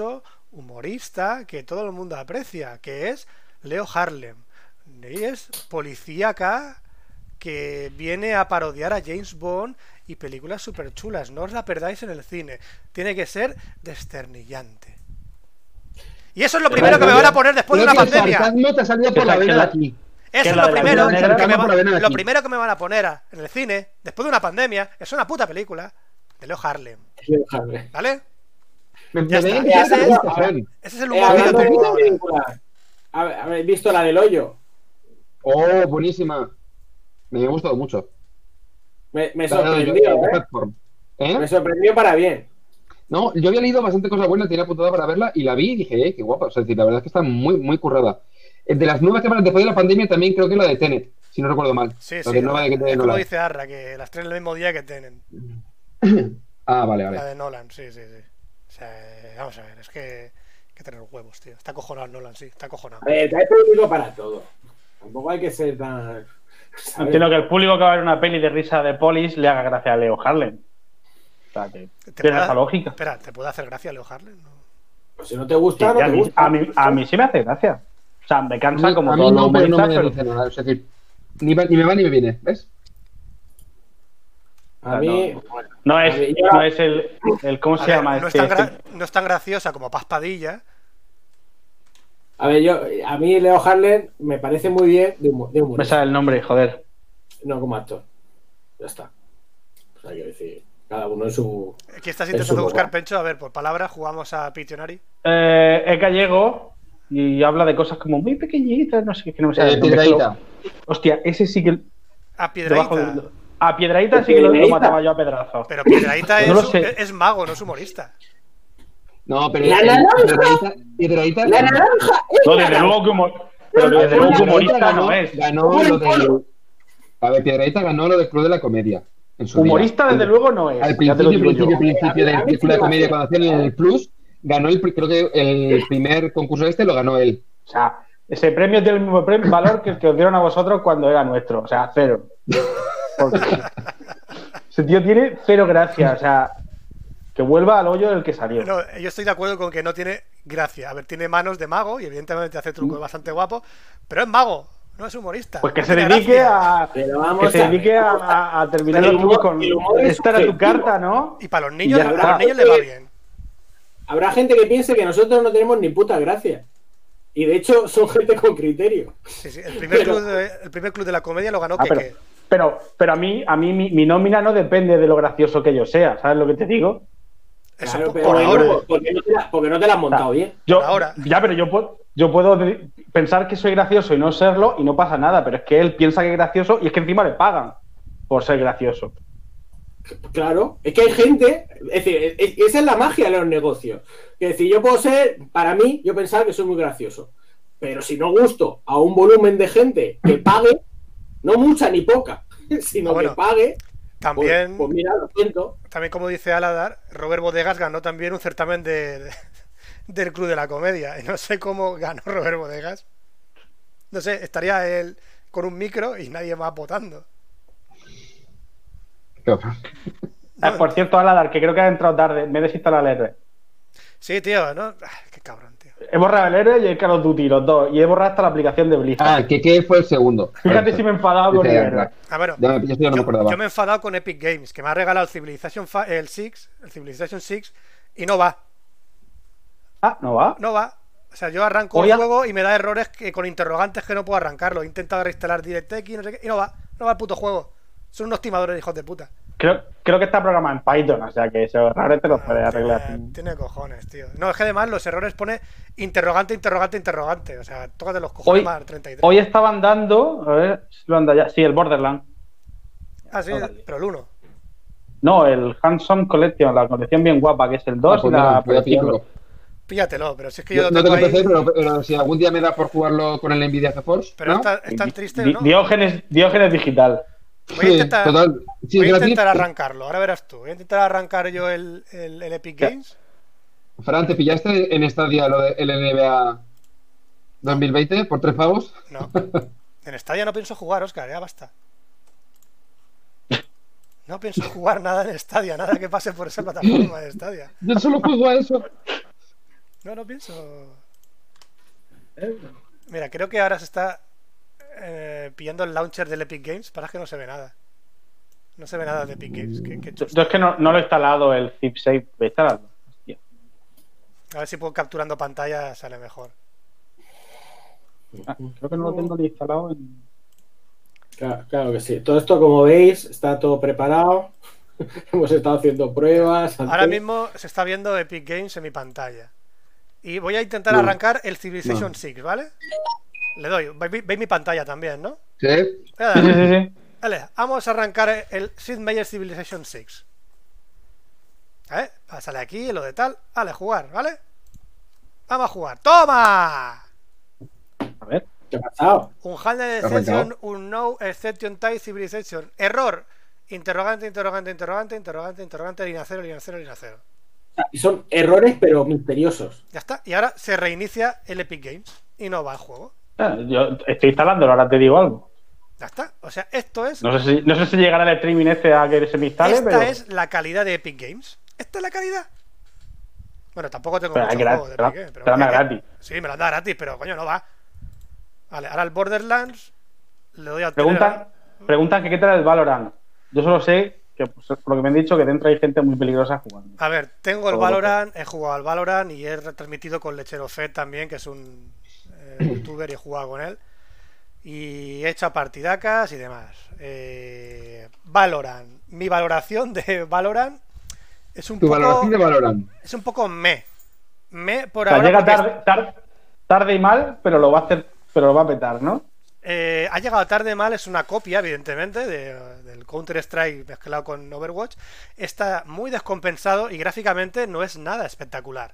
Speaker 1: humorista que todo el mundo aprecia, que es Leo Harlem. Y es policía acá que viene a parodiar a James Bond y películas súper chulas. No os la perdáis en el cine. Tiene que ser desternillante. Y eso es lo primero que me van a poner después de una pandemia.
Speaker 2: El sarcasmo te ha salido por la vena aquí.
Speaker 1: Eso es lo primero que me van a poner en el cine después de una pandemia. Es una puta película de Leo Harlem. ¿Vale? Ese es el humor que yo tengo.
Speaker 3: ¿Habéis visto la del hoyo?
Speaker 2: Oh, buenísima. Me ha gustado mucho.
Speaker 3: Me sorprendió, Me sorprendió para bien.
Speaker 2: No, yo había leído bastante cosas buenas, tenía apuntada para verla y la vi y dije, qué guapa. O sea, la verdad es que está muy, muy currada. De las nuevas cámaras después de la pandemia también creo que la de Tenet, si no recuerdo mal.
Speaker 1: Sí, nueva de
Speaker 2: que
Speaker 1: como dice Arra, que las tres el mismo día que Tenet.
Speaker 2: Vale.
Speaker 1: La de Nolan, sí. O sea, vamos a ver, es que hay que tener huevos, tío. Está acojonado Nolan, sí, está acojonado.
Speaker 3: A ver, hay público para todo. Tampoco hay que ser tan...
Speaker 4: Entiendo que el público que va a ver una peli de risa de Polis le haga gracia a Leo Harlem. O sea, que tiene esa lógica.
Speaker 1: Espera, ¿te puede hacer gracia Leo Harlem? No.
Speaker 3: Pues si no te gusta, no te gusta.
Speaker 4: A mí sí me hace gracia. O sea, me cansa como
Speaker 2: todo
Speaker 4: lo
Speaker 2: pero no me dice nada. Es decir, ni me va ni me viene, ¿ves?
Speaker 3: A mí...
Speaker 4: No es el ¿cómo se llama?
Speaker 1: No es tan graciosa como Paz Padilla.
Speaker 3: A ver, a mí Leo Harlem me parece muy bien de humor.
Speaker 4: Me sale el nombre, joder.
Speaker 3: No como actor. Ya está. O sea, quiero decir, cada uno en su...
Speaker 1: ¿Qué estás intentando buscar, Pencho? A ver, por palabra, jugamos a Pictionary.
Speaker 4: Es gallego y habla de cosas como muy pequeñitas, no sé qué, no me sale.
Speaker 2: Piedrahita.
Speaker 4: Hostia, ese sí que...
Speaker 1: A Piedrahita.
Speaker 4: A Piedrahita sí que lo mataba yo a pedrazos.
Speaker 1: Pero Piedrahita es mago, no es humorista.
Speaker 2: No, pero
Speaker 3: Piedrahita.
Speaker 2: La naranja.
Speaker 4: No, desde luego que humorista no es.
Speaker 2: Ganó lo de... A ver, Piedrahita ganó lo de Club de la Comedia.
Speaker 4: Humorista, desde luego, no es.
Speaker 2: Al principio del Club de la Comedia, cuando hacían el Plus, ganó creo que el primer concurso lo ganó él.
Speaker 4: O sea, ese premio tiene el mismo valor que el que os dieron a vosotros cuando era nuestro. O sea, cero. Porque ese tío tiene cero gracia. O sea, que vuelva al hoyo del que salió.
Speaker 1: No, yo estoy de acuerdo con que no tiene gracia. A ver, tiene manos de mago y evidentemente hace trucos bastante guapos, pero es mago, no es humorista.
Speaker 4: Pues que se dedique a terminar el truco con esta era tu carta, ¿no?
Speaker 1: Y para los niños le va bien.
Speaker 3: Habrá gente que piense que nosotros no tenemos ni puta gracia. Y de hecho son gente con criterio.
Speaker 1: Sí. El primer club de la comedia lo ganó Keke.
Speaker 4: Pero a mí mi nómina no depende de lo gracioso que yo sea, ¿sabes lo que te digo?
Speaker 1: Eso
Speaker 3: claro, pero ahora. Porque no te la has montado bien.
Speaker 4: Pero yo puedo pensar que soy gracioso y no serlo y no pasa nada, pero es que él piensa que es gracioso y es que encima le pagan por ser gracioso.
Speaker 3: Claro, es que hay gente, es decir, esa es la magia de los negocios. Es decir, yo puedo ser, para mí, yo pensaba que soy muy gracioso, pero si no gusto a un volumen de gente que pague, no mucha ni poca, sino que pague.
Speaker 1: También,
Speaker 3: pues mira, lo siento.
Speaker 1: También, como dice Aladar, Robert Bodegas ganó también un certamen del Club de la Comedia. Y no sé cómo ganó Robert Bodegas. No sé, estaría él con un micro y nadie más votando.
Speaker 4: Por cierto, Aladar, que creo que ha entrado tarde. Me he desinstalado el R.
Speaker 1: Sí, tío, ¿no? Qué cabrón, tío.
Speaker 4: He borrado el R y el Call of Duty, los dos. Y he borrado hasta la aplicación de Blizzard.
Speaker 2: ¿Qué fue el segundo?
Speaker 4: Fíjate si me he enfadado con el R.
Speaker 1: Bueno, yo me he enfadado con Epic Games, que me ha regalado el Civilization 6 y no va.
Speaker 4: ¿No va?
Speaker 1: No va. O sea, yo arranco el juego y me da errores con interrogantes que no puedo arrancarlo. He intentado reinstalar DirectX y no sé qué, y no va el puto juego. Son unos timadores, hijos de puta.
Speaker 4: Creo que está programado en Python, o sea que esos errores te los puedes arreglar.
Speaker 1: Tiene cojones, tío. No, es que además los errores pone interrogante. O sea, tócate los cojones más 33.
Speaker 4: Hoy estaban dando, a ver si lo anda ya. Sí, el Borderlands.
Speaker 1: Ah, sí, pero el 1.
Speaker 4: No, el Handsome Collection, la colección bien guapa, que es el 2 y la
Speaker 1: Píllatelo, pero si es que yo
Speaker 2: no tengo PC, pero si algún día me da por jugarlo con el Nvidia GeForce.
Speaker 1: Pero ¿no? es tan triste, ¿no?
Speaker 4: Diógenes digital.
Speaker 1: Voy a intentar arrancarlo, ahora verás tú. Voy a intentar arrancar yo el Epic Games.
Speaker 2: Fran, ¿te pillaste en Stadia lo del NBA 2020 por 3 pavos?
Speaker 1: No. En Stadia no pienso jugar, Óscar, ya basta. No pienso jugar nada en Stadia, nada que pase por esa plataforma de Stadia.
Speaker 2: Yo solo juego a eso.
Speaker 1: No pienso. Mira, creo que ahora se está pillando el launcher del Epic Games. Para que no se ve nada. No se ve nada de Epic Games.
Speaker 4: Yo es que no lo he instalado el zip safe. Voy a instalarlo. Hostia.
Speaker 1: A ver si puedo capturando pantalla sale mejor.
Speaker 4: Creo que no lo tengo ni instalado en...
Speaker 3: Claro que sí. Todo esto, como veis, está todo preparado. Hemos estado haciendo pruebas.
Speaker 1: Ahora mismo se está viendo Epic Games en mi pantalla. Y voy a intentar arrancar el Civilization 6, ¿vale? Le doy. Veis mi pantalla también, ¿no?
Speaker 2: Sí.
Speaker 4: Sí.
Speaker 1: Vale, vamos a arrancar el Sid Meier's Civilization 6. Sale aquí lo de tal. Vale, jugar, ¿vale? Vamos a jugar. ¡Toma!
Speaker 4: A ver.
Speaker 3: ¿Qué ha pasado?
Speaker 1: Un handle exception, un no exception type civilization. Error. Interrogante, línea 0.
Speaker 3: Y son errores, pero misteriosos.
Speaker 1: Ya está. Y ahora se reinicia el Epic Games. Y no va el juego.
Speaker 4: Yo estoy instalándolo, ahora te digo algo.
Speaker 1: Ya está. O sea, esto es...
Speaker 4: No sé si llegará el streaming este a que se me instale,
Speaker 1: Esta
Speaker 4: pero...
Speaker 1: es la calidad de Epic Games. Esta es la calidad. Bueno, tampoco tengo
Speaker 4: pero
Speaker 1: mucho juego de Epic Games.
Speaker 4: Te la da gratis.
Speaker 1: Sí, me la da gratis, pero coño, no va. Vale, ahora el Borderlands le doy a...
Speaker 4: Preguntan que qué tal el Valorant. Yo solo sé que, pues, por lo que me han dicho, que dentro hay gente muy peligrosa jugando.
Speaker 1: A ver, tengo el Valorant, he jugado al Valorant y he retransmitido con Lechero Fed también, que es un youtuber y he jugado con él. Y he hecho partidacas y demás. Valorant. Mi valoración de Valorant es un
Speaker 2: Tu
Speaker 1: poco...
Speaker 2: valoración de Valorant.
Speaker 1: Es un poco me por
Speaker 4: O sea,
Speaker 1: ahora.
Speaker 4: llega tarde y mal, pero lo va a hacer, pero lo va a petar, ¿no?
Speaker 1: Ha llegado tarde mal, es una copia, evidentemente, del Counter-Strike mezclado con Overwatch. Está muy descompensado y gráficamente no es nada espectacular.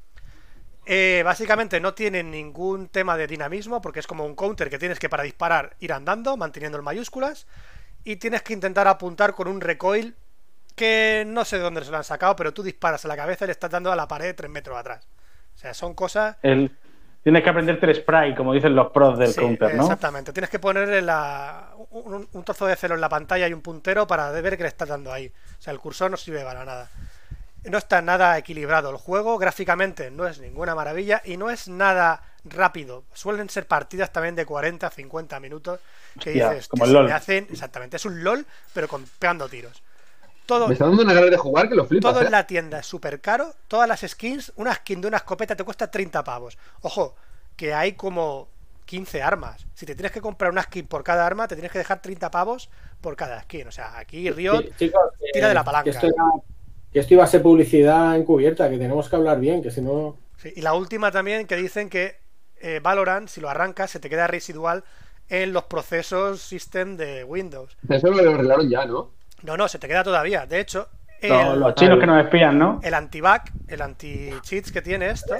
Speaker 1: Básicamente no tiene ningún tema de dinamismo, porque es como un counter que tienes que para disparar ir andando, manteniendo el mayúsculas, y tienes que intentar apuntar con un recoil que no sé de dónde se lo han sacado, pero tú disparas a la cabeza y le estás dando a la pared 3 metros atrás. O sea, son cosas...
Speaker 4: Tienes que aprenderte el spray, como dicen los pros del counter, ¿no?
Speaker 1: Exactamente, tienes que ponerle un trozo de celo en la pantalla y un puntero para ver que le estás dando ahí. O sea, el cursor no sirve para nada. No está nada equilibrado el juego, gráficamente no es ninguna maravilla y no es nada rápido. Suelen ser partidas también de 40, 50 minutos que dices,
Speaker 4: como el LOL.
Speaker 1: me hacen, exactamente, es un LOL, pero pegando tiros.
Speaker 2: Me está dando una gana de jugar que lo flipas.
Speaker 1: Todo en la tienda es súper caro. Todas las skins, una skin de una escopeta te cuesta 30 pavos. Ojo, que hay como 15 armas. Si te tienes que comprar una skin por cada arma, te tienes que dejar 30 pavos por cada skin. O sea, aquí Riot tira de la palanca.
Speaker 3: Que esto iba a ser publicidad encubierta, que tenemos que hablar bien, que si no...
Speaker 1: Sí, y la última también, que dicen que Valorant, si lo arrancas, se te queda residual en los procesos system de Windows.
Speaker 2: Eso lo arreglaron ya, ¿no?
Speaker 1: No, se te queda todavía. De hecho,
Speaker 4: los chinos que nos espían, ¿no?
Speaker 1: El anti-bug, el anti-cheats que tiene esto,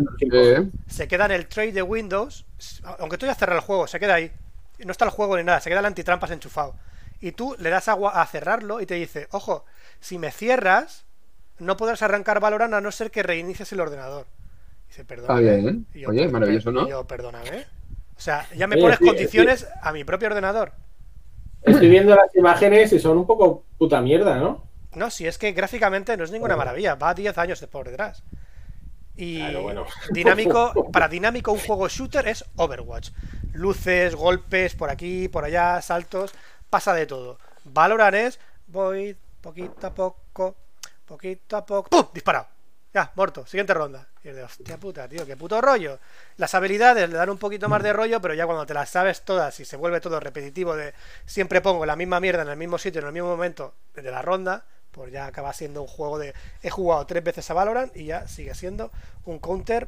Speaker 1: se queda en el tray de Windows. Aunque tú ya cerras el juego, se queda ahí. No está el juego ni nada, se queda el antitrampas enchufado. Y tú le das a cerrarlo y te dice, ojo, si me cierras, no podrás arrancar Valorant a no ser que reinicies el ordenador. Dice, perdóname.
Speaker 2: Bien, ¿eh? Oye, maravilloso, ¿no?
Speaker 1: Y yo, perdóname. O sea, ya me pones condiciones a mi propio ordenador.
Speaker 3: Estoy viendo las imágenes y son un poco puta mierda, ¿no?
Speaker 1: No, si es que gráficamente no es ninguna maravilla, va 10 años por detrás. Y
Speaker 3: claro, bueno.
Speaker 1: para dinámico un juego shooter es Overwatch. Luces, golpes, por aquí, por allá, saltos, pasa de todo. Valorant es, voy poquito a poco, ¡pum! Disparado. Ya, muerto, siguiente ronda. Y es de, hostia puta, tío, qué puto rollo. Las habilidades le dan un poquito más de rollo, pero ya cuando te las sabes todas y se vuelve todo repetitivo de siempre pongo la misma mierda en el mismo sitio, en el mismo momento de la ronda, pues ya acaba siendo un juego de... He jugado 3 veces a Valorant y ya sigue siendo un counter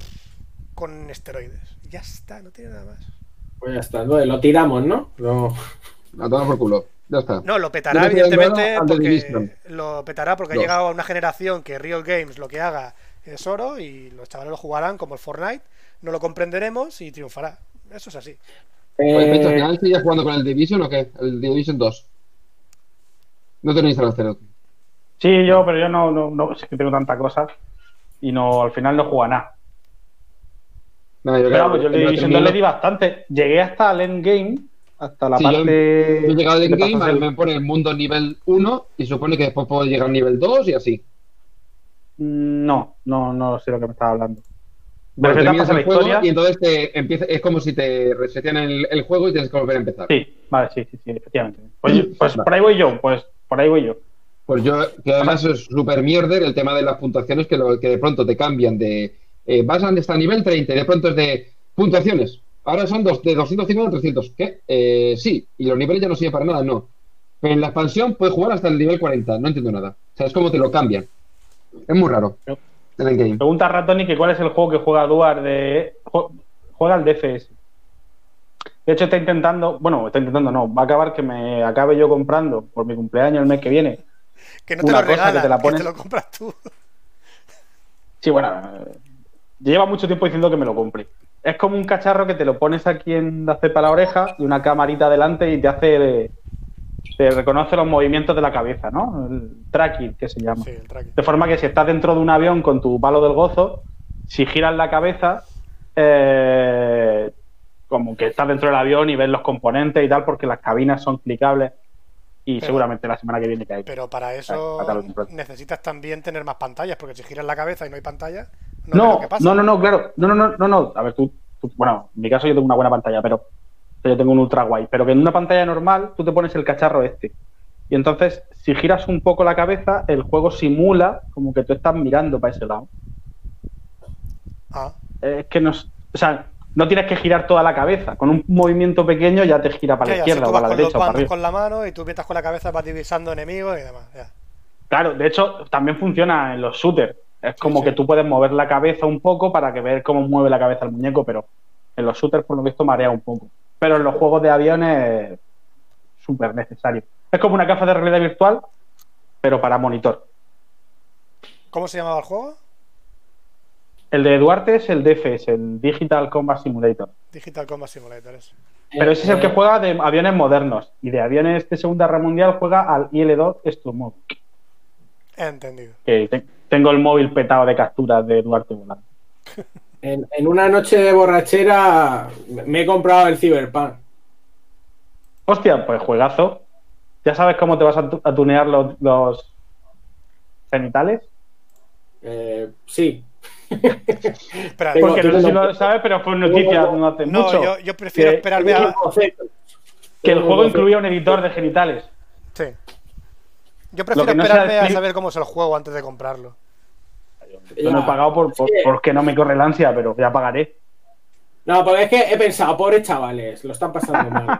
Speaker 1: con esteroides. Y ya está, no tiene nada más.
Speaker 3: Pues ya está, lo tiramos, ¿no?
Speaker 2: A tomar por culo. Ya está.
Speaker 1: No, lo petará, evidentemente, porque ha llegado a una generación que Riot Games lo que haga es oro y los chavales lo jugarán como el Fortnite, no lo comprenderemos y triunfará. Eso es así.
Speaker 2: Oye, Pecho, ¿al final sigues jugando con el Division o qué? El Division 2. No tenéis instalación.
Speaker 4: Sí, pero yo no es que tengo tanta cosa y no, al final no juega nada.
Speaker 2: No, yo
Speaker 4: el Division 2 le di bastante. Llegué hasta el endgame. Hasta la parte...
Speaker 2: Yo he llegado al endgame, me pone el mundo nivel 1 y supone que después puedo llegar al nivel 2 y así.
Speaker 4: No sé lo que me estaba hablando.
Speaker 2: Bueno,
Speaker 4: Pero
Speaker 2: terminas
Speaker 4: pasa
Speaker 2: el
Speaker 4: la
Speaker 2: juego
Speaker 4: historia.
Speaker 2: y entonces es como si te resetean el juego y tienes que volver a empezar.
Speaker 4: Sí, vale, sí, efectivamente. Pues
Speaker 2: Vale.
Speaker 4: por ahí voy yo,
Speaker 2: Pues yo, que además es súper mierder el tema de las puntuaciones, que de pronto te cambian vas hasta nivel 30 y de pronto es de puntuaciones. Ahora son de 250 a 300. ¿Qué? Sí, y los niveles ya no sirven para nada, no. Pero en la expansión puedes jugar hasta el nivel 40, no entiendo nada. O sea, es como te lo cambian. Es muy raro en el game.
Speaker 4: Pregunta Ratoni que cuál es el juego que juega Duar juega al DFS. De hecho, está intentando, no, va a acabar que me acabe yo comprando por mi cumpleaños el mes que viene.
Speaker 1: Que no te
Speaker 4: Una
Speaker 1: lo
Speaker 4: cosa que
Speaker 1: regalan,
Speaker 4: te la
Speaker 1: que
Speaker 4: pones.
Speaker 1: te lo compras tú.
Speaker 4: Sí, bueno, lleva mucho tiempo diciendo que me lo compre. Es como un cacharro que te lo pones aquí en la cepa de la oreja y una camarita delante y te reconoce los movimientos de la cabeza, ¿no? El tracking, que se llama.
Speaker 1: Sí, el tracking.
Speaker 4: De forma que si estás dentro de un avión con tu palo del gozo, si giras la cabeza, como que estás dentro del avión y ves los componentes y tal, porque las cabinas son clicables y seguramente la semana que viene cae.
Speaker 1: Pero para eso necesitas también tener más pantallas, porque si giras la cabeza y no hay pantalla, no ves lo que pasa.
Speaker 4: Claro. No. A ver, bueno, en mi caso yo tengo una buena pantalla, pero yo tengo un ultra guay. Pero que en una pantalla normal tú te pones el cacharro este. Y entonces, si giras un poco la cabeza, el juego simula como que tú estás mirando para ese lado.
Speaker 1: Ah.
Speaker 4: Es que no. O sea, no tienes que girar toda la cabeza. Con un movimiento pequeño ya te gira para la izquierda
Speaker 1: si
Speaker 4: o para la derecha o para arriba.
Speaker 1: con la mano y tú mientras con la cabeza vas divisando enemigos y demás. Ya.
Speaker 4: Claro, de hecho, también funciona en los shooters. Es como que tú puedes mover la cabeza un poco para que ver cómo mueve la cabeza el muñeco, pero en los shooters, por lo visto, marea un poco. Pero en los juegos de aviones es súper necesario. Es como una gafa de realidad virtual, pero para monitor.
Speaker 1: ¿Cómo se llamaba el juego?
Speaker 4: El de Duarte es el DFS, el Digital Combat Simulator.
Speaker 1: Digital Combat Simulator, eso.
Speaker 4: Pero ese es el que juega de aviones modernos. Y de aviones de Segunda Guerra Mundial juega al IL-2 Sturmov.
Speaker 1: Entendido.
Speaker 4: Tengo el móvil petado de capturas de Duarte volando.
Speaker 3: En una noche de borrachera me he comprado el Cyberpunk.
Speaker 4: Hostia, pues juegazo. ¿Ya sabes cómo te vas a tunear los genitales?
Speaker 3: Sí.
Speaker 1: Espera,
Speaker 4: porque no sé si lo sabes, pero fue noticia no hace mucho.
Speaker 1: Yo prefiero esperarme a...
Speaker 4: Que el juego incluía un editor de genitales.
Speaker 1: Sí. Yo prefiero esperarme a saber cómo es el juego antes de comprarlo.
Speaker 4: Yo no he pagado porque no me corre la ansia, pero ya pagaré.
Speaker 3: No, porque es que he pensado, pobres chavales, lo están pasando mal.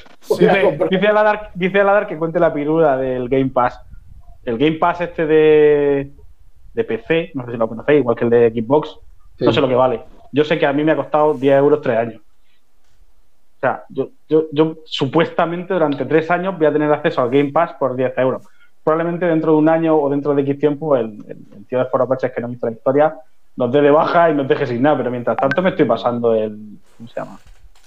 Speaker 4: Dice Aladar que cuente la pirula del Game Pass. El Game Pass este de PC, no sé si lo conocéis, igual que el de Xbox, sí. No sé lo que vale. Yo sé que a mí me ha costado 10 euros 3 años. O sea, yo supuestamente durante 3 años voy a tener acceso al Game Pass por 10 euros. Probablemente dentro de un año o dentro de X tiempo el tío de Foropaches que no ha visto la historia nos dé de baja y nos deje sin nada, pero mientras tanto me estoy pasando ¿cómo se llama?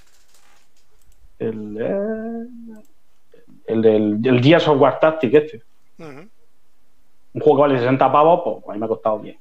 Speaker 4: El Gears of War Tactic este. Un juego que vale 60 pavos, pues a mí me ha costado 10.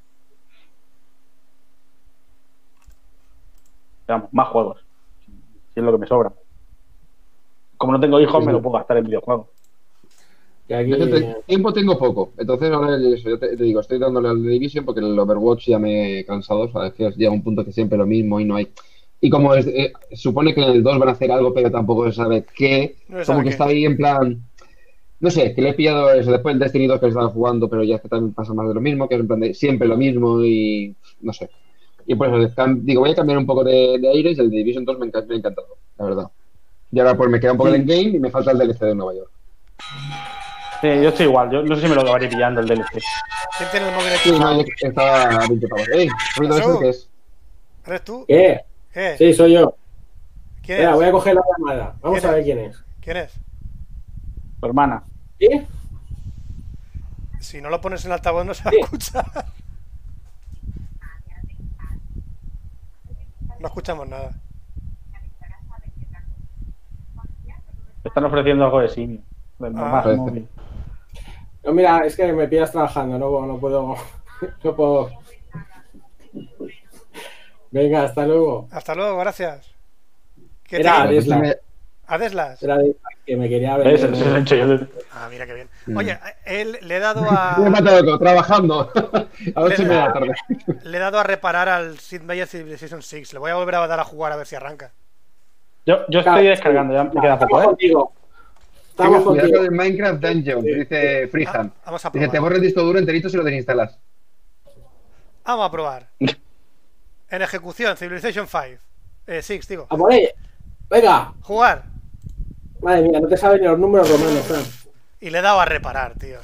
Speaker 4: Digamos, más juegos. Si es lo que me sobra. Como no tengo hijos, me lo puedo gastar en videojuegos.
Speaker 2: Tiempo tengo poco, entonces ahora yo te digo, estoy dándole al Division porque el Overwatch ya me he cansado, ¿sabes? Que llega un punto que siempre lo mismo y no hay... Y como supone que en el 2 van a hacer algo, pero tampoco se sabe qué, como que está ahí en plan... No sé, que le he pillado eso después del Destiny 2 que estaba jugando, pero ya es que también pasa más de lo mismo, que es en plan de siempre lo mismo y no sé. Y por eso digo, voy a cambiar un poco de aires y el Division 2 me ha encantado, la verdad. Y ahora pues me queda un poco el endgame y me falta el DLC de Nueva York.
Speaker 4: Sí, yo estoy igual, yo no sé si me lo acabaré pillando el DLC.
Speaker 1: ¿Quién tiene el móvil
Speaker 2: aquí? Sí, no, estaba a 20 pavos. ¿Ruido eso qué es?
Speaker 1: ¿Eres tú?
Speaker 3: ¿Qué? Sí, soy yo.
Speaker 1: ¿Quién
Speaker 3: es?
Speaker 1: Voy
Speaker 3: a coger la llamada. Vamos a ver quién es.
Speaker 1: ¿Quién es?
Speaker 4: Tu hermana.
Speaker 3: ¿Qué?
Speaker 1: Si no lo pones en altavoz no se va a escuchar. No escuchamos nada.
Speaker 4: Te están ofreciendo algo de simio.
Speaker 3: Móvil. No, mira, es que me pillas trabajando, no puedo. No puedo. Venga, hasta luego.
Speaker 1: Hasta luego, gracias.
Speaker 3: Era Adeslas.
Speaker 1: ¿Adeslas?
Speaker 3: Era Adeslas. que me quería ver.
Speaker 4: Eso lo he hecho yo.
Speaker 1: Ah, mira qué bien. Oye, le he dado
Speaker 2: Me he matado loco, trabajando. A ver
Speaker 1: Le-
Speaker 2: si me da tarde.
Speaker 1: le he dado a reparar al Sid Meier Civilization 6. Le voy a volver a dar a jugar a ver si arranca.
Speaker 4: Yo estoy descargando, ya me queda poco,
Speaker 3: Estamos
Speaker 4: ¿eh?
Speaker 3: contigo.
Speaker 2: Tenga
Speaker 3: Estamos
Speaker 2: cuidado
Speaker 3: contigo.
Speaker 2: con el Minecraft Dungeon, dice Freehand.
Speaker 1: Vamos a
Speaker 2: Dice, te
Speaker 1: probar.
Speaker 2: borra el disco duro enterito si lo desinstalas.
Speaker 1: Vamos a probar. En ejecución, Civilization 5. 6, digo.
Speaker 3: A por ella. Venga.
Speaker 1: Jugar.
Speaker 3: Madre mía, no te sabes ni los números romanos, Fran.
Speaker 1: Y le he dado a reparar, tío.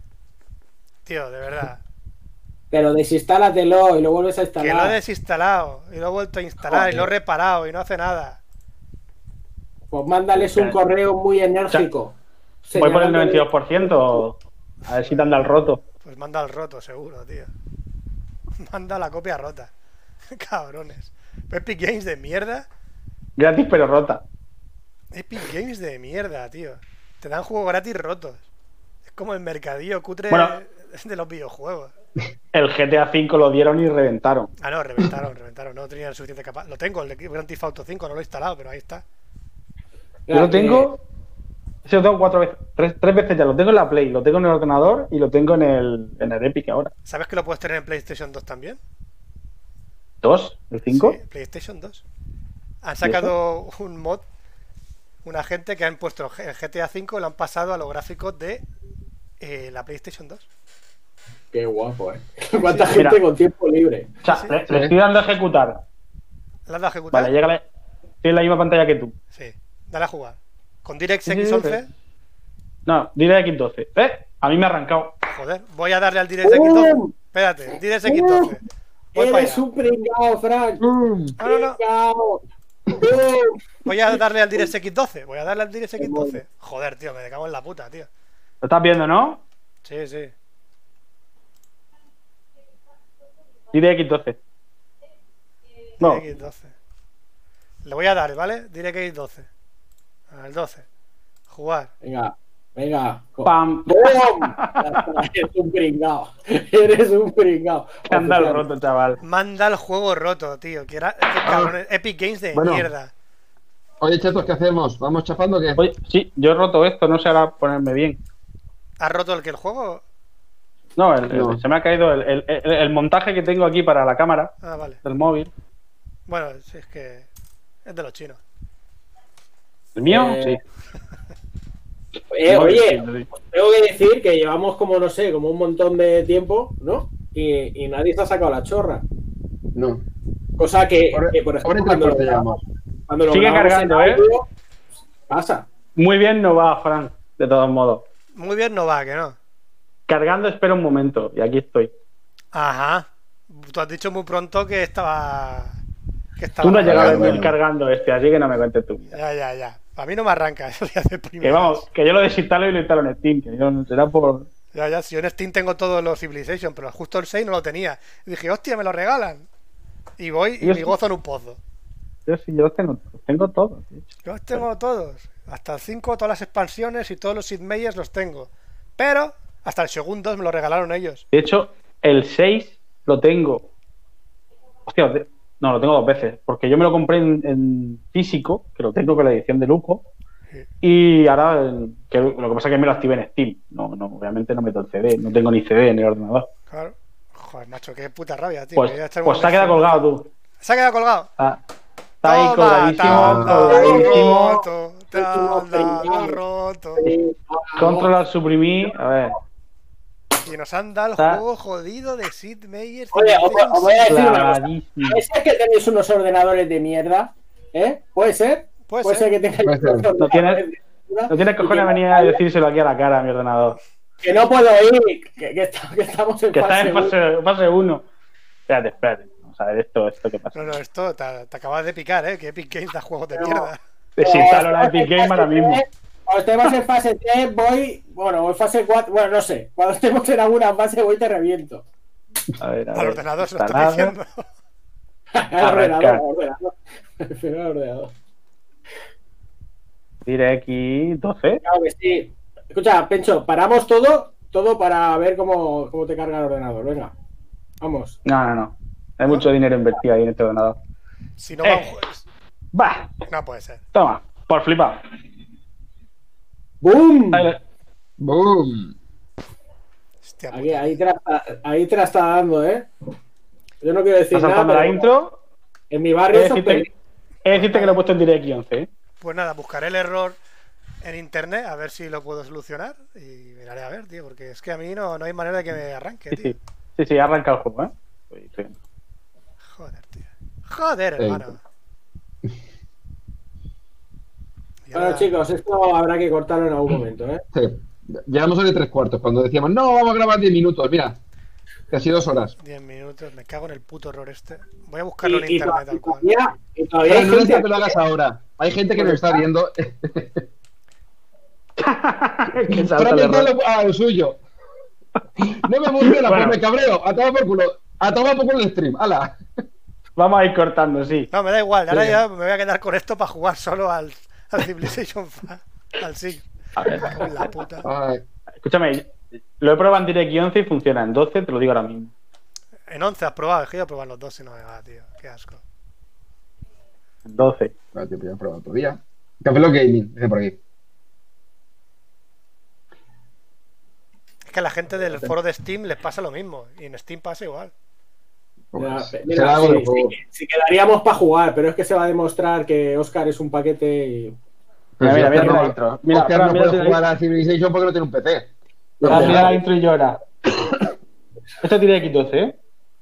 Speaker 1: Tío, de verdad.
Speaker 3: Pero desinstálatelo y lo vuelves a
Speaker 1: Que lo he
Speaker 3: instalar.
Speaker 1: desinstalado. Y lo he vuelto a instalar.
Speaker 3: Joder.
Speaker 1: Y lo he reparado. Y no hace nada.
Speaker 3: Pues mándales un correo muy enérgico.
Speaker 4: Voy por el
Speaker 3: señalándole-
Speaker 4: 92%. A ver si te anda el roto.
Speaker 1: Pues manda el roto, seguro, tío. Manda la copia rota. Cabrones. Epic Games de mierda.
Speaker 4: Gratis pero rota.
Speaker 1: Epic Games de mierda, tío. Te dan juegos gratis rotos. Es como el mercadillo cutre
Speaker 4: Bueno.
Speaker 1: de los videojuegos.
Speaker 4: El GTA V lo dieron y reventaron.
Speaker 1: Ah, no, reventaron. No tenía el suficiente capaz. Lo tengo, el Grand Theft Auto 5, no lo he instalado, pero ahí está.
Speaker 4: Yo lo tengo. Ese lo tengo 4 veces. 3 veces ya. Lo tengo en la Play, lo tengo en el ordenador y lo tengo en el Epic ahora.
Speaker 1: ¿Sabes que lo puedes tener en PlayStation 2 también?
Speaker 4: ¿2? ¿El 5?
Speaker 1: Sí, PlayStation 2. Han sacado un mod, una gente que han puesto el GTA 5 y lo han pasado a los gráficos de la PlayStation 2.
Speaker 3: Qué guapo, ¿eh? ¿Cuánta
Speaker 1: Sí,
Speaker 3: gente
Speaker 4: mira.
Speaker 3: con tiempo libre?
Speaker 4: O sea, le estoy dando a ejecutar.
Speaker 1: ¿Le has dado a ejecutar?
Speaker 4: Vale, llégale. Estoy en la misma pantalla que tú.
Speaker 1: Sí, dale a jugar. Con DirectX
Speaker 4: Sí, sí,
Speaker 1: 11,
Speaker 4: sí. No, DirectX 12. A mí me ha arrancado.
Speaker 1: joder, voy a darle al DirectX 12.
Speaker 3: ¡Bum!
Speaker 1: Espérate, DirectX 12. Voy para
Speaker 3: Eres
Speaker 1: allá.
Speaker 3: un pringao, Frank.
Speaker 1: No.
Speaker 3: Pringao. ¡Bum!
Speaker 1: Voy a darle al DirectX 12. Voy a darle al DirectX 12. Joder, tío, me cago en la puta, tío.
Speaker 4: Lo estás viendo, ¿no?
Speaker 1: Sí, sí.
Speaker 4: DirectX 12. No.
Speaker 1: DirectX 12. Le voy a dar, ¿vale? DirectX 12. Al 12. Jugar.
Speaker 3: Venga, venga.
Speaker 4: ¡Pam!
Speaker 3: ¡Bum! Eres un pringao. Eres un pringao.
Speaker 4: Te han dado el roto, chaval.
Speaker 1: Manda el juego roto, tío. Que era, cabrones, Epic Games de
Speaker 2: Bueno.
Speaker 1: mierda.
Speaker 2: Oye, chatos, ¿qué hacemos? ¿Vamos chapando o qué?
Speaker 4: Oye, sí, yo he roto esto, no sé ahora ponerme bien.
Speaker 1: ¿Has roto el juego?
Speaker 4: No,
Speaker 2: No.
Speaker 4: se me ha caído el montaje que tengo aquí para la cámara
Speaker 1: Ah, vale.
Speaker 4: del móvil.
Speaker 1: Bueno, si es que es de los chinos.
Speaker 4: ¿El mío?
Speaker 3: Eh,
Speaker 4: Sí.
Speaker 3: Oye,
Speaker 4: Sí.
Speaker 3: tengo que decir que llevamos como, no sé, como un montón de tiempo, ¿no? Y nadie se ha sacado la chorra.
Speaker 2: No.
Speaker 3: Cosa que,
Speaker 2: Ahora
Speaker 3: por ejemplo,
Speaker 2: ahora
Speaker 3: cuando lo
Speaker 2: transporte
Speaker 3: grabamos,
Speaker 2: llevamos.
Speaker 3: cuando lo
Speaker 4: Sigue
Speaker 3: grabamos
Speaker 4: cargando,
Speaker 3: en
Speaker 4: ¿eh?
Speaker 3: audio, pasa.
Speaker 4: Muy bien no va, Fran, de todos modos.
Speaker 1: Muy bien no va, que no.
Speaker 4: Cargando, espera un momento, y aquí estoy.
Speaker 1: Ajá. Tú has dicho muy pronto que estaba.
Speaker 4: Tú no has llegado a ver
Speaker 2: bueno.
Speaker 4: el cargando este, así que no me cuentes tú.
Speaker 1: Ya. A mí no me arranca eso de hacer
Speaker 4: Que
Speaker 1: primero.
Speaker 4: vamos, que yo lo desinstalo y lo instalo en Steam, que yo, será por...
Speaker 1: Ya, si yo en Steam tengo todos los Civilization, pero justo el 6 no lo tenía. Y dije, hostia, me lo regalan. Y voy y
Speaker 4: Yo
Speaker 1: me
Speaker 4: sí.
Speaker 1: gozo en un pozo.
Speaker 4: Yo sí, yo los tengo todos. tío.
Speaker 1: Yo los tengo todos. Hasta el 5, todas las expansiones y todos los Sid Meier's los tengo. Pero hasta el segundo me lo regalaron ellos.
Speaker 4: De hecho, el 6 lo tengo. Hostia, no, lo tengo 2 veces. Porque yo me lo compré en físico, que lo tengo con la edición de lujo.
Speaker 1: Sí.
Speaker 4: Y ahora, que lo que pasa es que me lo activé en Steam. No, obviamente no meto el CD. No tengo ni CD en el ordenador.
Speaker 1: Claro. Joder, macho, qué puta rabia, tío.
Speaker 4: Pues,
Speaker 1: Quería echarme
Speaker 4: pues
Speaker 1: un
Speaker 4: se ha quedado
Speaker 1: Netflix.
Speaker 4: colgado tú.
Speaker 1: Se ha quedado colgado.
Speaker 4: Está ahí colgadísimo. Colgadísimo.
Speaker 1: roto. Te han dado roto.
Speaker 4: Control al suprimir. A ver.
Speaker 1: Y nos han dado el
Speaker 4: Está-
Speaker 1: juego jodido de Sid Meier.
Speaker 3: Oye, os voy a decir una cosa.
Speaker 4: Clavadísimo.
Speaker 3: ¿Puede ser que tenéis unos ordenadores de mierda? ¿Eh? ¿Puede ser?
Speaker 1: Puede ser.
Speaker 3: que tengáis
Speaker 2: Puede ser.
Speaker 3: unos
Speaker 4: No tienes-
Speaker 3: ordenadores de mierda
Speaker 4: No tienes
Speaker 3: y
Speaker 4: cojones
Speaker 3: que
Speaker 4: a venir a decírselo aquí a la cara a mi ordenador.
Speaker 3: que no puedo ir, que estamos en
Speaker 4: Que está
Speaker 3: fase
Speaker 4: en
Speaker 3: uno.
Speaker 4: fase 1. Espérate. Vamos a ver esto qué pasa.
Speaker 1: No, esto te acabas de picar, que Epic Games da juegos de
Speaker 3: No.
Speaker 1: mierda.
Speaker 4: Desinstalo la Epic Game ahora mismo.
Speaker 3: Cuando estemos en fase 3 voy, o en fase 4, bueno, no sé. Cuando estemos en alguna fase voy te reviento.
Speaker 4: A ver.
Speaker 1: Al ordenador se lo
Speaker 4: Instalado.
Speaker 1: estoy diciendo.
Speaker 3: Al
Speaker 4: Arrancar.
Speaker 3: ordenador. Prefiero el ordenador.
Speaker 4: DirectX 12.
Speaker 3: Claro que sí. Escucha, Pencho, paramos todo para ver cómo te carga el ordenador. Venga, vamos.
Speaker 4: No. Hay mucho dinero invertido ahí en este ordenador.
Speaker 1: Si no va un
Speaker 4: Va,
Speaker 1: No puede ser.
Speaker 4: toma, por flipar.
Speaker 3: ¡Boom!
Speaker 2: ¡Boom!
Speaker 1: Hostia
Speaker 3: Aquí,
Speaker 1: puta.
Speaker 3: ahí te la está dando, ¿eh? Yo no quiero decir
Speaker 4: Está
Speaker 3: nada,
Speaker 4: saltando
Speaker 3: pero
Speaker 4: la intro.
Speaker 3: en mi barrio
Speaker 4: He
Speaker 3: eso
Speaker 4: de decirte que lo he puesto en Direct 11, ¿eh?
Speaker 1: Pues nada, buscaré el error en internet a ver si lo puedo solucionar y miraré a ver, tío, porque es que a mí no hay manera de que me arranque, tío.
Speaker 4: Sí, arranca el juego, ¿eh? Sí.
Speaker 1: Joder, tío. Joder, hermano. Y
Speaker 3: Bueno,
Speaker 1: ahora-
Speaker 3: chicos, esto habrá que cortarlo en algún momento, ¿eh?
Speaker 2: Sí. Llevamos hoy 3 cuartos. Cuando decíamos, no, vamos a grabar 10 minutos. Mira, casi 2 horas.
Speaker 1: 10 minutos, me cago en el puto error este. Voy a buscarlo en
Speaker 3: Y
Speaker 1: internet tal cual.
Speaker 3: todavía
Speaker 2: Pero
Speaker 3: hay
Speaker 2: no es
Speaker 3: gente
Speaker 2: que lo hagas ahora. Hay gente que nos está viendo.
Speaker 4: Que salta el error.
Speaker 2: Fragmentalo a lo suyo. No me funciona,
Speaker 4: Bueno.
Speaker 2: pues me cabreo. A tomar por culo. A tomar por culo el stream. ¡Hala!
Speaker 4: Vamos a ir cortando, sí.
Speaker 1: No, me da igual, ahora
Speaker 2: Sí.
Speaker 1: ya me voy a quedar con esto para jugar solo al Civilization 5, al SIG.
Speaker 4: A ver,
Speaker 1: Con la puta.
Speaker 2: Ay,
Speaker 4: escúchame, lo he probado en Direct 11 y funciona. En 12 te lo digo ahora mismo.
Speaker 1: En 11 has probado, es que yo he probado los dos y no me va, tío. Qué asco.
Speaker 4: En 12.
Speaker 2: vale, tío, pues ya he probado otro día. Café Lock Gaming, dice por aquí.
Speaker 1: Es que a la gente del foro de Steam les pasa lo mismo. Y en Steam pasa igual.
Speaker 2: Pues,
Speaker 3: Ya,
Speaker 2: será
Speaker 3: mira,
Speaker 2: algo del
Speaker 3: sí,
Speaker 2: juego.
Speaker 3: sí quedaríamos para jugar, pero es que se va a demostrar que Oscar es un paquete y...
Speaker 2: Pero
Speaker 4: Mira,
Speaker 2: si
Speaker 4: mira
Speaker 2: Oscar
Speaker 4: la
Speaker 2: no-
Speaker 4: intro. Mira,
Speaker 2: Oscar
Speaker 4: Fran,
Speaker 2: no
Speaker 4: mira
Speaker 2: puede
Speaker 4: la
Speaker 2: jugar a Civilization porque no tiene un PC.
Speaker 4: Mira la intro y llora. Esto es Direct 12, ¿eh?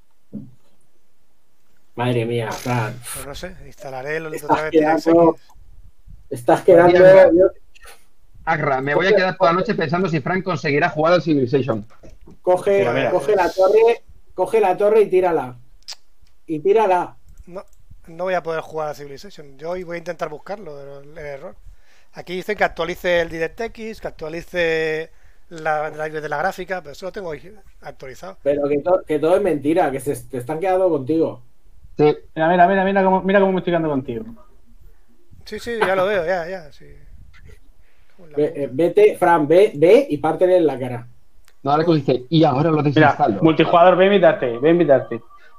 Speaker 3: Madre mía, Fran.
Speaker 1: Pues no sé, instalaré otra
Speaker 3: Estás
Speaker 1: vez DirectX.
Speaker 3: quedando... Estás quedando...
Speaker 2: Mira.
Speaker 3: yo-
Speaker 2: Agra, me voy a quedar toda la noche pensando si Frank conseguirá jugar al Civilization.
Speaker 3: Coge,
Speaker 4: Mira.
Speaker 3: coge la torre y tírala. Y tírala.
Speaker 1: No voy a poder jugar a Civilization. Yo hoy voy a intentar buscarlo, el error. Aquí dice que actualice el DirectX, que actualice la driver de la gráfica, pero eso lo tengo ahí actualizado.
Speaker 3: Pero que todo es mentira, que se te están quedando contigo.
Speaker 2: Sí,
Speaker 4: Mira cómo me estoy quedando contigo.
Speaker 1: Sí, ya lo veo, ya, sí. Como la puta.
Speaker 3: Vete, Fran, ve y pártele en la cara.
Speaker 2: no, ahora que dice, y ahora lo
Speaker 4: Mira,
Speaker 2: desinstalo.
Speaker 4: multijugador, ve a invitarte.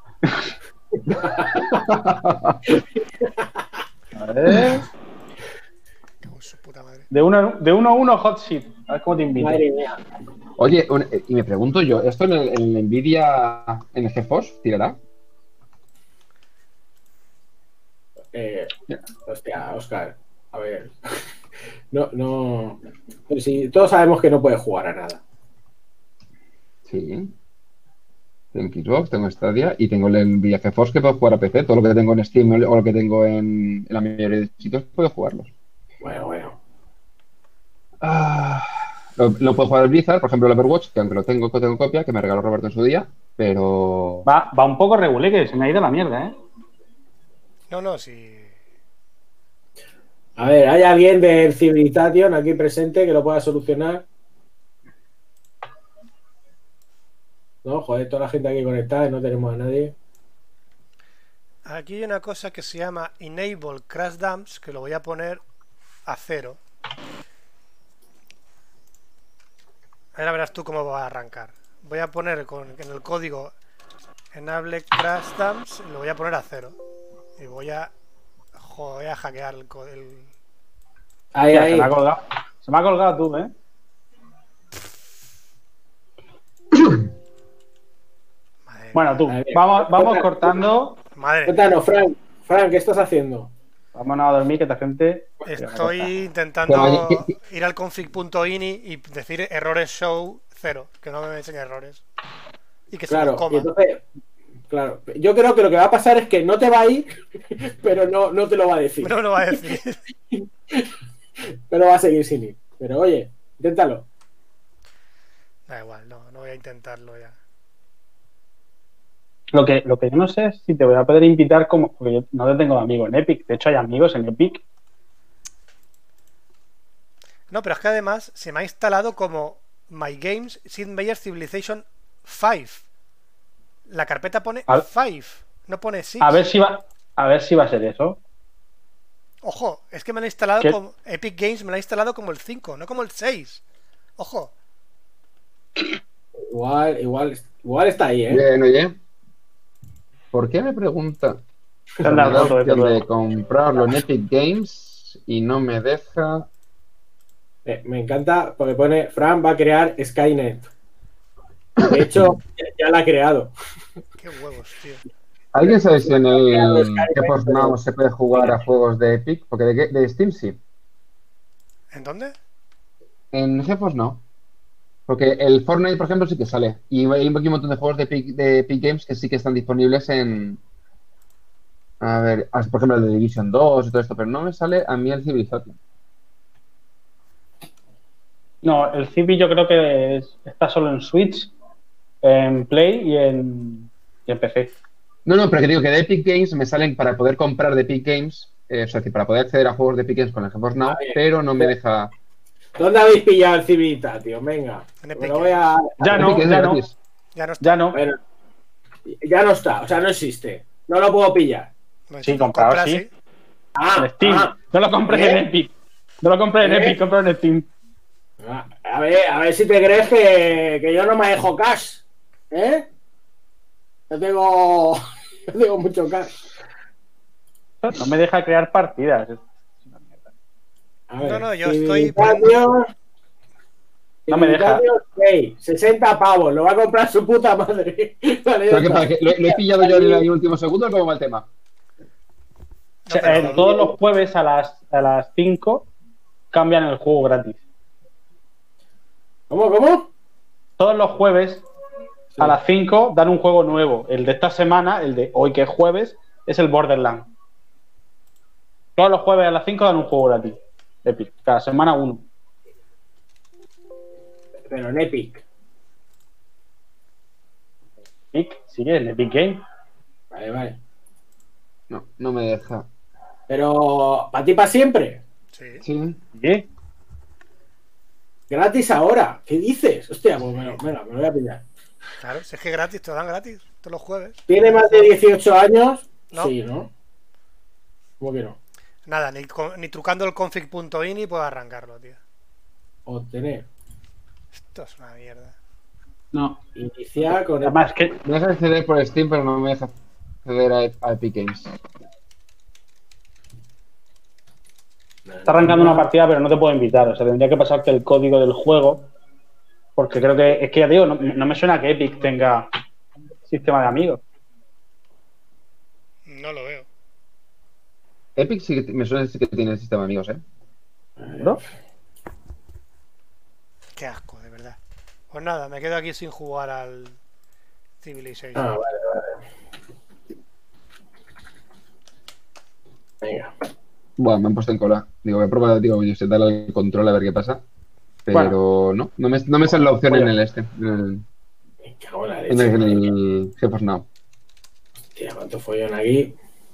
Speaker 4: A ver.
Speaker 1: Cago en su puta madre.
Speaker 4: De 1 a 1 hot seat. A ver cómo te invito.
Speaker 3: Madre mía.
Speaker 2: Oye, y me pregunto yo, ¿esto en el Nvidia, en el GeForce, tirará?
Speaker 3: Hostia, Oscar. A ver. No. Pero si todos sabemos que no puedes jugar a nada.
Speaker 2: Sí. Tengo Xbox, tengo Stadia y tengo el Nvidia GeForce que puedo jugar a PC. Todo lo que tengo en Steam o lo que tengo en la mayoría de sitios puedo jugarlos.
Speaker 3: Bueno.
Speaker 2: Lo puedo jugar el Blizzard, por ejemplo el Overwatch, que aunque lo tengo copia, que me regaló Roberto en su día, pero...
Speaker 4: Va un poco regulé, que se me ha ido la mierda, ¿eh?
Speaker 1: No, sí.
Speaker 3: A ver, ¿hay alguien del Civilization aquí presente que lo pueda solucionar? No, joder, toda la gente aquí conectada y no tenemos a nadie.
Speaker 1: Aquí hay una cosa que se llama Enable Crash Dumps, que lo voy a poner a 0. Ahora verás tú cómo va a arrancar. Voy a poner en el código Enable Crash Dumps y lo voy a poner a 0. Y voy a hackear el...
Speaker 3: Ahí,
Speaker 4: Hostia,
Speaker 3: ahí.
Speaker 4: Se me ha colgado tú, ¿eh?
Speaker 1: Madre
Speaker 4: Bueno,
Speaker 1: mía.
Speaker 4: tú,
Speaker 3: A ver,
Speaker 4: vamos
Speaker 3: cuéntanos.
Speaker 4: cortando.
Speaker 1: Madre mía.
Speaker 3: Cuéntanos, Frank, ¿qué estás haciendo?
Speaker 4: Vámonos a dormir, que esta gente.
Speaker 1: Estoy
Speaker 2: Pero,
Speaker 1: intentando
Speaker 2: oye,
Speaker 1: ir al config.ini y decir errores show 0, que no me enseñe errores. Y que se
Speaker 3: Claro,
Speaker 1: los
Speaker 3: y
Speaker 1: coma.
Speaker 3: entonces, claro, yo creo que lo que va a pasar es que no te va a ir, pero no te lo va a decir.
Speaker 1: No me lo va a decir.
Speaker 3: Pero va a seguir sin ir. Pero oye, inténtalo.
Speaker 1: Da igual, no voy a intentarlo ya.
Speaker 4: Lo que yo no sé es si te voy a poder invitar como. Porque yo no te tengo amigos en Epic. De hecho, hay amigos en Epic.
Speaker 1: No, pero es que además se me ha instalado como My Games Sid Meier's Civilization 5. La carpeta pone
Speaker 4: A-
Speaker 1: 5, no pone 6.
Speaker 4: A ver si va a ser eso.
Speaker 1: Ojo, es que me lo ha instalado
Speaker 4: ¿Qué?
Speaker 1: como Epic Games, me lo ha instalado como el 5, no como el 6. Ojo.
Speaker 3: Igual está ahí, ¿eh?
Speaker 2: Bien, oye. ¿Por qué me pregunta?
Speaker 4: Te han dado
Speaker 2: Me da
Speaker 4: foto de
Speaker 2: opción
Speaker 4: todo.
Speaker 2: de comprarlo en Epic Games y no me deja
Speaker 3: Me encanta porque pone Fran va a crear Skynet. De hecho, ya la ha creado.
Speaker 1: Qué huevos, tío.
Speaker 2: ¿Alguien sabe si en el GeForce Now se puede jugar a juegos de Epic? Porque de Steam sí.
Speaker 1: ¿En dónde?
Speaker 2: En GeForce no. Porque el Fortnite, por ejemplo, sí que sale. Y hay un montón de juegos de Epic Games que sí que están disponibles en... A ver, por ejemplo, el de Division 2 y todo esto, pero no me sale a mí el Civilization.
Speaker 4: No, el Civi yo creo que está solo en Switch, en Play y en PC.
Speaker 2: No, pero que digo que de Epic Games me salen para poder comprar de Epic Games, o sea, que para poder acceder a juegos de Epic Games con el GeForce Now, pero no me deja...
Speaker 3: ¿Dónde habéis pillado el Civita, tío? Venga.
Speaker 1: En Epic
Speaker 3: Me lo voy a...
Speaker 4: Ya no,
Speaker 2: Epic es
Speaker 4: ya no,
Speaker 2: gratis.
Speaker 1: Ya no está.
Speaker 4: ya no.
Speaker 3: Bueno, ya no está, o sea, no existe. No lo puedo pillar.
Speaker 1: No,
Speaker 4: Sí,
Speaker 1: lo
Speaker 4: comprado,
Speaker 1: compras,
Speaker 4: sí. En
Speaker 3: Ah,
Speaker 4: Steam. No lo compré
Speaker 3: ¿Eh?
Speaker 4: en Epic. No lo compré en
Speaker 3: ¿Eh?
Speaker 4: Epic, compré en Steam.
Speaker 3: A ver si te crees que yo no me dejo cash. ¿Eh? Yo tengo mucho cash.
Speaker 4: No me deja crear partidas. Es una mierda.
Speaker 3: A ver,
Speaker 1: No, yo estoy-
Speaker 4: No me deja.
Speaker 3: Hey, 60 pavos, lo va a comprar su puta madre. Vale, ya
Speaker 2: Pero que
Speaker 3: está.
Speaker 2: para que lo he pillado yo en el último segundo, ¿cómo va el tema?
Speaker 4: O sea,
Speaker 1: pero-
Speaker 4: todos los jueves a las 5 cambian el juego gratis.
Speaker 3: ¿Cómo?
Speaker 4: Todos los jueves
Speaker 3: Sí.
Speaker 4: a las 5 dan un juego nuevo. El de esta semana, el de hoy que es jueves, es el Borderlands. Todos los jueves a las 5 dan un juego gratis. Epic. Cada semana uno.
Speaker 3: Pero en Epic.
Speaker 4: Epic, sigue en Epic Game.
Speaker 3: Vale.
Speaker 2: No me deja.
Speaker 3: Pero, ¿para ti para siempre?
Speaker 1: Sí.
Speaker 2: Sí.
Speaker 4: ¿Sí?
Speaker 3: Gratis ahora. ¿Qué dices? Hostia, pues me lo voy a pillar.
Speaker 1: Claro, si es que gratis, te lo dan gratis. Todos los jueves.
Speaker 3: ¿Tiene más de 18 años?
Speaker 1: No.
Speaker 3: Sí, ¿no? ¿Cómo que no?
Speaker 1: Nada, ni trucando el config.ini puedo arrancarlo, tío.
Speaker 3: Obtener.
Speaker 1: Esto es una mierda.
Speaker 4: No.
Speaker 3: Iniciar con el...
Speaker 4: Además, que
Speaker 2: Me deja acceder por Steam, pero no me deja acceder a Epic Games.
Speaker 4: está arrancando una partida, pero no te puedo invitar. O sea, tendría que pasarte el código del juego. Porque creo que, es que ya digo, no me suena que Epic tenga sistema de amigos.
Speaker 1: No lo veo.
Speaker 2: Epic sí que me suena sí que tiene el sistema de amigos, ¿eh?
Speaker 4: ¿No?
Speaker 1: Qué asco, de verdad. Pues nada, me quedo aquí sin jugar al Civilization.
Speaker 3: Ah, vale. Venga.
Speaker 2: Bueno, me han puesto en cola. Digo, voy a probar, yo sé, darle al control a ver qué pasa. Pero no me sale la opción
Speaker 4: Bueno.
Speaker 2: en el
Speaker 3: Me cago en la
Speaker 2: en
Speaker 3: leche.
Speaker 2: el GeForce Now.
Speaker 3: Hostia, cuánto follón aquí.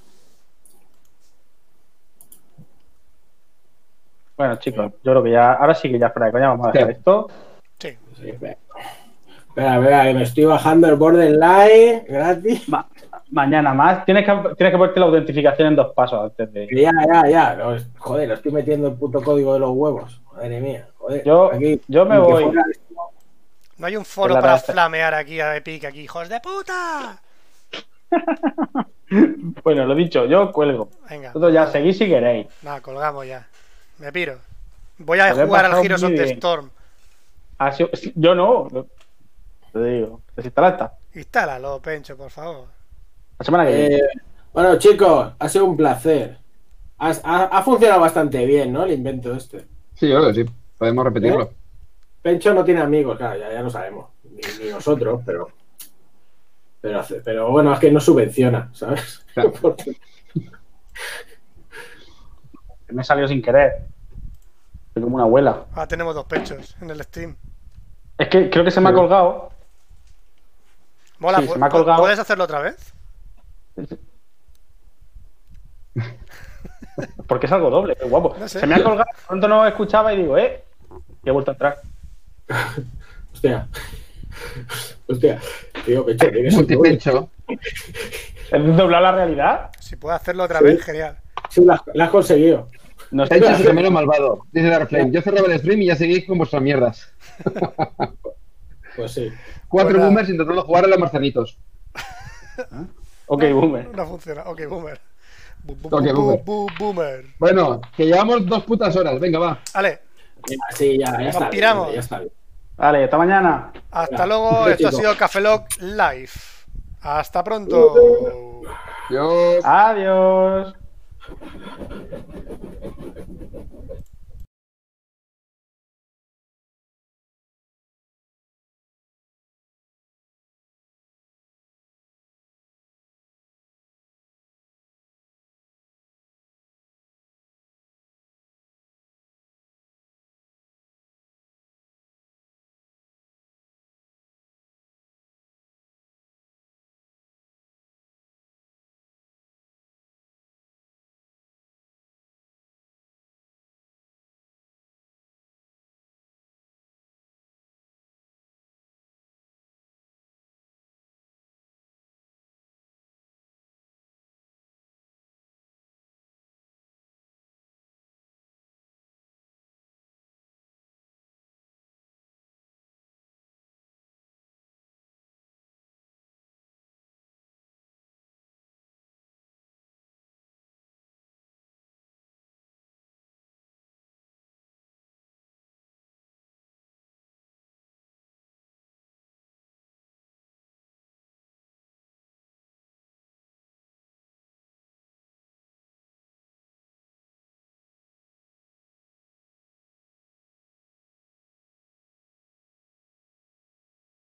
Speaker 4: Bueno, chicos, yo creo que ya, ahora sí que ya fuera de coña, vamos a dejar
Speaker 2: Sí.
Speaker 4: esto.
Speaker 1: Sí.
Speaker 3: Sí, espera, que me estoy bajando el Borderline gratis.
Speaker 4: Mañana más. Tienes que ponerte la autentificación en 2 pasos antes de.
Speaker 3: Ya. Joder, lo estoy metiendo el puto código de los huevos. Madre mía. Joder,
Speaker 4: Yo me
Speaker 3: ni que
Speaker 4: voy.
Speaker 3: fuera-
Speaker 1: No hay un foro
Speaker 4: La
Speaker 1: para
Speaker 4: raza.
Speaker 1: flamear aquí a Epic, aquí, hijos de puta.
Speaker 4: Bueno, lo dicho, yo cuelgo.
Speaker 1: Venga.
Speaker 4: Vosotros ya seguís si queréis.
Speaker 1: Nada, colgamos ya. Me piro. Voy a
Speaker 4: Pues he
Speaker 1: jugar al
Speaker 4: pasado
Speaker 1: Heroes
Speaker 4: muy
Speaker 1: of the
Speaker 4: bien.
Speaker 1: Storm.
Speaker 4: Yo no. Te digo. Desinstala esta.
Speaker 1: Instálalo, Pencho, por favor.
Speaker 4: La semana que viene.
Speaker 3: Bueno, chicos, ha sido un placer. Ha funcionado bastante bien, ¿no? El invento este.
Speaker 2: Sí, yo creo que sí. Podemos repetirlo.
Speaker 3: Pencho no tiene amigos, claro, ya lo sabemos. Ni nosotros, pero bueno, es que no subvenciona, ¿sabes?
Speaker 2: Claro.
Speaker 3: Porque-
Speaker 4: Me salió sin querer. Soy como una abuela.
Speaker 1: Ahora tenemos 2 Penchos en el stream.
Speaker 4: Es que creo que se me ha colgado.
Speaker 1: Mola,
Speaker 4: Sí, se me ha colgado.
Speaker 1: ¿puedes hacerlo otra vez?
Speaker 4: Porque es algo doble, qué guapo.
Speaker 1: No sé.
Speaker 4: Se me ha colgado, de pronto no escuchaba y digo, y he vuelto a entrar.
Speaker 3: Hostia, tío, Pencho, tienes un doble.
Speaker 2: Multipencho.
Speaker 4: ¿Es doblar la realidad?
Speaker 1: Si puedo hacerlo otra
Speaker 3: Sí.
Speaker 1: vez, genial.
Speaker 3: Sí, la has conseguido.
Speaker 4: No
Speaker 2: Pencho
Speaker 4: sé.
Speaker 2: es el gemelo malvado. Dice Darkflame. Yo cerraba el stream y ya seguís con vuestras mierdas.
Speaker 3: Pues sí.
Speaker 2: 4
Speaker 1: Pues nada.
Speaker 2: boomers intentando jugar a los marcianitos.
Speaker 4: Ok, boomer.
Speaker 1: No funciona. Ok, boomer.
Speaker 2: Ok, boomer.
Speaker 1: Boomer.
Speaker 2: Bueno, que llevamos 2 putas horas. Venga, va.
Speaker 1: Vale,
Speaker 3: Sí, ya
Speaker 1: Nos
Speaker 3: está.
Speaker 1: piramos.
Speaker 3: Bien, ya está bien.
Speaker 4: Vale, hasta mañana.
Speaker 1: Hasta luego,
Speaker 3: Sí,
Speaker 1: esto ha
Speaker 3: chicos.
Speaker 1: sido Café Lock Live. Hasta pronto.
Speaker 2: Dios.
Speaker 4: Adiós.